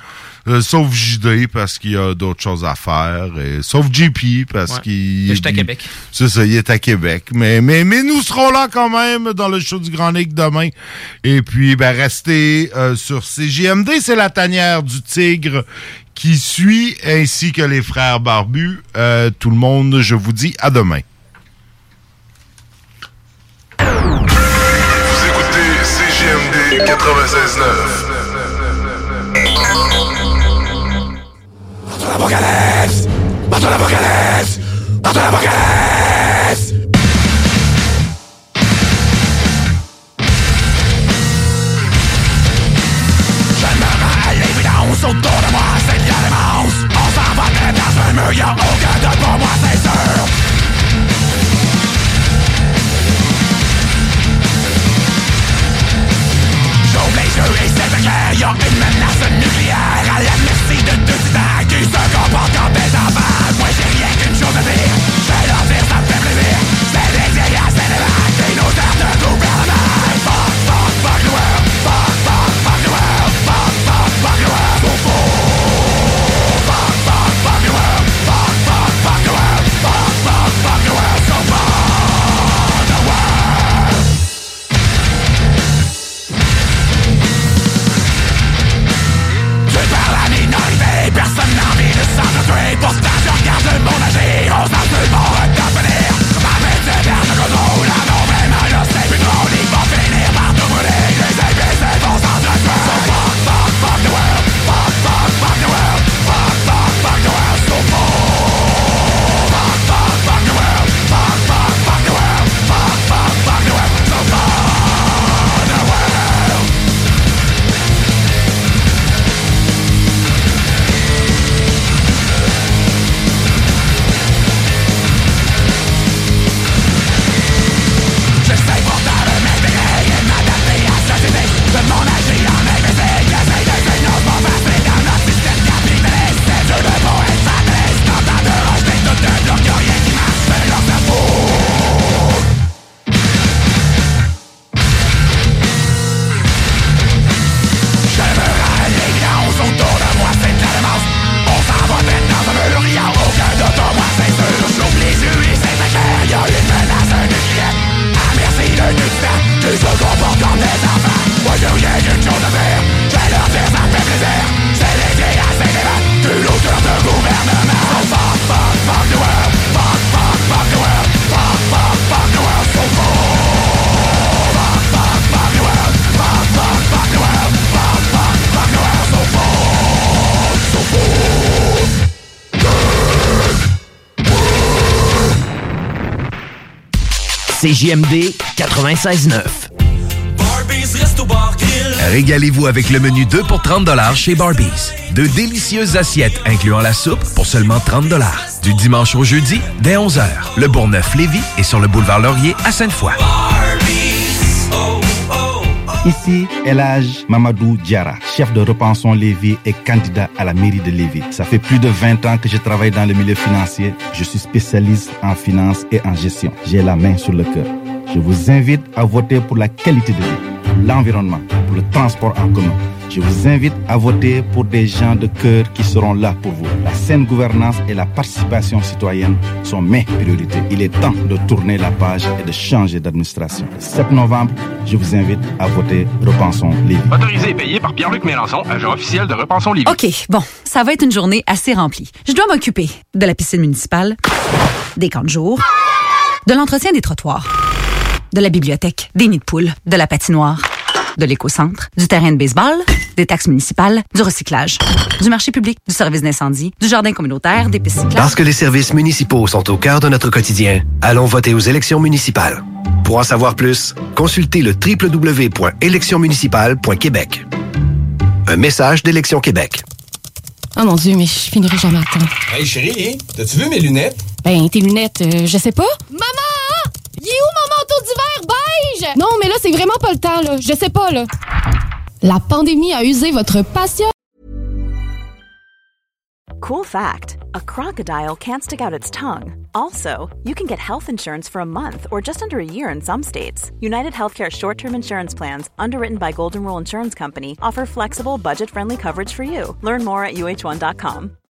Sauf JD, parce qu'il y a d'autres choses à faire. Et, sauf JP, parce qu'il... Je suis à Québec. C'est ça, il est à Québec. Mais nous serons là quand même dans le show du Grand Nick demain. Et puis, restez sur CJMD. C'est la tanière du tigre qui suit, ainsi que les frères barbus. Tout le monde, je vous dis à demain. Vous écoutez CJMD 96.9. L'apocalypse! Bateau l'apocalypse! Bateau l'apocalypse! Je me rends à l'évidence, autour de moi c'est bien l'immense. On s'en va très bien sur le mur, y'a aucun doute pour moi c'est sûr. J'ouvre les yeux et c'est clair, y'a une menace nucléaire à la merci de deux titans qui se comportent comme des enfants. Moi j'ai rien qu'une chose à dire, je vais leur dire ça me fait plaisir. C'est des vieillards, c'est des vagues, des notaires de gouvernement. Fuck, fuck, fuck the world, fuck, fuck, fuck the world, fuck, fuck, fuck the world. So fuck, fuck, fuck, fuck the world, fuck, fuck, fuck the world, fuck, fuck, fuck the world. So fuck the world. Tu parles à la minorité, personne n'a envie de s'entretuer. Pourtant je regarde le monde agir, on s'en fout pour redevenir. Ma main se perd le contrôle, ah non vraiment là c'est plus drôle. Ils vont finir par tout brûler, les imbéciles vont s'entretuer. So fuck, fuck, fuck the world, fuck, fuck, fuck the world, fuck, fuck, fuck the world. So fuck, fuck, fuck the world, fuck, fuck, fuck the world, fuck, fuck, fuck the world. So fuck the world. J'essaie pourtant de m'intégrer et de m'adapter à la société. De mon agir en imbécile, j'essaie de finir pour passer dans notre système capitaliste. C'est dur de pas être fataliste, tentant de rejeter tout de bloc, y'a rien qui marche, mais leur se fout. Je me rends à l'évidence, autour de moi c'est de la démence. On s'en va très dans un mur, y'a aucun doute pour moi c'est sûr. J'ouvre les yeux et c'est très clair, y'a une menace nucléaire. Ah merci de tout ça, qui se comportent comme des enfants. Moi j'ai rien qu'une chose à faire, je vais leur dire ça me fait plaisir. C'est les vieillards, c'est des vagues, de l'auteur de gouvernement. So fuck, fuck, fuck the world, fuck, fuck, fuck the world, fuck, fuck, fuck the world. So fuck, fuck, fuck the world, fuck, fuck, fuck the world, fuck, fuck, fuck the world. So fuck, so fuck. CJMD 96.9. Régalez-vous avec le menu 2 pour 30$ chez Barbies. De délicieuses assiettes incluant la soupe pour seulement 30$. Du dimanche au jeudi, dès 11h. Le Bourgneuf-Lévis est sur le boulevard Laurier à Sainte-Foy. Ici, Elhadj Mamadou Diarra, chef de Repensons Lévis et candidat à la mairie de Lévis. Ça fait plus de 20 ans que je travaille dans le milieu financier. Je suis spécialiste en finance et en gestion. J'ai la main sur le cœur. Je vous invite à voter pour la qualité de vie, pour l'environnement, pour le transport en commun. Je vous invite à voter pour des gens de cœur qui seront là pour vous. La saine gouvernance et la participation citoyenne sont mes priorités. Il est temps de tourner la page et de changer d'administration. Le 7 novembre, je vous invite à voter Repensons Lévis. Autorisé et payé par Pierre-Luc Mélenchon, agent officiel de Repensons Lévis. OK, bon, ça va être une journée assez remplie. Je dois m'occuper de la piscine municipale, des camps de jour, de l'entretien des trottoirs, de la bibliothèque, des nids de poules, de la patinoire, de l'éco-centre, du terrain de baseball, des taxes municipales, du recyclage, du marché public, du service d'incendie, du jardin communautaire, des pistes cyclables. Parce que les services municipaux sont au cœur de notre quotidien, allons voter aux élections municipales. Pour en savoir plus, consultez le www.électionsmunicipales.québec. Un message d'Élections Québec. Oh mon Dieu, mais je finirai jamais à temps. Hey chérie, t'as-tu vu mes lunettes? Ben, tes lunettes, je sais pas. Maman! Il est où mon manteau d'hiver beige? Non, mais là, c'est vraiment pas le temps, là. Je sais pas, là. La pandémie a usé votre patience. Cool fact, a crocodile can't stick out its tongue. Also, you can get health insurance for a month or just under a year in some states. United Healthcare short-term insurance plans, underwritten by Golden Rule Insurance Company, offer flexible, budget-friendly coverage for you. Learn more at uh1.com.